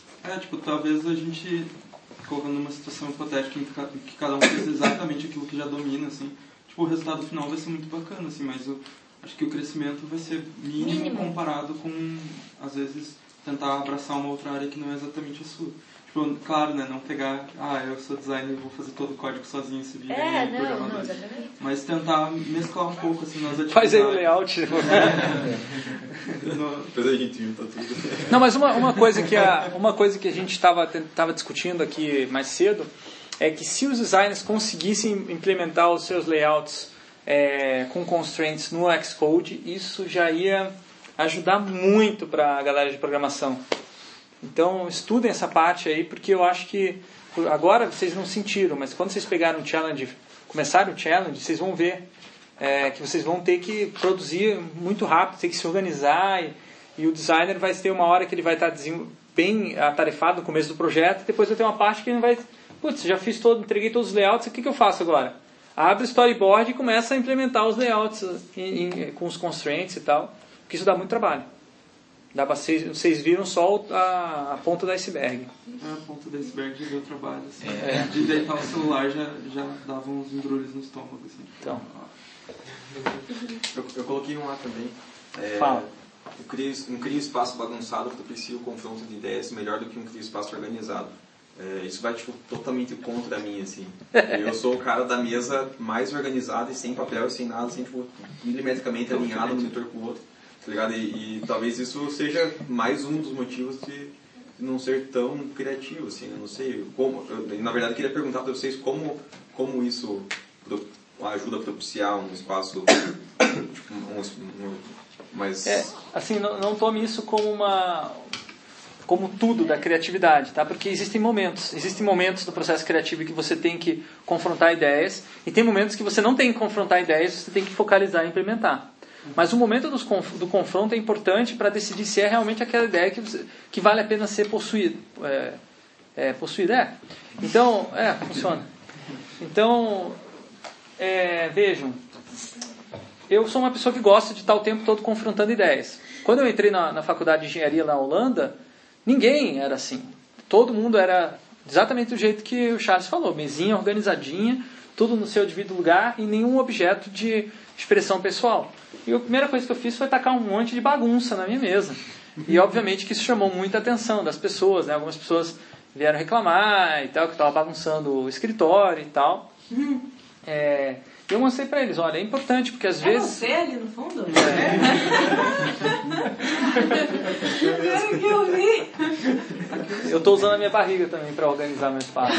Talvez a gente, colocando numa situação hipotética em que cada um fez exatamente aquilo que já domina, assim, o resultado final vai ser muito bacana, assim, mas eu acho que o crescimento vai ser mínimo comparado com, às vezes, tentar abraçar uma outra área que não é exatamente a sua. Claro, né, não pegar, eu sou designer e vou fazer todo o código sozinho, se vira programador. Exatamente. Mas tentar mesclar um pouco, assim, nas atividades. Faz aí o layout. Depois a gente junta tudo. Não, mas uma coisa que a gente estava discutindo aqui mais cedo é que se os designers conseguissem implementar os seus layouts com constraints no Xcode, isso já ia ajudar muito para a galera de programação. Então, estudem essa parte aí, porque eu acho que agora vocês não sentiram, mas quando vocês pegarem um challenge, começarem o challenge, vocês vão ver que vocês vão ter que produzir muito rápido, ter que se organizar, e o designer vai ter uma hora que ele vai estar bem atarefado no começo do projeto, e depois vai ter uma parte que ele vai, já entreguei todos os layouts, o que eu faço agora? Abre o storyboard e começa a implementar os layouts com os constraints e tal, porque isso dá muito trabalho. Vocês viram só a ponta do iceberg. A ponta do iceberg já deu trabalho. Assim. De deitar o celular já dava uns embrulhos no estômago. Assim. Então. Eu coloquei um lá também. Fala. Um cria espaço bagunçado propicia o confronto de ideias melhor do que um cria espaço organizado. Isso vai totalmente contra a mim, assim. Eu sou o cara da mesa mais organizado e sem papel e sem nada, assim, milimetricamente alinhado no monitor com o outro. Tá ligado? E talvez isso seja mais um dos motivos de não ser tão criativo, assim, eu não sei como. Na verdade, eu queria perguntar para vocês como isso ajuda a propiciar um espaço mais... assim, não tome isso como como tudo da criatividade, tá? Porque existem momentos do processo criativo que você tem que confrontar ideias, e tem momentos que você não tem que confrontar ideias, você tem que focalizar e implementar. Mas o momento do confronto é importante para decidir se é realmente aquela ideia que vale a pena ser possuída. Então, funciona. Então, vejam, eu sou uma pessoa que gosta de estar o tempo todo confrontando ideias. Quando eu entrei na faculdade de engenharia na Holanda, ninguém era assim. Todo mundo era exatamente do jeito que o Charles falou, mesinha organizadinha, tudo no seu devido lugar e nenhum objeto de expressão pessoal. E a primeira coisa que eu fiz foi tacar um monte de bagunça na minha mesa. E obviamente que isso chamou muita atenção das pessoas, né? Algumas pessoas vieram reclamar e tal, que eu estava bagunçando o escritório e tal. Eu mostrei para eles, olha, é importante, porque às vezes... você ali no fundo? Eu vi. Eu estou usando a minha barriga também para organizar meu espaço.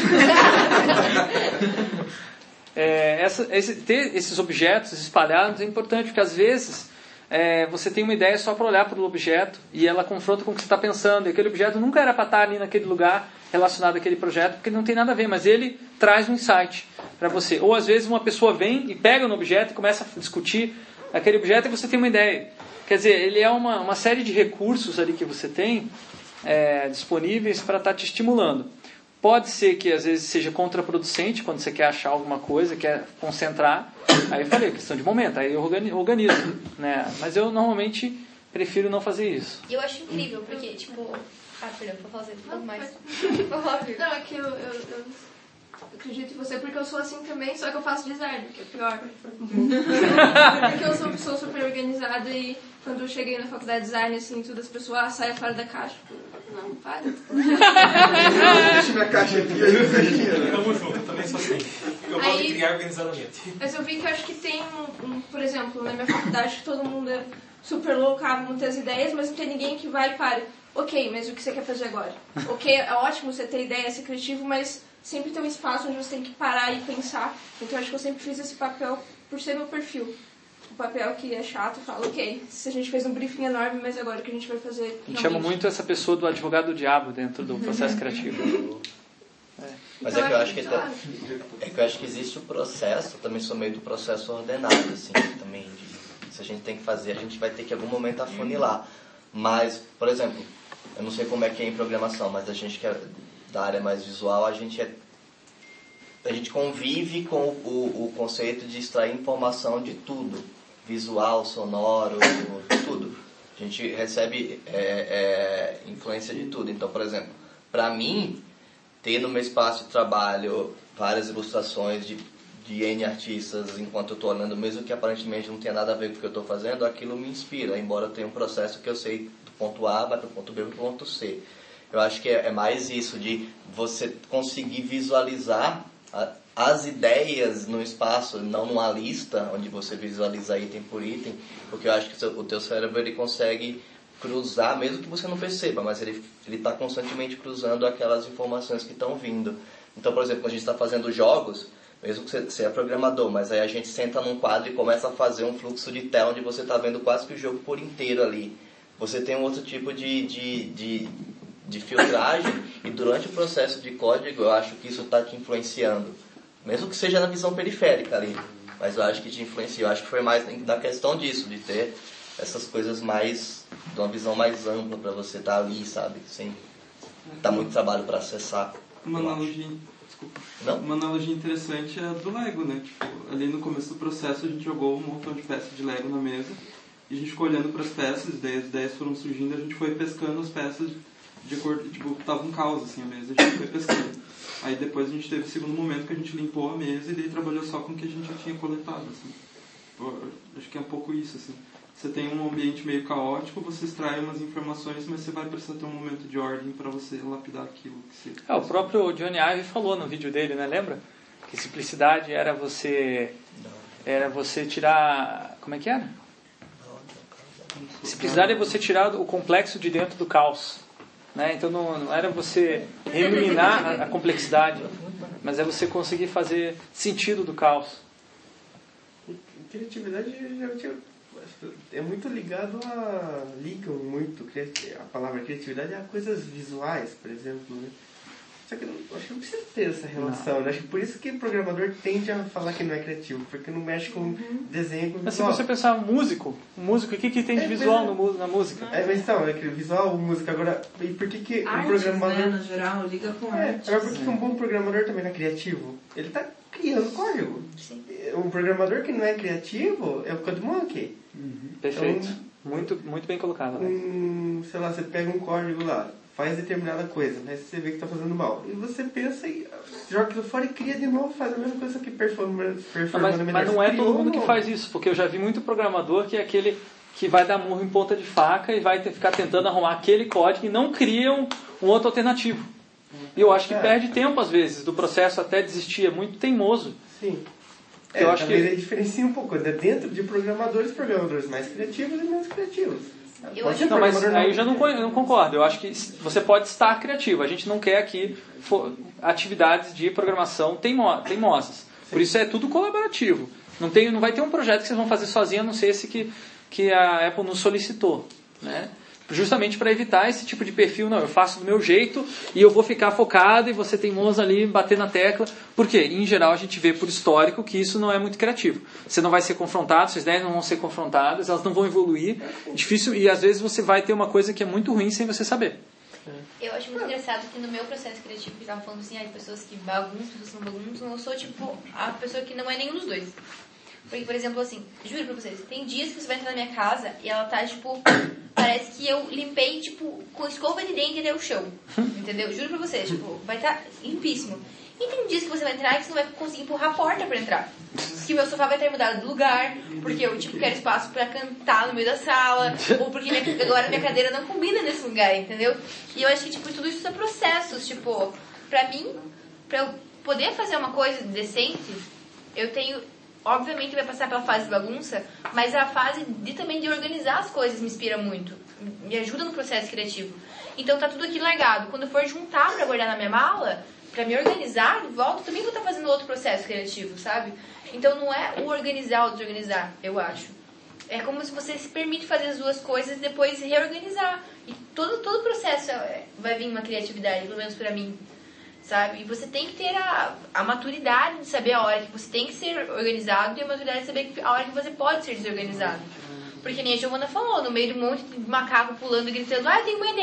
Ter esses objetos espalhados é importante, porque às vezes você tem uma ideia só para olhar para o objeto e ela confronta com o que você está pensando, e aquele objeto nunca era para estar ali naquele lugar relacionado àquele projeto, porque ele não tem nada a ver, mas ele traz um insight para você. Ou às vezes uma pessoa vem e pega no objeto e começa a discutir aquele objeto e você tem uma ideia. Quer dizer, ele é uma série de recursos ali que você tem disponíveis para estar te estimulando. Pode ser que às vezes seja contraproducente quando você quer achar alguma coisa, quer concentrar. Aí eu falei, questão de momento, aí eu organizo, né? Mas eu normalmente prefiro não fazer isso. E eu acho incrível, porque tipo... perdão, vou fazer um pouco mais. Não, é que eu acredito em você porque eu sou assim também, só que eu faço design, que é pior. Porque eu sou super organizada e quando eu cheguei na faculdade de design, assim, tudo, as pessoas saem fora da caixa. Não, para. Deixa minha caixa aqui, aí Tamo junto, eu também sou assim. Eu gosto de criar organizadamente. Mas eu vi que eu acho que tem, por exemplo, na minha faculdade, que todo mundo é super louco, abre muitas ideias, mas não tem ninguém que vai e para. Ok, mas o que você quer fazer agora? Ok, é ótimo você ter ideia, ser criativo, mas sempre tem um espaço onde você tem que parar e pensar. Então eu acho que eu sempre fiz esse papel por ser meu perfil. O papel que é chato, fala, ok, se a gente fez um briefing enorme, mas agora o que a gente vai fazer? A gente chama muito essa pessoa do advogado do diabo dentro do processo criativo. Mas então, é que eu acho que existe o processo, eu também sou meio do processo ordenado, assim, também. Se a gente tem que fazer, a gente vai ter que em algum momento afunilar. Mas, por exemplo, eu não sei como é que é em programação, mas a gente que é da área mais visual, a gente convive com o conceito de extrair informação de tudo. Visual, sonoro, tudo. A gente recebe influência de tudo. Então, por exemplo, para mim, ter no meu espaço de trabalho várias ilustrações de N artistas enquanto eu estou olhando, mesmo que aparentemente não tenha nada a ver com o que eu estou fazendo, aquilo me inspira, embora eu tenha um processo que eu sei do ponto A, vai para o ponto B, para o ponto C. Eu acho que é mais isso, de você conseguir visualizar as ideias no espaço, não numa lista, onde você visualiza item por item, porque eu acho que o teu cérebro ele consegue cruzar, mesmo que você não perceba, mas ele está constantemente cruzando aquelas informações que estão vindo. Então, por exemplo, quando a gente está fazendo jogos, mesmo que você é programador, mas aí a gente senta num quadro e começa a fazer um fluxo de tela onde você está vendo quase que o jogo por inteiro ali. Você tem um outro tipo de filtragem e durante o processo de código eu acho que isso está te influenciando. Mesmo que seja na visão periférica ali, mas eu acho que te influencia. Eu acho que foi mais da questão disso, de ter essas coisas mais, de uma visão mais ampla para você estar ali, sabe? Sem dar muito trabalho para acessar. Uma analogia interessante é a do Lego, né? Tipo, ali no começo do processo a gente jogou um montão de peças de Lego na mesa e a gente ficou olhando para as peças, daí as ideias foram surgindo e a gente foi pescando as peças de acordo, tipo, tava um caos assim a mesa, a gente foi pescando. Aí depois a gente teve o segundo momento que a gente limpou a mesa e daí trabalhou só com o que a gente já tinha coletado, assim. Acho que é um pouco isso, assim. Você tem um ambiente meio caótico, você extrai umas informações, mas você vai precisar ter um momento de ordem para você lapidar aquilo que você... o próprio Johnny Ive falou no vídeo dele, né? Lembra? Que simplicidade era você tirar... Como é que era? Simplicidade é você tirar o complexo de dentro do caos. Né? Então não era você eliminar a complexidade, mas é você conseguir fazer sentido do caos. Criatividade é muito ligado a... ligam muito a palavra criatividade a coisas visuais, por exemplo, né? Só que eu acho que não precisa ter essa relação, né? Acho que por isso que o programador tende a falar que não é criativo, porque não mexe com desenho, com visual. Mas se você pensar músico, o que tem de visual na música? Mas então, é que visual, música, agora, e por que artes, um programador... né, no geral, liga com artes. Agora por que um bom programador também não é criativo? Ele está criando código. Sim. Um programador que não é criativo é o CodeMonkey. Perfeito. Então, muito bem colocado. Né? Sei lá, você pega um código lá, faz determinada coisa, mas você vê que está fazendo mal. E você pensa e joga aquilo fora e cria de novo, faz a mesma coisa que performando melhor. Mas não é todo mundo que faz isso, porque eu já vi muito programador que é aquele que vai dar murro em ponta de faca e vai ficar tentando arrumar aquele código e não cria um outro alternativo. E eu acho que perde tempo às vezes do processo até desistir, é muito teimoso. Sim. Eu acho que ele diferencia um pouco dentro de programadores mais criativos e menos criativos. Não, mas aí eu já não concordo. Eu acho que você pode estar criativo. A gente não quer aqui atividades de programação teimosas. Por isso é tudo colaborativo. Não vai ter um projeto que vocês vão fazer sozinho, a não ser esse que a Apple nos solicitou, né? Justamente para evitar esse tipo de perfil. Não, eu faço do meu jeito e eu vou ficar focado e você teimoso ali, bater na tecla. Por quê? Em geral a gente vê por histórico que isso não é muito criativo. Você não vai ser confrontado, suas ideias não vão ser confrontadas, elas não vão evoluir. Difícil, e às vezes você vai ter uma coisa que é muito ruim sem você saber. Eu acho muito engraçado que no meu processo criativo, que estava falando assim, de pessoas que bagunçam, pessoas que não bagunçam, eu sou tipo a pessoa que não é nenhum dos dois. Porque, por exemplo, assim, juro pra vocês, tem dias que você vai entrar na minha casa e ela tá, tipo, parece que eu limpei, tipo, com escova de dente até o chão. Entendeu? Juro pra vocês, tipo, vai estar limpíssimo. E tem dias que você vai entrar e que você não vai conseguir empurrar a porta pra entrar. Que meu sofá vai ter mudado de lugar, porque eu, tipo, quero espaço pra cantar no meio da sala, ou porque agora minha cadeira não combina nesse lugar, entendeu? E eu acho que, tipo, tudo isso são processos, tipo, pra mim, pra eu poder fazer uma coisa decente, eu tenho... Obviamente vai passar pela fase de bagunça, mas a fase também de organizar as coisas me inspira muito. Me ajuda no processo criativo. Então tá tudo aqui largado. Quando eu for juntar pra guardar na minha mala, pra me organizar de volta, também vou estar fazendo outro processo criativo, sabe? Então não é o organizar ou desorganizar, eu acho. É como se você se permite fazer as duas coisas e depois reorganizar. E todo processo vai vir uma criatividade, pelo menos pra mim. Sabe? E você tem que ter a maturidade de saber a hora que você tem que ser organizado e a maturidade de saber a hora que você pode ser desorganizado. Porque nem a Giovana falou, no meio de um monte de macaco pulando e gritando, tenho uma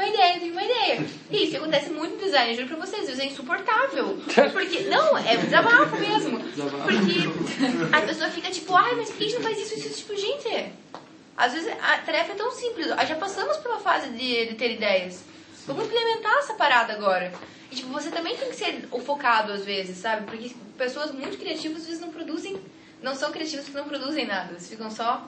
ideia. E isso acontece muito no design, eu juro pra vocês, às vezes é insuportável. Porque, não, é um desabafo mesmo. Porque a pessoa fica tipo, mas por que a gente não faz isso? Tipo, gente, às vezes a tarefa é tão simples, já passamos pela fase de ter ideias. Vamos implementar essa parada agora. E, tipo, você também tem que ser o focado às vezes, sabe? Porque pessoas muito criativas às vezes não são criativas porque não produzem nada. Eles ficam só...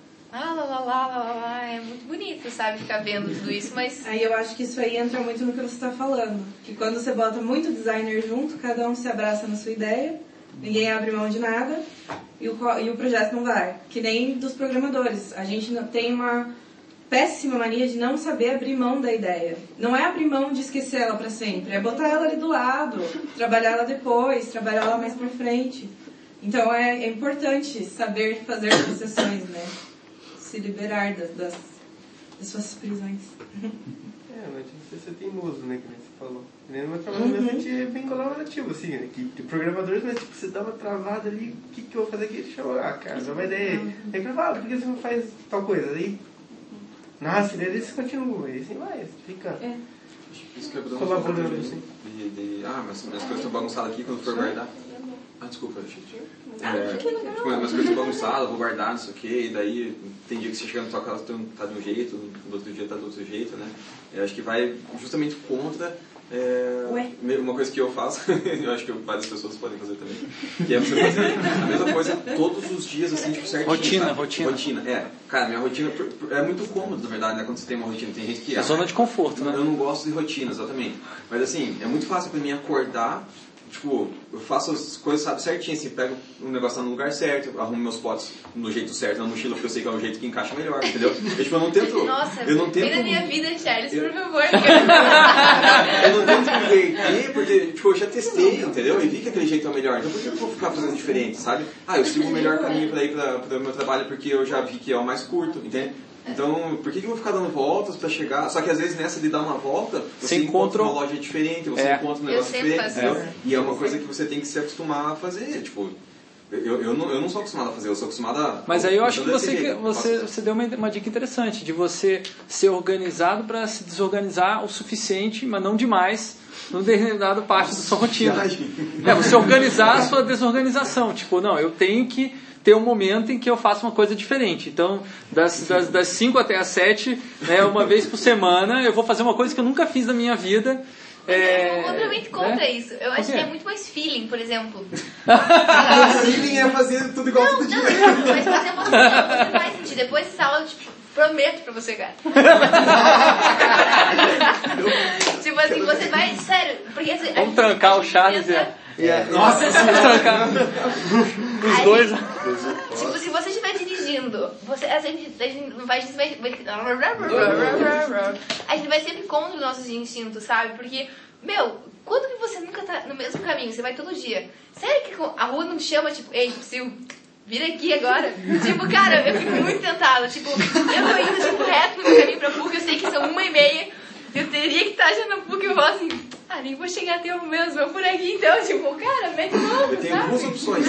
é muito bonito, sabe? Ficar vendo tudo isso, mas... Aí eu acho que isso aí entra muito no que você está falando. Que quando você bota muito designer junto, cada um se abraça na sua ideia, ninguém abre mão de nada e o projeto não vai. Que nem dos programadores. A gente tem uma... péssima mania de não saber abrir mão da ideia. Não é abrir mão de esquecer ela para sempre, é botar ela ali do lado, trabalhar ela depois, trabalhar ela mais para frente. Então é importante saber fazer concessões, né? Se liberar das suas prisões. Mas tem que ser teimoso, né? Que você falou. Mas provavelmente é bem colaborativo, assim, né? Que de programadores, mas tipo, você dá uma travada ali, o que eu vou fazer aqui? Deixa eu cara, dá uma ideia. Aí que fala, por que você não faz tal coisa? Aí nasce, eles continuam, e assim vai, fica isso que colaborando assim. Mas as coisas estão bagunçadas aqui quando for guardar. Desculpa, gente. Minhas coisas estão bagunçadas, vou guardar, não sei o que, e daí tem dia que você chega na sua casa tá de um jeito, no outro dia tá do outro jeito, né? Eu acho que vai justamente contra uma coisa que eu faço, eu acho que várias pessoas podem fazer também, que é você fazer a mesma coisa todos os dias, assim, tipo, certinho. Rotina. Cara, minha rotina é muito cômodo, na verdade, né? Quando você tem uma rotina, tem gente que... zona de conforto, né? Eu não gosto de rotina, exatamente. Mas assim, é muito fácil pra mim acordar, tipo, eu faço as coisas, sabe, certinho, assim, pego um negócio no lugar certo, eu arrumo meus potes no jeito certo, na mochila, porque eu sei que é o jeito que encaixa melhor, entendeu? Eu, tipo, eu não tento... Nossa, eu não tento... vem na minha vida, Charles, por favor. Eu não tento me inverter, porque, tipo, eu já testei, entendeu? E vi que aquele jeito é o melhor, então por que eu vou ficar fazendo diferente, sabe? Eu sigo o melhor caminho pra ir para o meu trabalho, porque eu já vi que é o mais curto, entende? Então, por que eu vou ficar dando voltas pra chegar? Só que às vezes nessa de dar uma volta, você encontra uma loja diferente, você encontra um negócio diferente, entendeu? E é uma coisa que você tem que se acostumar a fazer, tipo... Eu não sou acostumado a fazer, eu sou acostumado a... Mas aí eu acho que você deu uma dica interessante, de você ser organizado para se desorganizar o suficiente, mas não demais, num determinado parte da sua rotina. Você organizar a sua desorganização. Tipo, não, eu tenho que ter um momento em que eu faço uma coisa diferente. Então, das 5 até as 7, né, uma vez por semana, eu vou fazer uma coisa que eu nunca fiz na minha vida. Eu sou completamente contra isso. Eu acho que é muito mais feeling, por exemplo. Feeling é fazer tudo igual todo dia. Não, mas fazer uma coisa não faz sentido. Depois dessa aula, tipo, prometo pra você, cara. Tipo assim, você vai... Sério, porque assim... Vamos trancar o Charles Nossa, vamos trancar os dois. Tipo, se você estiver dirigindo, a gente vai sempre contra os nossos instintos, sabe? Porque, quando que você nunca tá no mesmo caminho? Você vai todo dia. Sério que a rua não te chama, tipo, ei, Sil, vira aqui agora. Tipo, cara, eu fico muito tentada. Tipo, eu tô indo, tipo, reto no meu caminho pra PUC, eu sei que são 1h30. Eu teria que estar já na PUC e eu falo assim, nem vou chegar a tempo mesmo, vou por aqui então, tipo, cara, mete logo, eu tenho duas opções.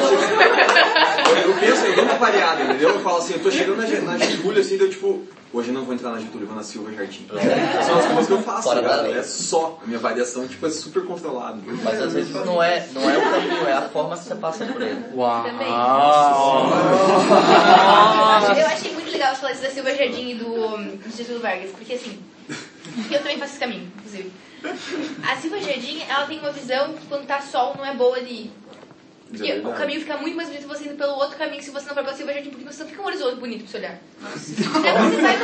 Eu penso, eu dou uma variada, entendeu? Eu falo assim, eu tô chegando na Getúlio, assim, eu tipo, hoje eu não vou entrar na Getúlio, eu vou na Silva Jardim. São as coisas que eu faço, cara. É só, a minha variação, tipo, é super controlada. Mas às vezes não é o caminho, é a forma que você passa por ele. Uau! Também. Eu achei muito legal as falas da Silva Jardim e do Getúlio Vargas, porque assim, eu também faço esse caminho, inclusive. A Silva Jardim, ela tem uma visão que quando tá sol não é boa de ir. Porque o caminho fica muito mais bonito você indo pelo outro caminho se você não for pela Silva Jardim, porque você não fica um horizonte bonito pra você olhar. Então você vai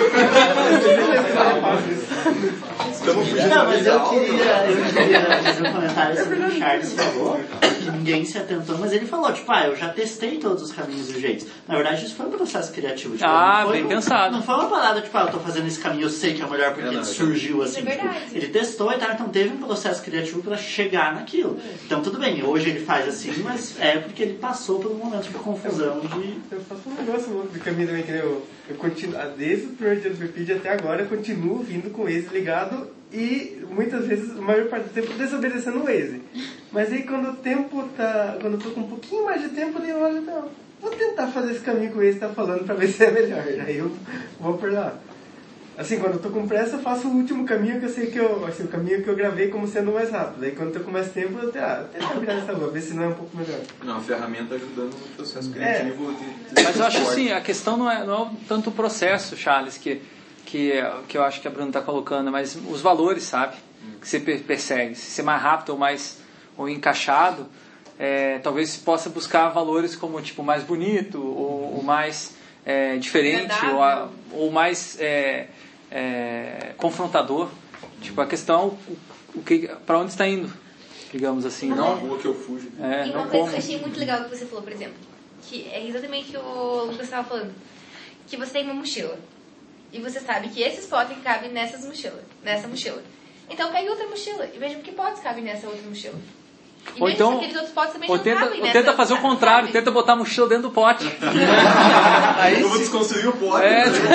Não, mas eu queria fazer um comentário sobre o que o Charles falou, que ninguém se atentou, mas ele falou, tipo, eu já testei todos os caminhos e jeitos. Na verdade, isso foi um processo criativo. Tipo, bem pensado. Não foi uma parada, tipo, eu tô fazendo esse caminho, eu sei que é o melhor porque ele surgiu assim. Tipo, ele testou e tal, então teve um processo criativo pra chegar naquilo. Então tudo bem, hoje ele faz assim, mas é porque ele passou por um momento de confusão de... Eu faço um negócio louco de caminho também, que eu continuo, desde o primeiro dia do Wikipedia até agora, eu continuo vindo com o Waze ligado e muitas vezes, a maior parte do tempo, desobedecendo o Waze. Mas aí quando o tempo tá, quando eu tô com um pouquinho mais de tempo, eu olho, não, vou tentar fazer esse caminho que o Waze tá falando pra ver se é melhor. Aí eu vou por lá. Assim, quando eu tô com pressa, eu faço o último caminho que eu sei que o caminho que eu gravei como sendo mais rápido. Aí quando eu tô com mais tempo, eu tento virar essa rua, ver se não é um pouco melhor. Não, a ferramenta ajudando no processo criativo. Mas eu acho assim, a questão não é tanto o processo, Charles, que eu acho que a Bruna está colocando, mas os valores, sabe? Que você persegue. Se ser mais rápido ou encaixado, talvez você possa buscar valores como tipo mais bonito, ou mais diferente, ou mais confrontador. Tipo, a questão, para onde está indo, digamos assim. Não a rua que eu fujo. E uma coisa que eu achei muito legal que você falou, por exemplo, que é exatamente o que o Lucas estava falando, que você tem uma mochila. E você sabe que esses potes cabem nessa mochila. Então pegue outra mochila e veja que potes cabem nessa outra mochila. E ou então, aqueles outros potes também não cabem nessa. Tenta fazer o contrário, tenta botar a mochila dentro do pote. Aí eu vou desconstruir o pote.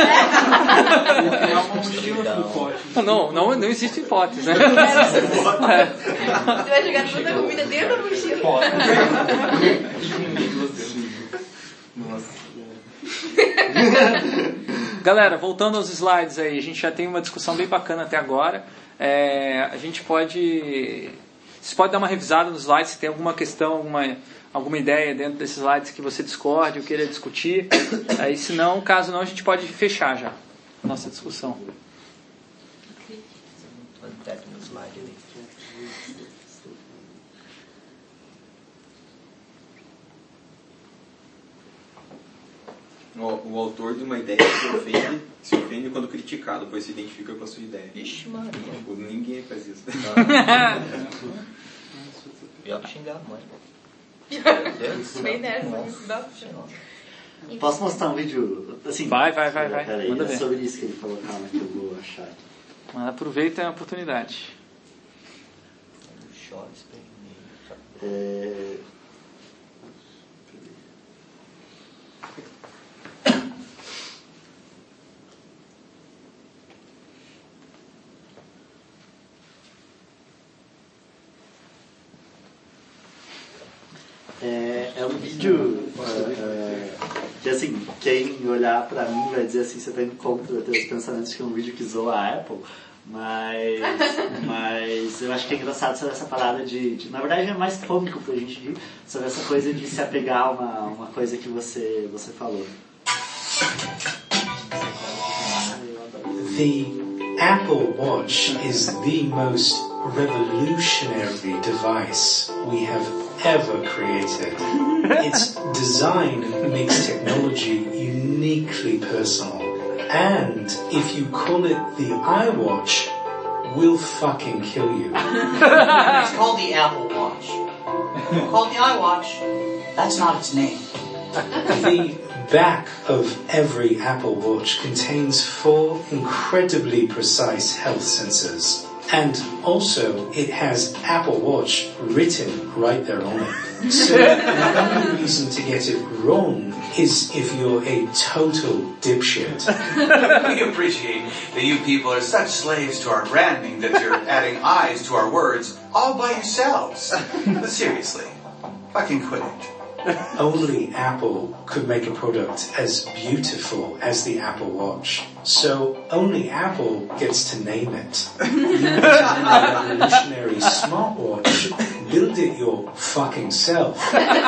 Não existe potes, né? Você vai jogar toda a comida dentro da mochila. Nossa. Galera, voltando aos slides aí, a gente já tem uma discussão bem bacana até agora. A gente pode... Você pode dar uma revisada nos slides, se tem alguma questão, alguma ideia dentro desses slides que você discorde ou queira discutir. Aí, se não, caso não, a gente pode fechar já a nossa discussão. O autor de uma ideia se ofende quando criticado, pois se identifica com a sua ideia. Ixi, Maria. Ninguém faz isso. Pior que xingar a mãe. Bem nessa. Posso mostrar um vídeo? Assim, vai. Peraí, Manda é ver. sobre isso que ele falou. Calma que eu vou achar aqui. Mas aproveita a oportunidade. É um vídeo que, assim, quem olhar pra mim vai dizer assim, você tá indo contra teus pensamentos, que é um vídeo que zoa a Apple, mas eu acho que é engraçado sobre essa parada de na verdade é mais cômico pra gente rir, sobre essa coisa de se apegar a uma coisa que você falou. The Apple Watch is the most revolutionary device we have ever created. Its design makes technology uniquely personal. And if you call it the iWatch, we'll fucking kill you. It's called the Apple Watch. Called the iWatch. That's not its name. The back of every Apple Watch contains 4 incredibly precise health sensors. And also, it has Apple Watch written right there on it. So the only reason to get it wrong is if you're a total dipshit. We appreciate that you people are such slaves to our branding that you're adding eyes to our words all by yourselves. But seriously, fucking quit it. Only Apple could make a product as beautiful as the Apple Watch. So only Apple gets to name it. You design a revolutionary smartwatch, build it your fucking self.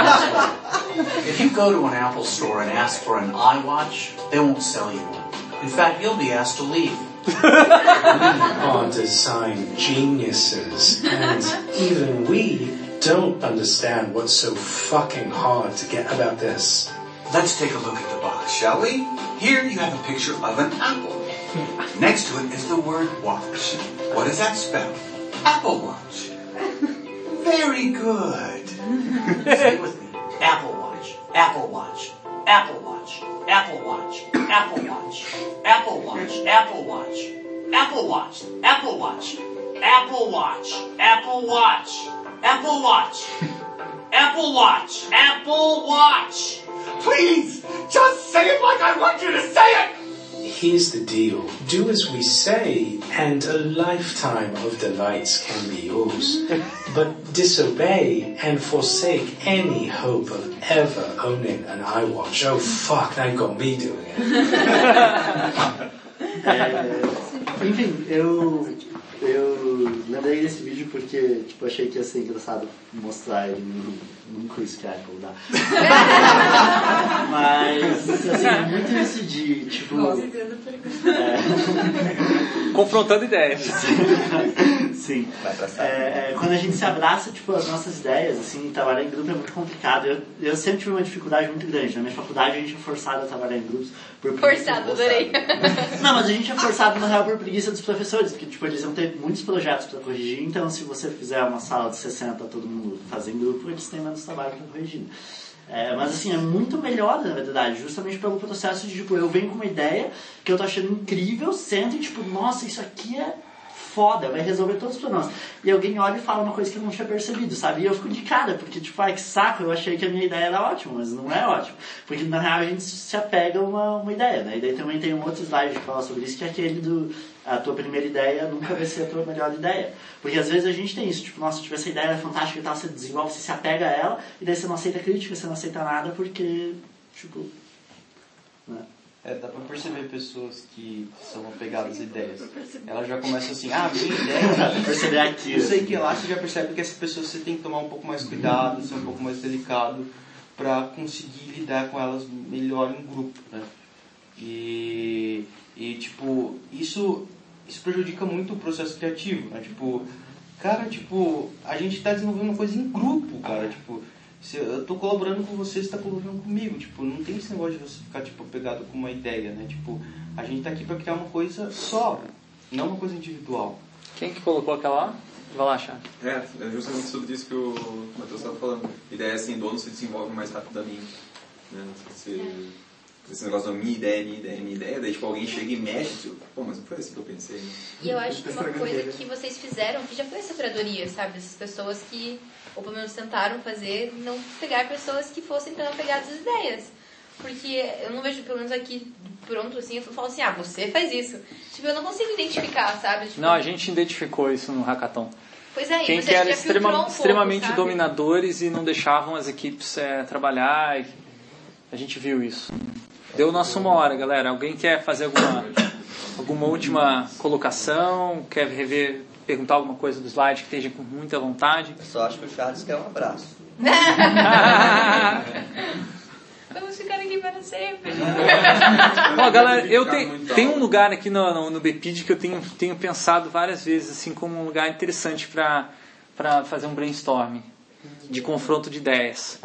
If you go to an Apple store and ask for an iWatch, they won't sell you one. In fact, you'll be asked to leave. We are design geniuses, and even we don't understand what's so fucking hard to get about this. Let's take a look at the box, shall we? Here you have a picture of an apple. Next to it is the word watch. What does that spell? Apple Watch. Very good. Say it with me. Apple Watch. Apple Watch. Apple Watch. Apple Watch. Apple Watch. Apple Watch. Apple Watch. Apple Watch. Apple Watch. Apple Watch. Apple Watch. Apple Watch. Apple Watch. Apple Watch. Please, just say it like I want you to say it. Here's the deal. Do as we say, and a lifetime of delights can be yours. But disobey and forsake any hope of ever owning an iWatch. Oh fuck, that got me doing it. Enfim, eu lembrei desse vídeo porque tipo, achei que ia ser engraçado mostrar ele num quiz que a Apple dá. Mas, assim, muito isso de, tipo... confrontando ideias. Sim. Quando a gente se abraça, tipo, as nossas ideias, assim, trabalhar em grupo é muito complicado. Eu sempre tive uma dificuldade muito grande. Na minha faculdade a gente é forçado a trabalhar em grupos. Forçado, adorei. Não, mas a gente é forçado, na real, por preguiça dos professores, porque, tipo, eles vão ter muitos projetos para corrigir, então se você fizer uma sala de 60, todo mundo fazer em grupo, eles têm menos trabalho para corrigir. Mas assim, é muito melhor, na verdade, justamente pelo processo de, tipo, eu venho com uma ideia que eu tô achando incrível, sendo e, tipo, nossa, isso aqui é foda, vai resolver todos os problemas. E alguém olha e fala uma coisa que eu não tinha percebido, sabe? E eu fico de cara, porque, tipo, ai, que saco, eu achei que a minha ideia era ótima, mas não é ótima. Porque, na real, a gente se apega a uma ideia, né? E daí também tem um outro slide que fala sobre isso, que é aquele do... A tua primeira ideia nunca vai ser a tua melhor ideia. Porque às vezes a gente tem isso, tipo, nossa, se tiver essa ideia fantástica e tal, você desenvolve, você se apega a ela, e daí você não aceita crítica, você não aceita nada, porque, tipo... Né? Dá pra perceber pessoas que são apegadas a ideias. Elas já começam assim, minha ideia... Dá pra perceber aqui. Não sei que lá, você já percebe que essa pessoa você tem que tomar um pouco mais cuidado, ser um pouco mais delicado, pra conseguir lidar com elas melhor em grupo, né? E tipo, isso prejudica muito o processo criativo, né? Tipo, cara, tipo, a gente tá desenvolvendo uma coisa em grupo, cara, tipo, se eu tô colaborando com você tá colaborando comigo, tipo, não tem esse negócio de você ficar, tipo, apegado com uma ideia, né? Tipo, a gente tá aqui pra criar uma coisa só, não uma coisa individual. Quem que colocou aquela lá? Vai lá, Chá. É justamente sobre isso que o Matheus estava falando. A ideia é assim, donos se desenvolvem mais rapidamente. Né? Esse negócio da minha ideia, daí tipo, alguém chega e mexe, tipo, pô, mas não foi assim que eu pensei. Né? E eu acho que uma coisa que vocês fizeram, que já foi essa curadoria, sabe? Essas pessoas que, ou pelo menos tentaram fazer, não pegar pessoas que fossem tão apegadas às ideias. Porque eu não vejo, pelo menos aqui, pronto, assim, eu falo assim, você faz isso. Tipo, eu não consigo identificar, sabe? Tipo, não, a gente identificou isso no Hackathon. Pois é, quem que era extremamente dominadores e não deixavam as equipes trabalhar. A gente viu isso. Deu nossa 1 hora, galera. Alguém quer fazer alguma última colocação? Quer perguntar alguma coisa do slide que esteja com muita vontade? Eu só acho que o Charles quer um abraço. Vamos ficar aqui para sempre. Ó, galera, eu tenho um lugar aqui no BPID que eu tenho pensado várias vezes assim como um lugar interessante para fazer um brainstorming de confronto de ideias.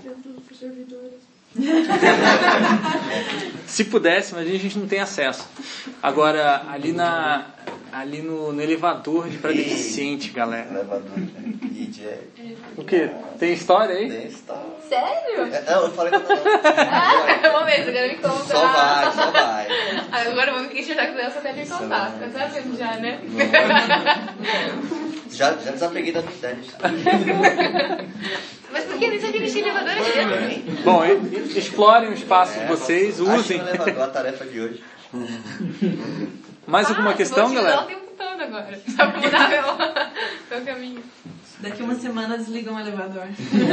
Se pudesse, mas a gente não tem acesso. Agora, ali no elevador para deficiente, galera. Elevador. O que? Tem história aí? Tem história. Sério? Não, eu falei que eu não. Vamos ver, agora me conta. Só vai. Agora vamos questionar que você até me contar. Tá sabendo já, né? Já desapeguei da minha ideia. Mas por que nem sabia mexer em elevador aqui dentro? Bom, explorem o espaço de vocês, usem. Elevador, a tarefa de hoje. Mais alguma questão, galera? Vou te mudar o tempo todo agora. Só pra mudar meu caminho. Daqui uma semana desligam o elevador.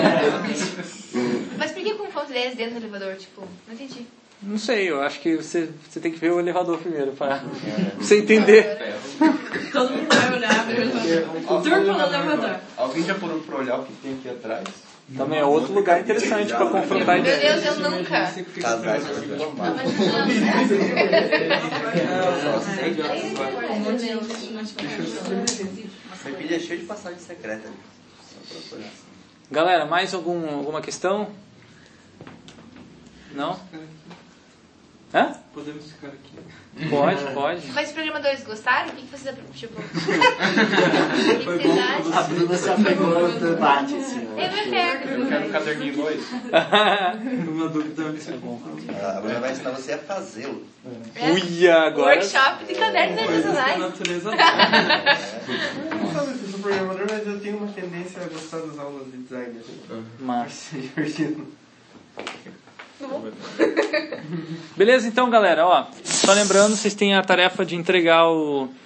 Mas por que confronto ideias dentro do elevador? Tipo, não entendi. Não sei, eu acho que você tem que ver o elevador primeiro para você entender. Todo mundo vai olhar pro elevador. Turno no elevador. Alguém já parou pra olhar o que tem aqui atrás? Também é outro lugar interessante para confrontar ideias. Meu Deus, eu nunca. Casais vão se formar. Meu filho é cheio de passagem secreta. Galera, mais alguma questão? Não? Hã? Podemos ficar aqui. Pode. Mas os programadores gostaram? O que vocês... Tipo... A Bruna se apegou no debate, assim. Eu quero um caderninho 2. Uma dúvida é bom. A Bruna vai ensinar você a fazê-lo. Uia, agora... Workshop de caderno artesanais. Eu não sabe se eu sou programador, mas eu tenho uma tendência a gostar das aulas de design. Assim. Mas... divertido. Beleza, então, galera, ó, só lembrando, vocês têm a tarefa de entregar o